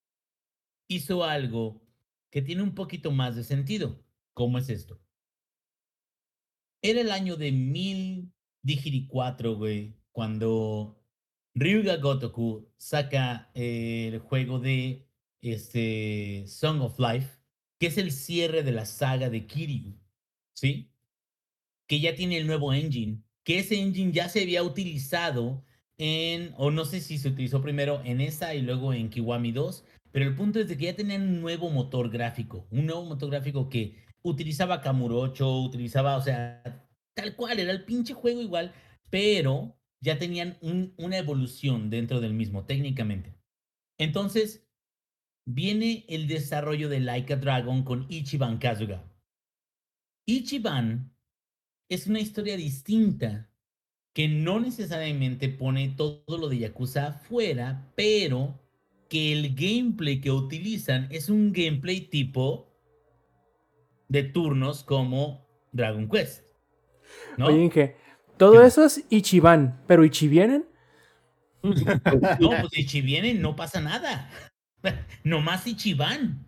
hizo algo que tiene un poquito más de sentido. ¿Cómo es esto? Era el año de mil cuatro, güey, cuando Ryuga Gotoku saca eh, el juego de este, Song of Life, que es el cierre de la saga de Kiryu, ¿sí? Que ya tiene el nuevo engine, que ese engine ya se había utilizado en, o no sé si se utilizó primero en esa y luego en Kiwami dos, pero el punto es de que ya tenían un nuevo motor gráfico, un nuevo motor gráfico que utilizaba Kamurocho, utilizaba, o sea, tal cual, era el pinche juego igual, pero ya tenían un, una evolución dentro del mismo técnicamente. Entonces, viene el desarrollo de Like a Dragon con Ichiban Kazuga. Ichiban es una historia distinta que no necesariamente pone todo lo de Yakuza afuera, pero que el gameplay que utilizan es un gameplay tipo de turnos como Dragon Quest, Oye, ¿no? Inge, ¿Qué todo onda? eso es Ichiban, pero ¿Ichivienen? No, pues Ichiban no pasa nada. Nomás Ichiban.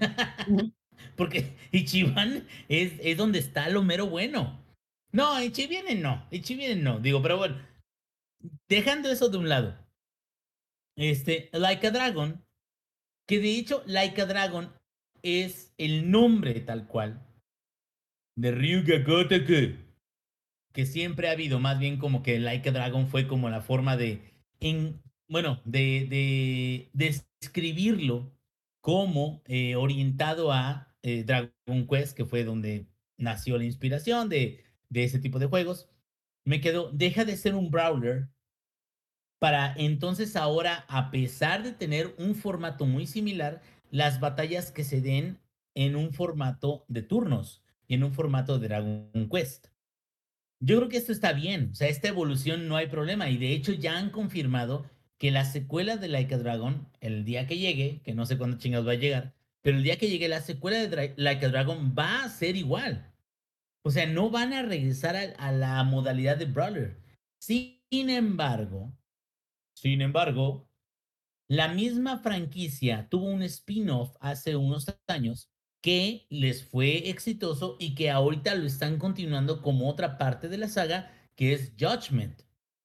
Porque Ichiban es, es donde está lo mero bueno. No, Ichiban no, Ichiban no. Digo, pero bueno, dejando eso de un lado. Este, Like a Dragon, que de hecho Like a Dragon es el nombre tal cual de Ryuga Gotoku, que siempre ha habido, más bien como que Like a Dragon fue como la forma de, en, bueno, de, de, de describirlo como eh, orientado a eh, Dragon Quest, que fue donde nació la inspiración de, de ese tipo de juegos. Me quedó, deja de ser un brawler para entonces ahora, a pesar de tener un formato muy similar, las batallas que se den en un formato de turnos y en un formato de Dragon Quest. Yo creo que esto está bien, o sea, esta evolución no hay problema y de hecho ya han confirmado que la secuela de Like a Dragon, el día que llegue, que no sé cuándo chingados va a llegar, pero el día que llegue la secuela de Dra Like a Dragon va a ser igual. O sea, no van a regresar a, a la modalidad de Brawler. Sin embargo, sin embargo, la misma franquicia tuvo un spin-off hace unos años que les fue exitoso y que ahorita lo están continuando como otra parte de la saga, que es Judgment.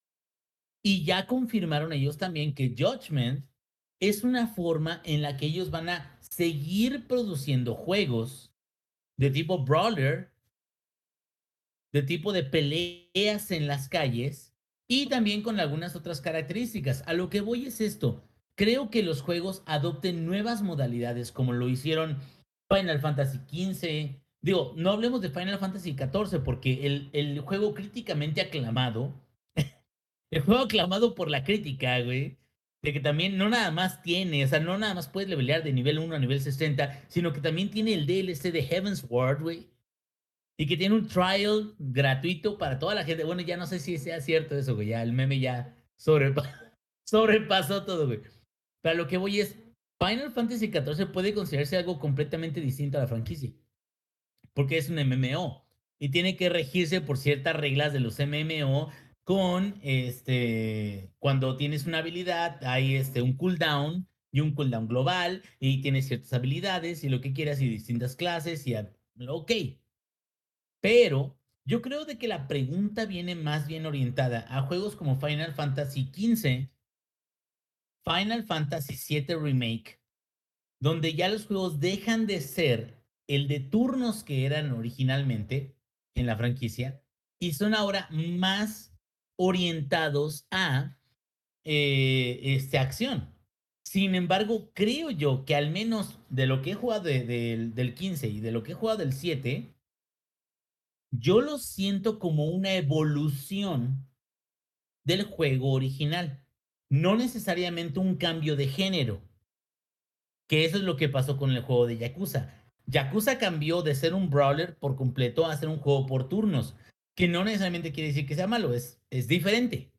Y ya confirmaron ellos también que Judgment es una forma en la que ellos van a seguir produciendo juegos de tipo brawler, de tipo de peleas en las calles y también con algunas otras características. A lo que voy es esto. Creo que los juegos adopten nuevas modalidades como lo hicieron Final Fantasy quince. Digo, no hablemos de Final Fantasy catorce porque el, el juego críticamente aclamado, el juego aclamado por la crítica, güey, de que también no nada más tiene, o sea, no nada más puedes levelear de nivel uno a nivel sesenta, sino que también tiene el D L C de Heaven's Ward, güey, y que tiene un trial gratuito para toda la gente. Bueno, ya no sé si sea cierto eso, güey. Ya el meme ya sobrepa sobrepasó todo, güey. Pero lo que voy es, Final Fantasy catorce puede considerarse algo completamente distinto a la franquicia. Porque es un M M O. Y tiene que regirse por ciertas reglas de los M M O con, este, cuando tienes una habilidad, hay este, un cooldown y un cooldown global, y tienes ciertas habilidades y lo que quieras y distintas clases y, a, ok. Pero yo creo de que la pregunta viene más bien orientada a juegos como Final Fantasy quince, Final Fantasy siete Remake, donde ya los juegos dejan de ser el de turnos que eran originalmente en la franquicia y son ahora más orientados a eh, este, acción. Sin embargo, creo yo que al menos de lo que he jugado de, de, del quince y de lo que he jugado del siete, yo lo siento como una evolución del juego original, no necesariamente un cambio de género, que eso es lo que pasó con el juego de Yakuza. Yakuza cambió de ser un brawler por completo a ser un juego por turnos, que no necesariamente quiere decir que sea malo, es, es diferente.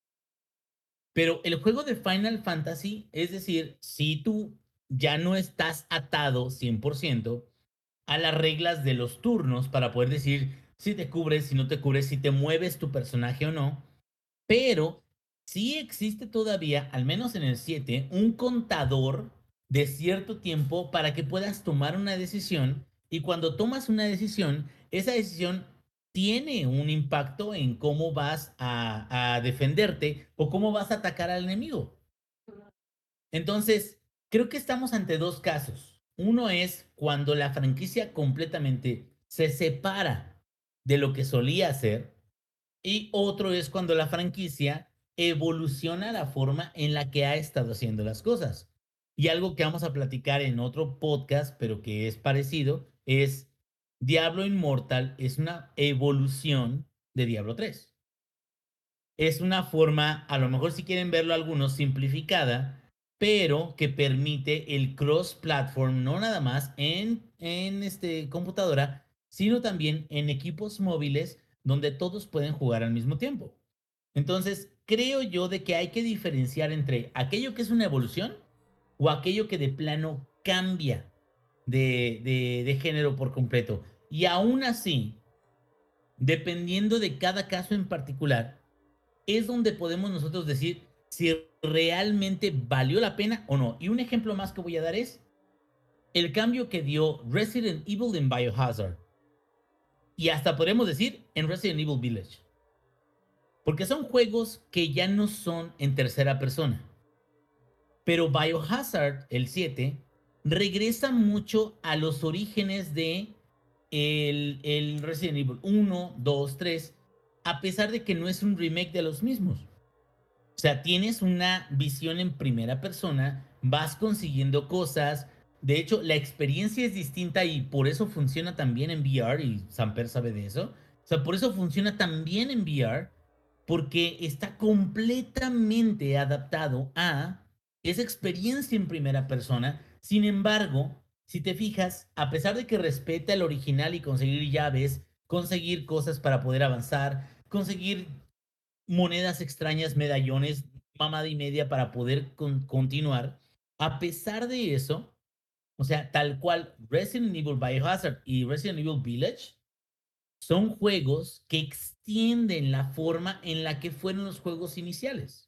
Pero el juego de Final Fantasy, es decir, si tú ya no estás atado cien por ciento a las reglas de los turnos para poder decir si te cubres, si no te cubres, si te mueves tu personaje o no, pero sí existe todavía, al menos en el siete, un contador de cierto tiempo para que puedas tomar una decisión, y cuando tomas una decisión, esa decisión tiene un impacto en cómo vas a, a defenderte o cómo vas a atacar al enemigo. Entonces, creo que estamos ante dos casos. Uno es cuando la franquicia completamente se separa de lo que solía hacer, y otro es cuando la franquicia evoluciona la forma en la que ha estado haciendo las cosas. Y algo que vamos a platicar en otro podcast, pero que es parecido, es Diablo Immortal es una evolución de Diablo tres. Es una forma, a lo mejor si quieren verlo algunos, simplificada, pero que permite el cross-platform, no nada más en, en este, computadora, sino también en equipos móviles donde todos pueden jugar al mismo tiempo. Entonces, creo yo de que hay que diferenciar entre aquello que es una evolución o aquello que de plano cambia de, de, de género por completo. Y aún así, dependiendo de cada caso en particular, es donde podemos nosotros decir si realmente valió la pena o no. Y un ejemplo más que voy a dar es el cambio que dio Resident Evil en Biohazard. Y hasta podemos decir en Resident Evil Village. Porque son juegos que ya no son en tercera persona. Pero Biohazard, el siete, regresa mucho a los orígenes de el, el Resident Evil uno, dos, tres, a pesar de que no es un remake de los mismos. O sea, tienes una visión en primera persona, vas consiguiendo cosas. De hecho, la experiencia es distinta y por eso funciona también en V R, y Samper sabe de eso. O sea, por eso funciona también en V R, porque está completamente adaptado a esa experiencia en primera persona. Sin embargo, si te fijas, a pesar de que respeta el original y conseguir llaves, conseguir cosas para poder avanzar, conseguir monedas extrañas, medallones, mamada y media para poder con continuar, a pesar de eso, o sea, tal cual Resident Evil Biohazard y Resident Evil Village son juegos que extienden la forma en la que fueron los juegos iniciales.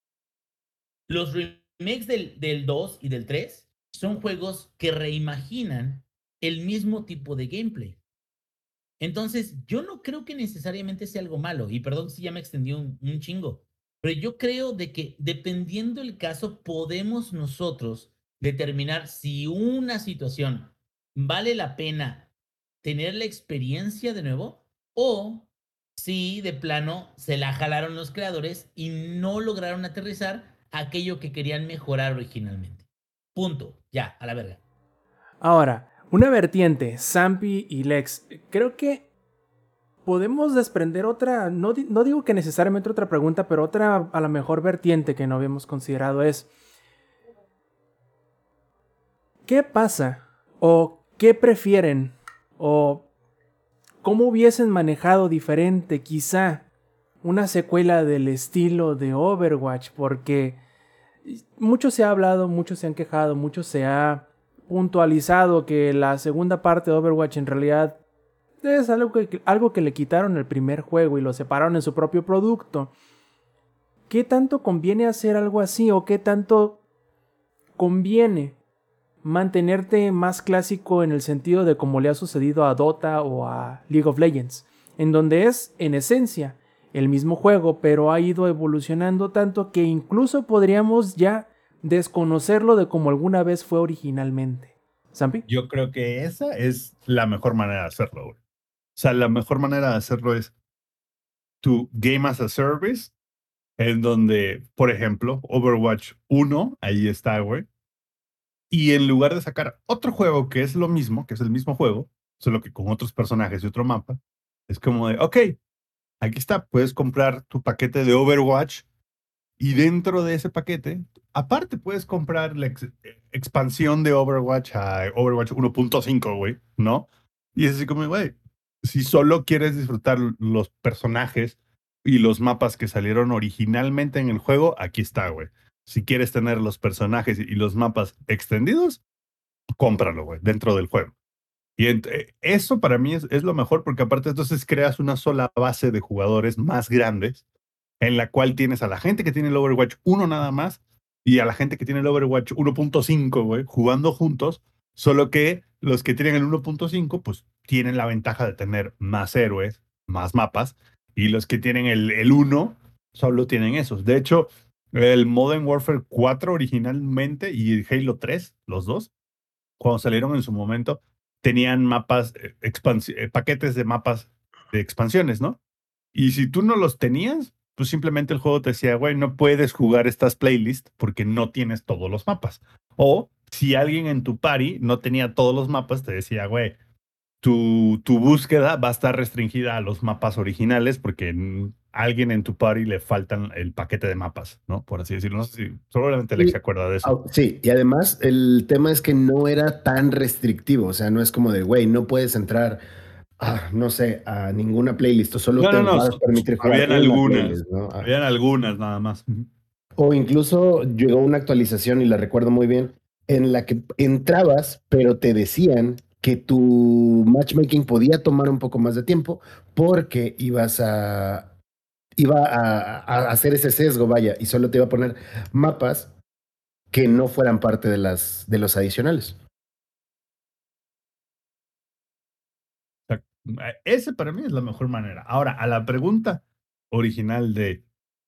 Los remakes del, del dos y del tres son juegos que reimaginan el mismo tipo de gameplay. Entonces, yo no creo que necesariamente sea algo malo, y perdón si ya me extendí un, un chingo, pero yo creo de que dependiendo el caso, podemos nosotros determinar si una situación vale la pena tener la experiencia de nuevo, o si de plano se la jalaron los creadores y no lograron aterrizar aquello que querían mejorar originalmente. Punto. Ya, a la verga. Ahora, una vertiente, Zampi y Lex, creo que podemos desprender otra, no, di- no digo que necesariamente otra pregunta, pero otra a la mejor vertiente que no habíamos considerado es, ¿qué pasa? ¿O qué prefieren? ¿O cómo hubiesen manejado diferente quizá una secuela del estilo de Overwatch? Porque mucho se ha hablado, mucho se han quejado, mucho se ha puntualizado que la segunda parte de Overwatch en realidad es algo que, algo que le quitaron el primer juego y lo separaron en su propio producto. ¿Qué tanto conviene hacer algo así? ¿O qué tanto conviene mantenerte más clásico en el sentido de como le ha sucedido a Dota o a League of Legends, en donde es, en esencia, el mismo juego, pero ha ido evolucionando tanto que incluso podríamos ya desconocerlo de como alguna vez fue originalmente? ¿Zampi? Yo creo que esa es la mejor manera de hacerlo, güey. O sea, la mejor manera de hacerlo es tu Game as a Service, en donde, por ejemplo, Overwatch uno, ahí está, güey. Y en lugar de sacar otro juego que es lo mismo, que es el mismo juego, solo que con otros personajes y otro mapa, es como de, ok, Aquí está, puedes comprar tu paquete de Overwatch y dentro de ese paquete, aparte puedes comprar la ex- expansión de Overwatch a Overwatch uno punto cinco, güey, ¿no? Y es así como, güey, si solo quieres disfrutar los personajes y los mapas que salieron originalmente en el juego, aquí está, güey. Si quieres tener los personajes y los mapas extendidos, cómpralo, güey, dentro del juego. Y ent- eh, eso para mí es, es lo mejor porque aparte entonces creas una sola base de jugadores más grandes en la cual tienes a la gente que tiene el Overwatch uno nada más y a la gente que tiene el Overwatch uno punto cinco, güey, jugando juntos, solo que los que tienen el uno punto cinco pues tienen la ventaja de tener más héroes, más mapas, y los que tienen el, el uno solo tienen esos. De hecho, el Modern Warfare cuatro originalmente y el Halo tres, los dos, cuando salieron en su momento, tenían mapas, eh, expansi- eh, paquetes de mapas de expansiones, ¿no? Y si tú no los tenías, pues simplemente el juego te decía, güey, no puedes jugar estas playlists porque no tienes todos los mapas. O si alguien en tu party no tenía todos los mapas, te decía, güey, tu, tu búsqueda va a estar restringida a los mapas originales porque mm, a alguien en tu party le faltan el paquete de mapas, ¿no? Por así decirlo. No sé si seguramente Alex Y, se acuerda de eso. au- sí, y además el tema es que no era tan restrictivo, o sea, no es como de, güey, no puedes entrar, ah, no sé, a ninguna playlist, o solo No, te no, no, va a so- so- permitir jugar habían una algunas, playlist, ¿no? Ah. habían algunas nada más. Ujú. O incluso llegó una actualización, y la recuerdo muy bien, en la que entrabas, pero te decían que tu matchmaking podía tomar un poco más de tiempo porque ibas a, iba a, a hacer ese sesgo, vaya, y solo te iba a poner mapas que no fueran parte de, las, de los adicionales. O sea, ese para mí es la mejor manera. Ahora, a la pregunta original de,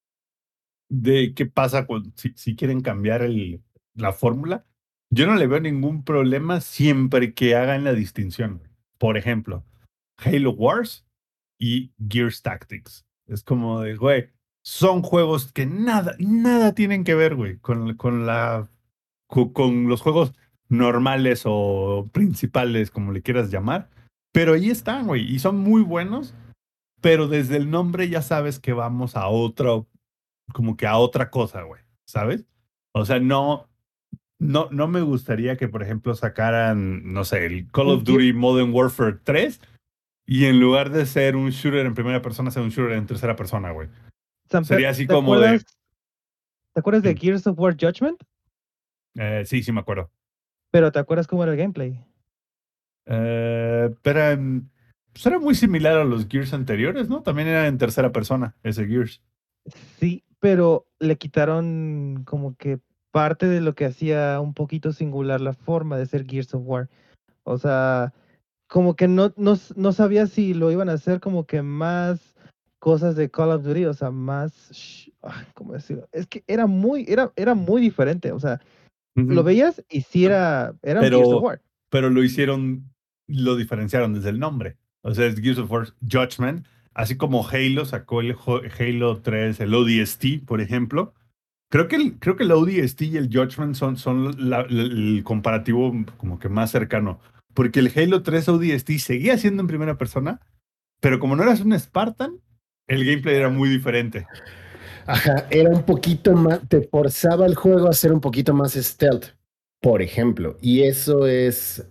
de qué pasa con, si, si quieren cambiar el, la fórmula, yo no le veo ningún problema siempre que hagan la distinción. Por ejemplo, Halo Wars y Gears Tactics. Es como de, güey, son juegos que nada, nada tienen que ver, güey, con, con la, con, con los juegos normales o principales, como le quieras llamar. Pero ahí están, güey, y son muy buenos, pero desde el nombre ya sabes que vamos a otro, como que a otra cosa, güey, ¿sabes? O sea, no, no, no me gustaría que, por ejemplo, sacaran, no sé, el Call of Un Gear- Duty Modern Warfare tres y en lugar de ser un shooter en primera persona, sea un shooter en tercera persona, güey. Samper, Sería así ¿te como de, acuerdas, ¿te acuerdas de mm, Gears of War Judgment? eh, sí, sí me acuerdo. Pero ¿te acuerdas cómo era el gameplay? Eh, pero mm, pues era muy similar a los Gears anteriores, ¿no? También era en tercera persona, ese Gears. Sí, pero le quitaron como que parte de lo que hacía un poquito singular la forma de ser Gears of War. O sea, como que no, no, s- no sabía si lo iban a hacer como que más cosas de Call of Duty, o sea, más, sh- ah, ¿cómo decirlo? Es que era muy, era, era muy diferente, o sea, lo Ujú. veías y sí era, era un Gears of Pero, War. pero lo hicieron, lo diferenciaron desde el nombre. O sea, es Gears of War Judgment, así como Halo sacó el jo- Halo tres, el O D S T, por ejemplo. Creo que el, creo que el O D S T y el Judgment son, son la- la- el comparativo como que más cercano. Porque el Halo tres O D S T seguía siendo en primera persona, pero como no eras un Spartan, el gameplay era muy diferente. Ajá, era un poquito más, te forzaba el juego a ser un poquito más stealth, por ejemplo. Y eso es,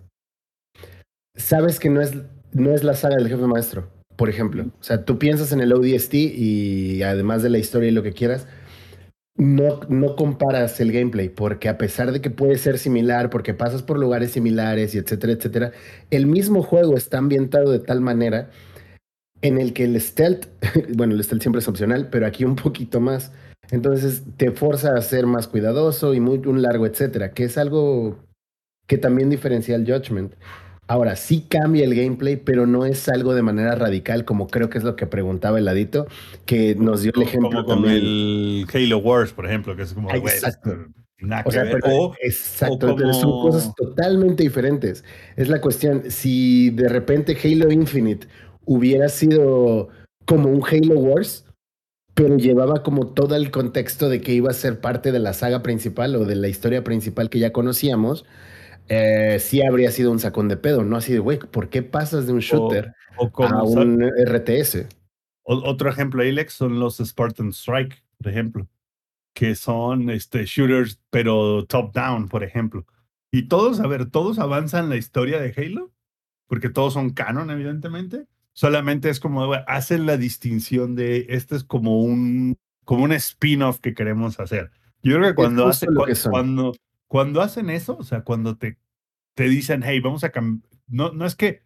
sabes que no es, no es la saga del jefe maestro, por ejemplo. O sea, tú piensas en el O D S T y además de la historia y lo que quieras, no, no comparas el gameplay, porque a pesar de que puede ser similar, porque pasas por lugares similares y etcétera, etcétera, el mismo juego está ambientado de tal manera en el que el stealth, bueno, el stealth siempre es opcional, pero aquí un poquito más. Entonces te forza a ser más cuidadoso y muy un largo, etcétera, que es algo que también diferencia el Judgment. Ahora, sí cambia el gameplay, pero no es algo de manera radical, como creo que es lo que preguntaba el ladito, que nos dio el Como, ejemplo como con también. el Halo Wars, por ejemplo, que es como Ah, de, güey, es- exacto. nada O que sea, ver. pero O, o exacto, pero son cosas como, totalmente diferentes. Es la cuestión, si de repente Halo Infinite hubiera sido como un Halo Wars, pero llevaba como todo el contexto de que iba a ser parte de la saga principal o de la historia principal que ya conocíamos, eh, sí habría sido un sacón de pedo, ¿no? Así de, güey, ¿por qué pasas de un o, shooter o a como, sa- un R T S? O- otro ejemplo, Alex, son los Spartan Strike, por ejemplo, que son este, shooters, pero top-down, por ejemplo. Y todos, a ver, todos avanzan la historia de Halo, porque todos son canon, evidentemente. Solamente es como, bueno, hacen la distinción de, este es como un, como un spin-off que queremos hacer. Yo creo que Es cuando, justo hace, lo cu- que son. cuando, cuando hacen eso, o sea, cuando te, te dicen, hey, vamos a cambiar, no, no es que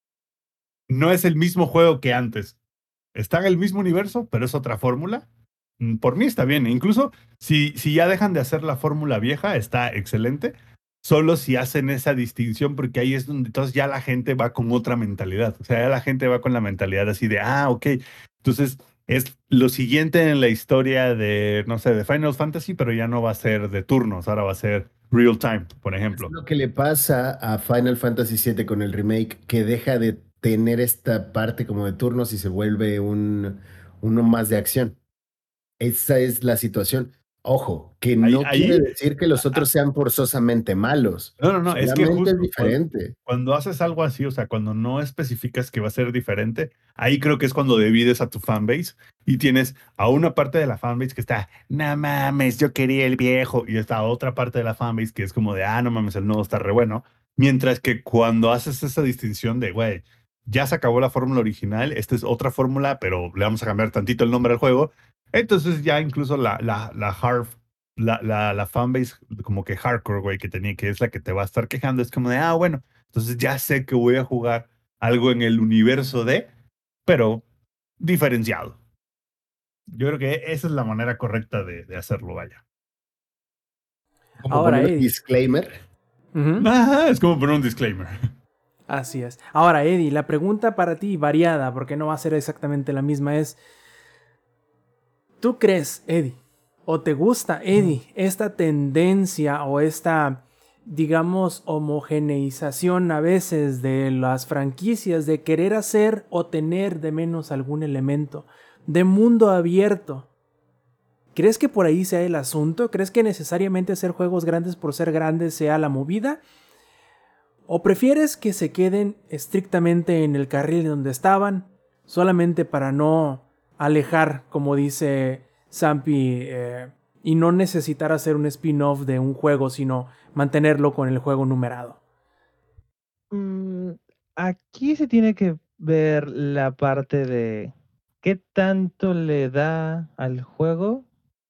no es el mismo juego que antes. Está en el mismo universo, pero es otra fórmula. Mm, Por mí está bien. Incluso si, si ya dejan de hacer la fórmula vieja, está excelente. Solo si hacen esa distinción, porque ahí es donde entonces ya la gente va con otra mentalidad. O sea, ya la gente va con la mentalidad así de, ah, ok. Entonces es lo siguiente en la historia de, no sé, de Final Fantasy, pero ya no va a ser de turnos, ahora va a ser real time, por Es ejemplo. lo que le pasa a Final Fantasy siete con el remake, que deja de tener esta parte como de turnos y se vuelve un, uno más de acción. Esa es la situación. Ojo, que Ahí, no quiere ahí decir que los otros sean forzosamente malos. no, no, no, es que Solamente es justo cuando, diferente. cuando haces algo así, o sea, cuando no especificas que va a ser diferente, ahí creo que es cuando divides a tu fanbase y tienes a una parte de la fanbase que está, no mames, yo quería el viejo, y está otra parte de la fanbase que es como de, ah, no mames, el nuevo está re bueno. Mientras que cuando haces esa distinción de, güey, ya se acabó la fórmula original, esta es otra fórmula, pero le vamos a cambiar tantito el nombre al juego, entonces ya incluso la, la, la hard la, la, la fanbase como que hardcore, güey, que tenía, que es la que te va a estar quejando, es como de, ah, bueno, entonces ya sé que voy a jugar algo en el universo de, pero diferenciado. Yo creo que esa es la manera correcta de, de hacerlo, vaya. Como Ahora, poner un Eddie. disclaimer. Ujú. Ajá, es como poner un disclaimer. Así es. Ahora, Eddie, la pregunta para ti, variada, porque no va a ser exactamente la misma, es, ¿tú crees, Eddie, o te gusta, Eddie, esta tendencia o esta, digamos, homogeneización a veces de las franquicias de querer hacer o tener de menos algún elemento de mundo abierto? ¿Crees que por ahí sea el asunto? ¿Crees que necesariamente hacer juegos grandes por ser grandes sea la movida? ¿O prefieres que se queden estrictamente en el carril donde estaban, solamente para no alejar, como dice Zampi, eh, y no necesitar hacer un spin-off de un juego, sino mantenerlo con el juego numerado? Mm, aquí se tiene que ver la parte de qué tanto le da al juego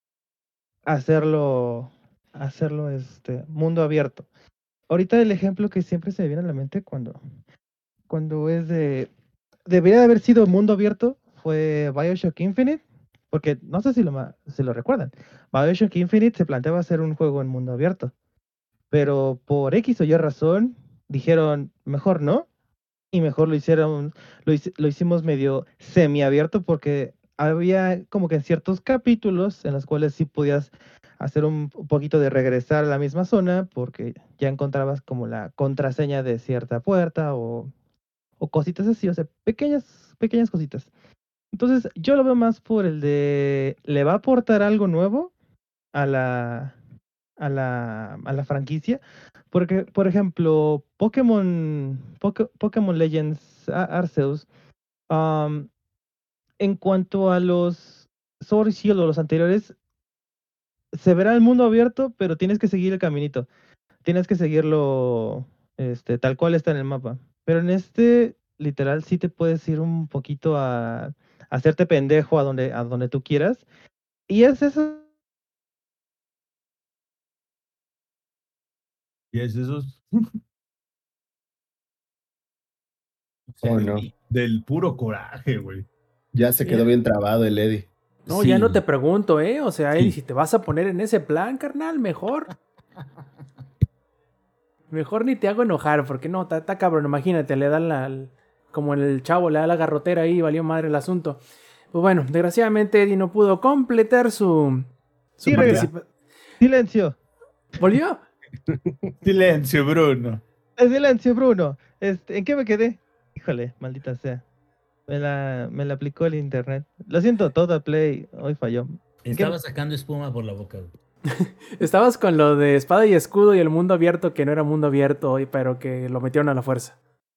hacerlo, hacerlo este mundo abierto. Ahorita el ejemplo que siempre se me viene a la mente cuando, cuando es de, debería de haber sido mundo abierto, fue BioShock Infinite, porque no sé si lo, ma- si lo recuerdan. BioShock Infinite se planteaba hacer un juego en mundo abierto, pero por X o Y razón dijeron, mejor no, y mejor lo hicieron, lo, hici- lo hicimos medio semiabierto porque había como que en ciertos capítulos en los cuales sí podías hacer un un poquito de regresar a la misma zona porque ya encontrabas como la contraseña de cierta puerta o, o cositas así, o sea, pequeñas, pequeñas cositas. Entonces yo lo veo más por el de, ¿le va a aportar algo nuevo a la, a la, a la franquicia? Porque, por ejemplo, Pokémon, Poké- Pokémon Legends Ar- Arceus, am, en cuanto a los Sword y Shield o los anteriores, se verá el mundo abierto, pero tienes que seguir el caminito. Tienes que seguirlo este, tal cual está en el mapa. Pero en este, literal, sí te puedes ir un poquito a, a hacerte pendejo a donde, a donde tú quieras. Y es eso. Y es eso Oh, no. del puro coraje, güey. Ya se quedó Mira. bien trabado el Eddie. No, ya no Sí, te pregunto, ¿eh? O sea, Eddie, sí. si te vas a poner en ese plan, carnal, mejor. Mejor ni te hago enojar, porque no, está está cabrón, imagínate, le dan la, el- como en el chavo, le da la garrotera ahí, valió madre el asunto. Pues bueno, desgraciadamente Eddie no pudo completar su, su Sí, regresa. participación. Silencio. ¿Volvió? Silencio, Bruno. Eh, Silencio, Bruno. Este, ¿en qué me quedé? Híjole, maldita sea. Me la, me la aplicó el internet. Lo siento, toda Play hoy falló. ¿En qué- Estaba sacando espuma por la boca, güey. Estabas con lo de espada y escudo y el mundo abierto que no era mundo abierto, pero que lo metieron a la fuerza.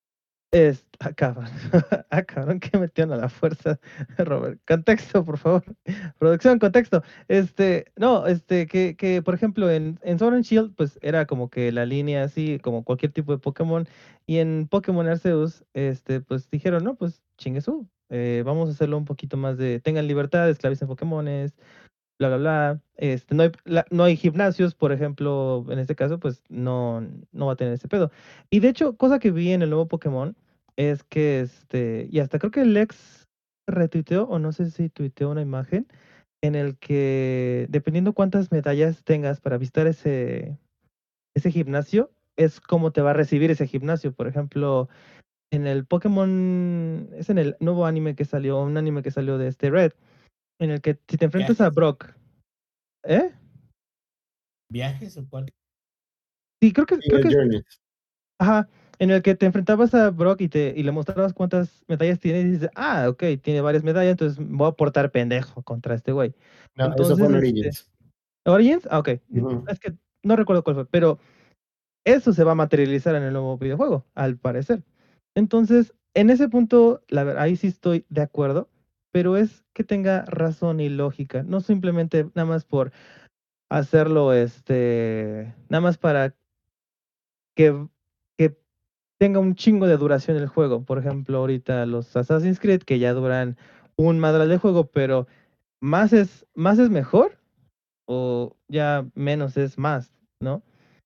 Es, ah, cabrón. Ah, cabrón, que metieron a la fuerza, Robert. Contexto, por favor. Producción, contexto. Este, no, este, que, que por ejemplo, en, en Sword and Shield, pues era como que la línea así, como cualquier tipo de Pokémon. Y en Pokémon Arceus, este, pues dijeron, no, pues chingue su. eh, vamos a hacerlo un poquito más de, tengan libertad, esclavicen Pokémones, bla, bla, bla. Este, no hay, la- no hay gimnasios, por ejemplo, en este caso, pues no, no va a tener ese pedo. Y de hecho, cosa que vi en el nuevo Pokémon es que, este, y hasta creo que Lex retuiteó, o no sé si tuiteó una imagen, en el que, dependiendo cuántas medallas tengas para visitar ese, ese gimnasio, es cómo te va a recibir ese gimnasio. Por ejemplo, en el Pokémon, es en el nuevo anime que salió, un anime que salió de este Red, en el que si te enfrentas a ¿Viajes? Brock, ¿eh? ¿Viajes o cuál? Sí, creo que, Sí, creo el que, Journey. ajá, en el que te enfrentabas a Brock y te y le mostrabas cuántas medallas tiene y dices, ah, ok, tiene varias medallas, entonces me voy a portar pendejo contra este güey. No, eso fue Entonces, en este, Origins. Origins, ah, ok, Ujú. es que no recuerdo cuál fue, pero eso se va a materializar en el nuevo videojuego, al parecer. Entonces, en ese punto, la verdad, ahí sí estoy de acuerdo, pero es que tenga razón y lógica, no simplemente nada más por hacerlo, este, nada más para que, que tenga un chingo de duración el juego. Por ejemplo, ahorita los Assassin's Creed que ya duran un madral de juego, pero más es, más es mejor o ya menos es más, ¿no?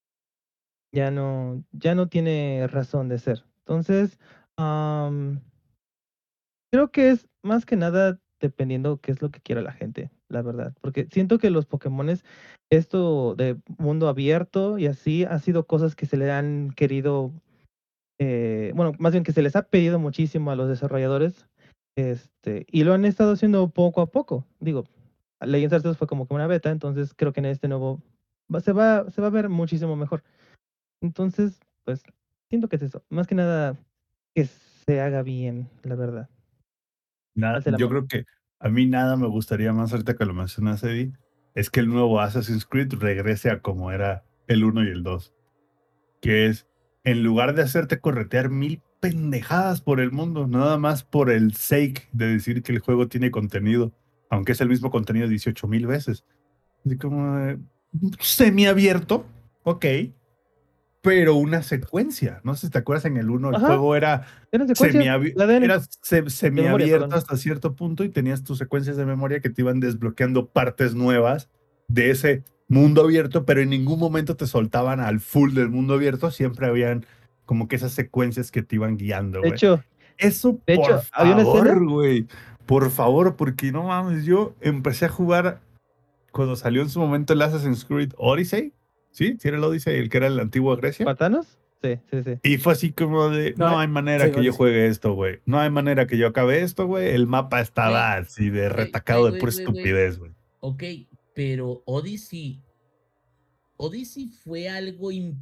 Ya no, ya no tiene razón de ser. Entonces, am, creo que es más que nada dependiendo qué es lo que quiera la gente, la verdad. Porque siento que los Pokémones, esto de mundo abierto y así, ha sido cosas que se le han querido eh, bueno, más bien que se les ha pedido muchísimo a los desarrolladores, este, y lo han estado haciendo poco a poco. Digo, Legends Arceus fue como que una beta, entonces creo que en este nuevo va- se va, se va a ver muchísimo mejor. Entonces, pues, siento que es eso. Más que nada que se haga bien, la verdad. Nada, Alce la yo mano. creo que a mí nada me gustaría más ahorita que lo mencionas, Eddie, es que el nuevo Assassin's Creed regrese a como era el uno y el dos, que es, en lugar de hacerte corretear mil pendejadas por el mundo, nada más por el sake de decir que el juego tiene contenido, aunque es el mismo contenido dieciocho mil veces. Así como de, semiabierto, ok, pero una secuencia. No sé si te acuerdas, en el uno el Ajá, juego era era secuencia, semiabi- la de, era se- de memoria, semiabierto perdón. hasta cierto punto y tenías tus secuencias de memoria que te iban desbloqueando partes nuevas de ese mundo abierto, pero en ningún momento te soltaban al full del mundo abierto, siempre habían como que esas secuencias que te iban guiando, De güey. hecho, Eso, de por hecho, había una escena. favor, güey. Por favor, porque no mames, yo empecé a jugar cuando salió en su momento el Assassin's Creed Odyssey. ¿Sí? ¿Sí era el Odyssey, el que era en la antigua Grecia? ¿Espartanos? Sí, sí, sí. Y fue así como de, No, no hay manera sí, que yo Odyssey. juegue esto, güey. No hay manera que yo acabe esto, güey. El mapa estaba Güey, así de güey, retacado güey, de güey, pura güey, güey. estupidez, güey. Ok, pero Odyssey, Odyssey fue algo im-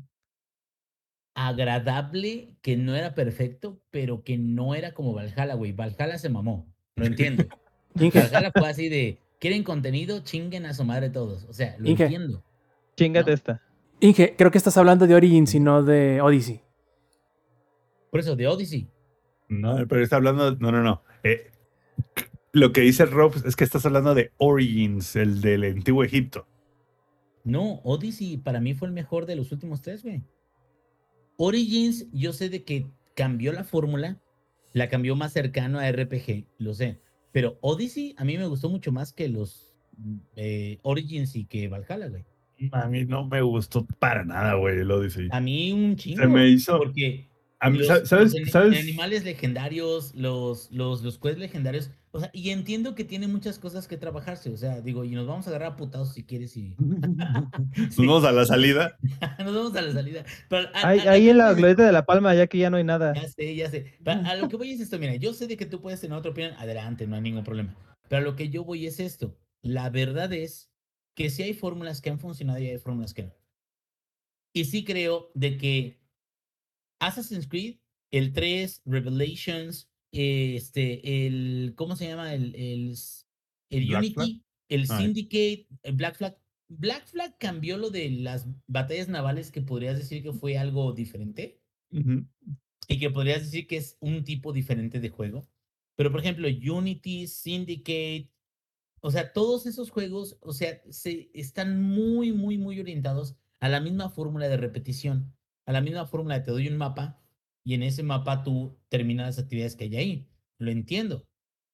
agradable, que no era perfecto, pero que no era como Valhalla, güey. Valhalla se mamó, lo entiendo. Inge, Valhalla fue así de, ¿quieren contenido? Chinguen a su madre todos. O sea, lo Inge, entiendo, Chingate ¿no? esta. Inge, creo que estás hablando de Origins y no de Odyssey. Por eso, de Odyssey. No, pero está hablando, no, no, no. Eh, lo que dice Rob es que estás hablando de Origins, el del antiguo Egipto. No, Odyssey para mí fue el mejor de los últimos tres, güey. Origins, yo sé de que cambió la fórmula, la cambió más cercano a R P G, lo sé. Pero Odyssey a mí me gustó mucho más que los eh, Origins y que Valhalla, güey. A mí no me gustó para nada, güey, el Odyssey. A mí un Se me chingo, hizo, porque a mí, los, sa- los ¿sabes? ani- ¿Sabes? animales legendarios, los, los, los quests legendarios, o sea, y entiendo que tiene muchas cosas que trabajarse, o sea, digo, y nos vamos a agarrar a putados si quieres y... Nos Sí, vamos a la salida. nos vamos a la salida. Pero a, a, Ahí, a ahí qué en la voy es glorieta esto. de La Palma, ya que ya no hay nada. Ya sé, ya sé. Pa- A lo que voy es esto, mira, yo sé de que tú puedes tener otra opinión, adelante, no hay ningún problema. Pero a lo que yo voy es esto. La verdad es que sí hay fórmulas que han funcionado y hay fórmulas que no. Y sí creo de que Assassin's Creed, el tres, Revelations, este, el, ¿cómo se llama? El, el, s- el Black Flag. Unity, el Ay. Syndicate, el Black Flag. Black Flag cambió lo de las batallas navales, que podrías decir que fue algo diferente. Ujú. y que podrías decir que es un tipo diferente de juego. Pero, por ejemplo, Unity, Syndicate, o sea, todos esos juegos, o sea, se están muy, muy, muy orientados a la misma fórmula de repetición, a la misma fórmula de te doy un mapa y en ese mapa tú terminas las actividades que hay ahí. Lo entiendo.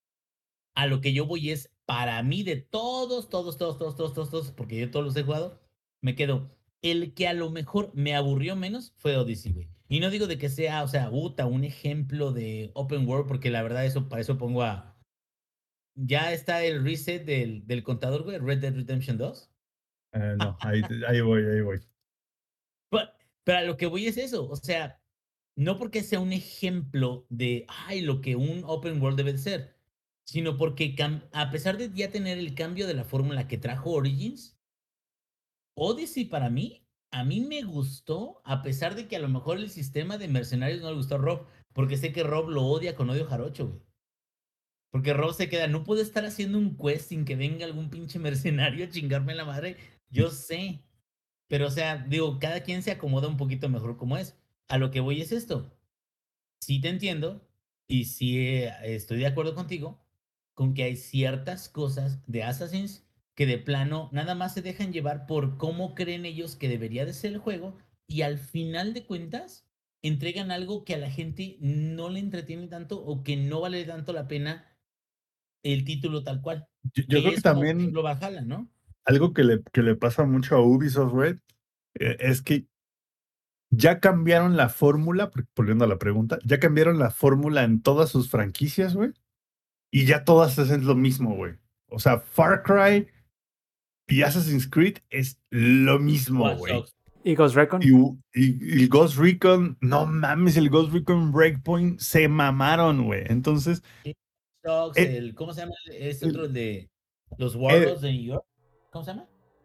A lo que yo voy es, para mí, de todos, todos, todos, todos, todos, todos, todos, porque yo todos los he jugado, me quedo. El que a lo mejor me aburrió menos fue Odyssey, güey. Y no digo de que sea, o sea, Uta, un ejemplo de open world, porque la verdad, eso, para eso pongo a. Ya está el reset del, del contador, güey, Red Dead Redemption dos. Eh, no, ahí, ahí voy, ahí voy. Pero, pero a lo que voy es eso, o sea, no porque sea un ejemplo de, ay, lo que un open world debe de ser, sino porque a pesar de ya tener el cambio de la fórmula que trajo Origins, Odyssey para mí, a mí me gustó, a pesar de que a lo mejor el sistema de mercenarios no le gustó a Rob, porque sé que Rob lo odia con odio jarocho, güey. Porque Rob se queda, no puedo estar haciendo un quest sin que venga algún pinche mercenario a chingarme la madre. Yo sé, pero o sea, digo, cada quien se acomoda un poquito mejor como es. A lo que voy es esto. Sí te entiendo y sí eh, estoy de acuerdo contigo con que hay ciertas cosas de Assassins que de plano nada más se dejan llevar por cómo creen ellos que debería de ser el juego y al final de cuentas entregan algo que a la gente no le entretiene tanto o que no vale tanto la pena el título tal cual. Yo, yo Que creo que es como, por también ejemplo, Valhalla, ¿no? algo que le, que le pasa mucho a Ubisoft, Red, eh, es que ya cambiaron la fórmula, por- volviendo a la pregunta, ya cambiaron la fórmula en todas sus franquicias, güey, y ya todas hacen lo mismo, güey. O sea, Far Cry y Assassin's Creed es lo mismo, Watch güey. Dogs. ¿Y Ghost Recon? Y, y, y Ghost Recon, no mames, el Ghost Recon Breakpoint se mamaron, güey. Entonces, Dogs, eh, el, ¿cómo se llama? Es otro, el- el de los eh, Warlords de New York. ¿Cómo se llama?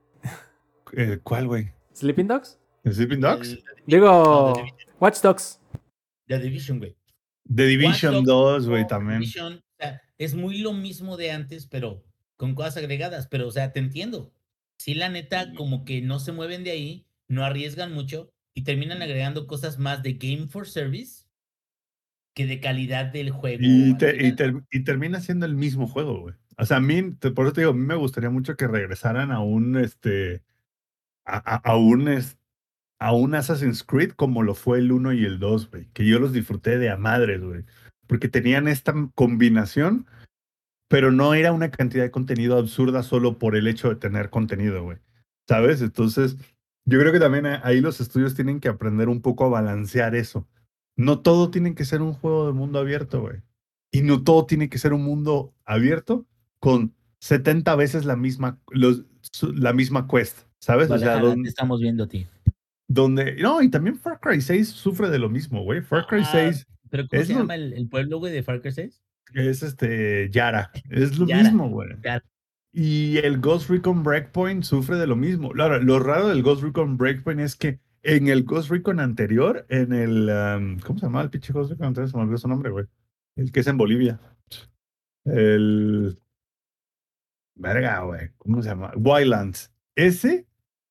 eh, ¿cuál, güey? ¿Sleeping Dogs? ¿El Sleeping Dogs? El, no, The Digo, Division, Watch Dogs. The Division, güey. The Watch Division Dogs dos, güey, o también. Division, o sea, es muy lo mismo de antes, pero con cosas agregadas. Pero, o sea, te entiendo. Sí, la neta, como que no se mueven de ahí, no arriesgan mucho y terminan agregando cosas más de Game for Service que de calidad del juego Y, al te- y, final. ter- y termina siendo el mismo juego, güey. O sea, a mí, te- por eso te digo, a mí me gustaría mucho que regresaran a un, este, a, a- a un, es- a un Assassin's Creed como lo fue el uno y el dos, güey. Que yo los disfruté de a madres, güey. Porque tenían esta combinación, pero no era una cantidad de contenido absurda solo por el hecho de tener contenido, güey. ¿Sabes? Entonces, yo creo que también a- ahí los estudios tienen que aprender un poco a balancear eso. No todo tiene que ser un juego de mundo abierto, güey. Y no todo tiene que ser un mundo abierto con setenta veces la misma, los, su- la misma quest, ¿sabes? O sea, Valhalla, te don- estamos viendo a ti. donde... No, y también Far Cry seis sufre de lo mismo, güey. Far Cry Ah, seis pero ¿cómo es se lo, llama el, el pueblo, güey, de Far Cry seis? es este, Yara. Es lo Yara. mismo, güey. Yara. Y el Ghost Recon Breakpoint sufre de lo mismo. Ahora, lo raro del Ghost Recon Breakpoint es que en el Ghost Recon anterior, en el... um, ¿cómo se llama el pinche Ghost Recon anterior? Se me olvidó su nombre, güey. El que es en Bolivia. El... Verga, güey. ¿Cómo se llama? Wildlands. Ese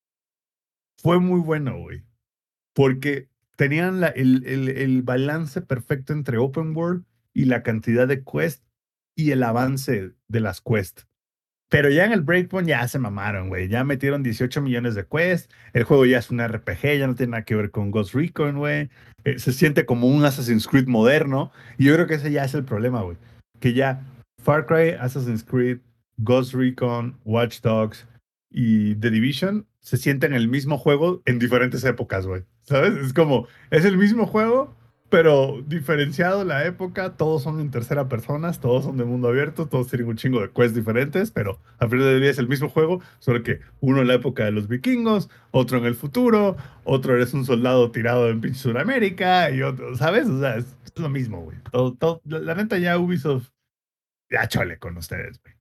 fue muy bueno, güey. Porque tenían la- el, el, el balance perfecto entre open world y la cantidad de quests y el avance de las quests. Pero ya en el Breakpoint ya se mamaron, güey. Ya metieron dieciocho millones de quests. El juego ya es un R P G, ya no tiene nada que ver con Ghost Recon, güey. Eh, se siente como un Assassin's Creed moderno. Y yo creo que ese ya es el problema, güey. Que ya Far Cry, Assassin's Creed, Ghost Recon, Watch Dogs y The Division se sienten el mismo juego en diferentes épocas, güey. ¿Sabes? Es como, es el mismo juego, pero diferenciado la época, todos son en tercera persona, todos son de mundo abierto, todos tienen un chingo de quests diferentes, pero al final del día es el mismo juego, solo que uno en la época de los vikingos, otro en el futuro, otro eres un soldado tirado en pinche Sudamérica y otro, ¿sabes? O sea, es, es lo mismo, güey. Todo, todo, la, la neta ya Ubisoft, ya chole con ustedes, güey.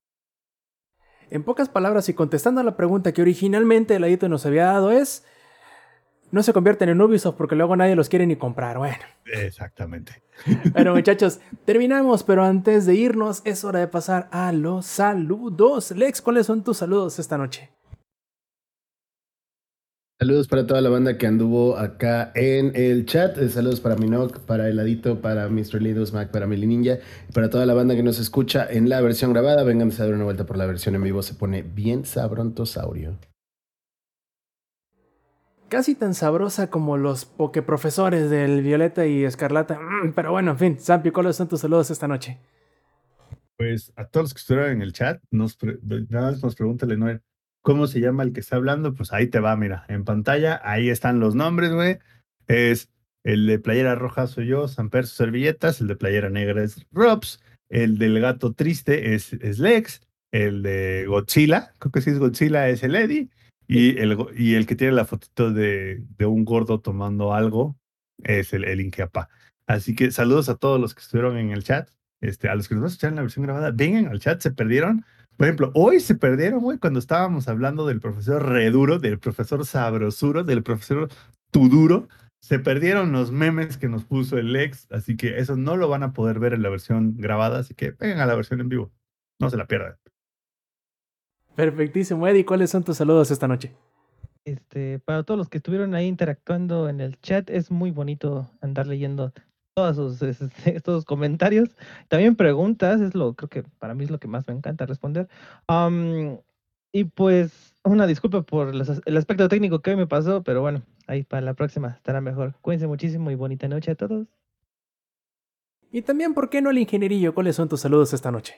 En pocas palabras y contestando a la pregunta que originalmente el Adito nos había dado es... No se convierten en Ubisoft porque luego nadie los quiere ni comprar. Bueno. Exactamente. Bueno, muchachos, terminamos, pero antes de irnos es hora de pasar a los saludos. Lex, ¿cuáles son tus saludos esta noche? Saludos para toda la banda que anduvo acá en el chat. Eh, Saludos para Minoc, para Heladito, para mister Linus Mac, para Mili Ninja. Y para toda la banda que nos escucha en la versión grabada, vengan a dar una vuelta por la versión en vivo. Se pone bien sabrontosaurio. Casi tan sabrosa como los pokeprofesores del Violeta y Escarlata. Mm, pero bueno, en fin. Sampi, ¿cuáles son tus saludos esta noche? Pues a todos los que estuvieron en el chat, nos pre- nada más nos pregunta Lenoir, ¿cómo se llama el que está hablando? Pues ahí te va, mira, en pantalla, ahí están los nombres, güey. Es el de playera roja soy yo, Samper sus servilletas, el de playera negra es Robs, el del gato triste es, es Lex, el de Godzilla, creo que sí es Godzilla, es el Eddie, y el, go- y el que tiene la fotito de, de un gordo tomando algo es el, el Inquiapa. Así que saludos a todos los que estuvieron en el chat. Este, a los que nos van a escuchar en la versión grabada, vengan al chat, se perdieron. Por ejemplo, hoy se perdieron, güey, cuando estábamos hablando del profesor Reduro, del profesor Sabrosuro, del profesor Tuduro. Se perdieron los memes que nos puso el ex, así que eso no lo van a poder ver en la versión grabada, así que vengan a la versión en vivo. No se la pierdan. Perfectísimo, Eddie. ¿Cuáles son tus saludos esta noche? Este, para todos los que estuvieron ahí interactuando en el chat, es muy bonito andar leyendo todos sus este, estos comentarios. También preguntas, es lo, creo que para mí es lo que más me encanta responder. Am, y pues, una disculpa por los as- el aspecto técnico que hoy me pasó, pero bueno, ahí para la próxima estará mejor. Cuídense muchísimo y bonita noche a todos. Y también, ¿por qué no el ingenierillo? ¿Cuáles son tus saludos esta noche?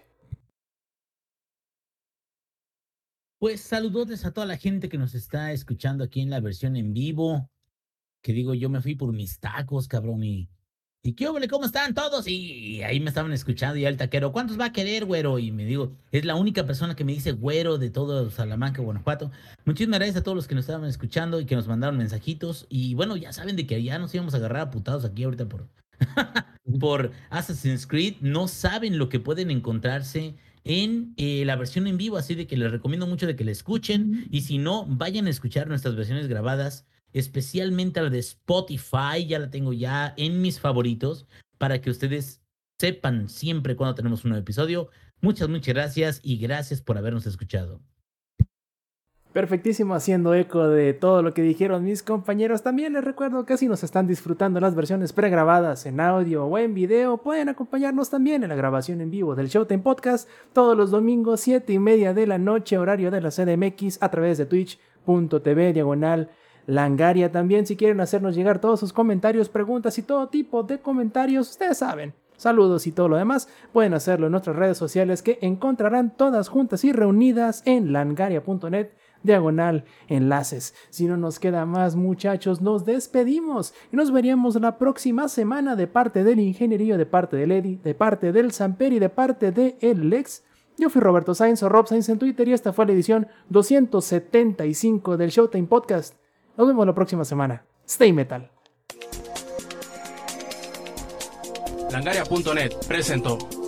Pues saludos a toda la gente que nos está escuchando aquí en la versión en vivo. Que digo, yo me fui por mis tacos, cabrón, y... ¿Y qué óvole? ¿Cómo están todos? Y ahí me estaban escuchando y el taquero, ¿cuántos va a querer, güero? Y me digo, es la única persona que me dice güero de todo Salamanca, Guanajuato. Muchísimas gracias a todos los que nos estaban escuchando y que nos mandaron mensajitos. Y bueno, ya saben de que ya nos íbamos a agarrar a putados aquí ahorita por, por Assassin's Creed. No saben lo que pueden encontrarse en eh, la versión en vivo, así de que les recomiendo mucho de que la escuchen. Y si no, vayan a escuchar nuestras versiones grabadas, especialmente la de Spotify, ya la tengo ya en mis favoritos, para que ustedes sepan siempre cuando tenemos un nuevo episodio. Muchas, muchas gracias y gracias por habernos escuchado. Perfectísimo, haciendo eco de todo lo que dijeron mis compañeros. También les recuerdo que si nos están disfrutando las versiones pregrabadas en audio o en video, pueden acompañarnos también en la grabación en vivo del Showtime Podcast todos los domingos, siete y media de la noche, horario de la C D M X, a través de twitch punto t v diagonal Langaria. También, si quieren hacernos llegar todos sus comentarios, preguntas y todo tipo de comentarios, ustedes saben, saludos y todo lo demás, pueden hacerlo en nuestras redes sociales, que encontrarán todas juntas y reunidas en langaria punto net diagonal enlaces. Si no nos queda más, muchachos, nos despedimos y nos veríamos la próxima semana, de parte del ingenierillo, de parte del Eddie, de parte del Samper y de parte de el Lex. Yo fui Roberto Sainz o Rob Sainz en Twitter, y esta fue la edición doscientos setenta y cinco del Showtime Podcast. Nos vemos la próxima semana. Stay metal. Langaria punto net presentó.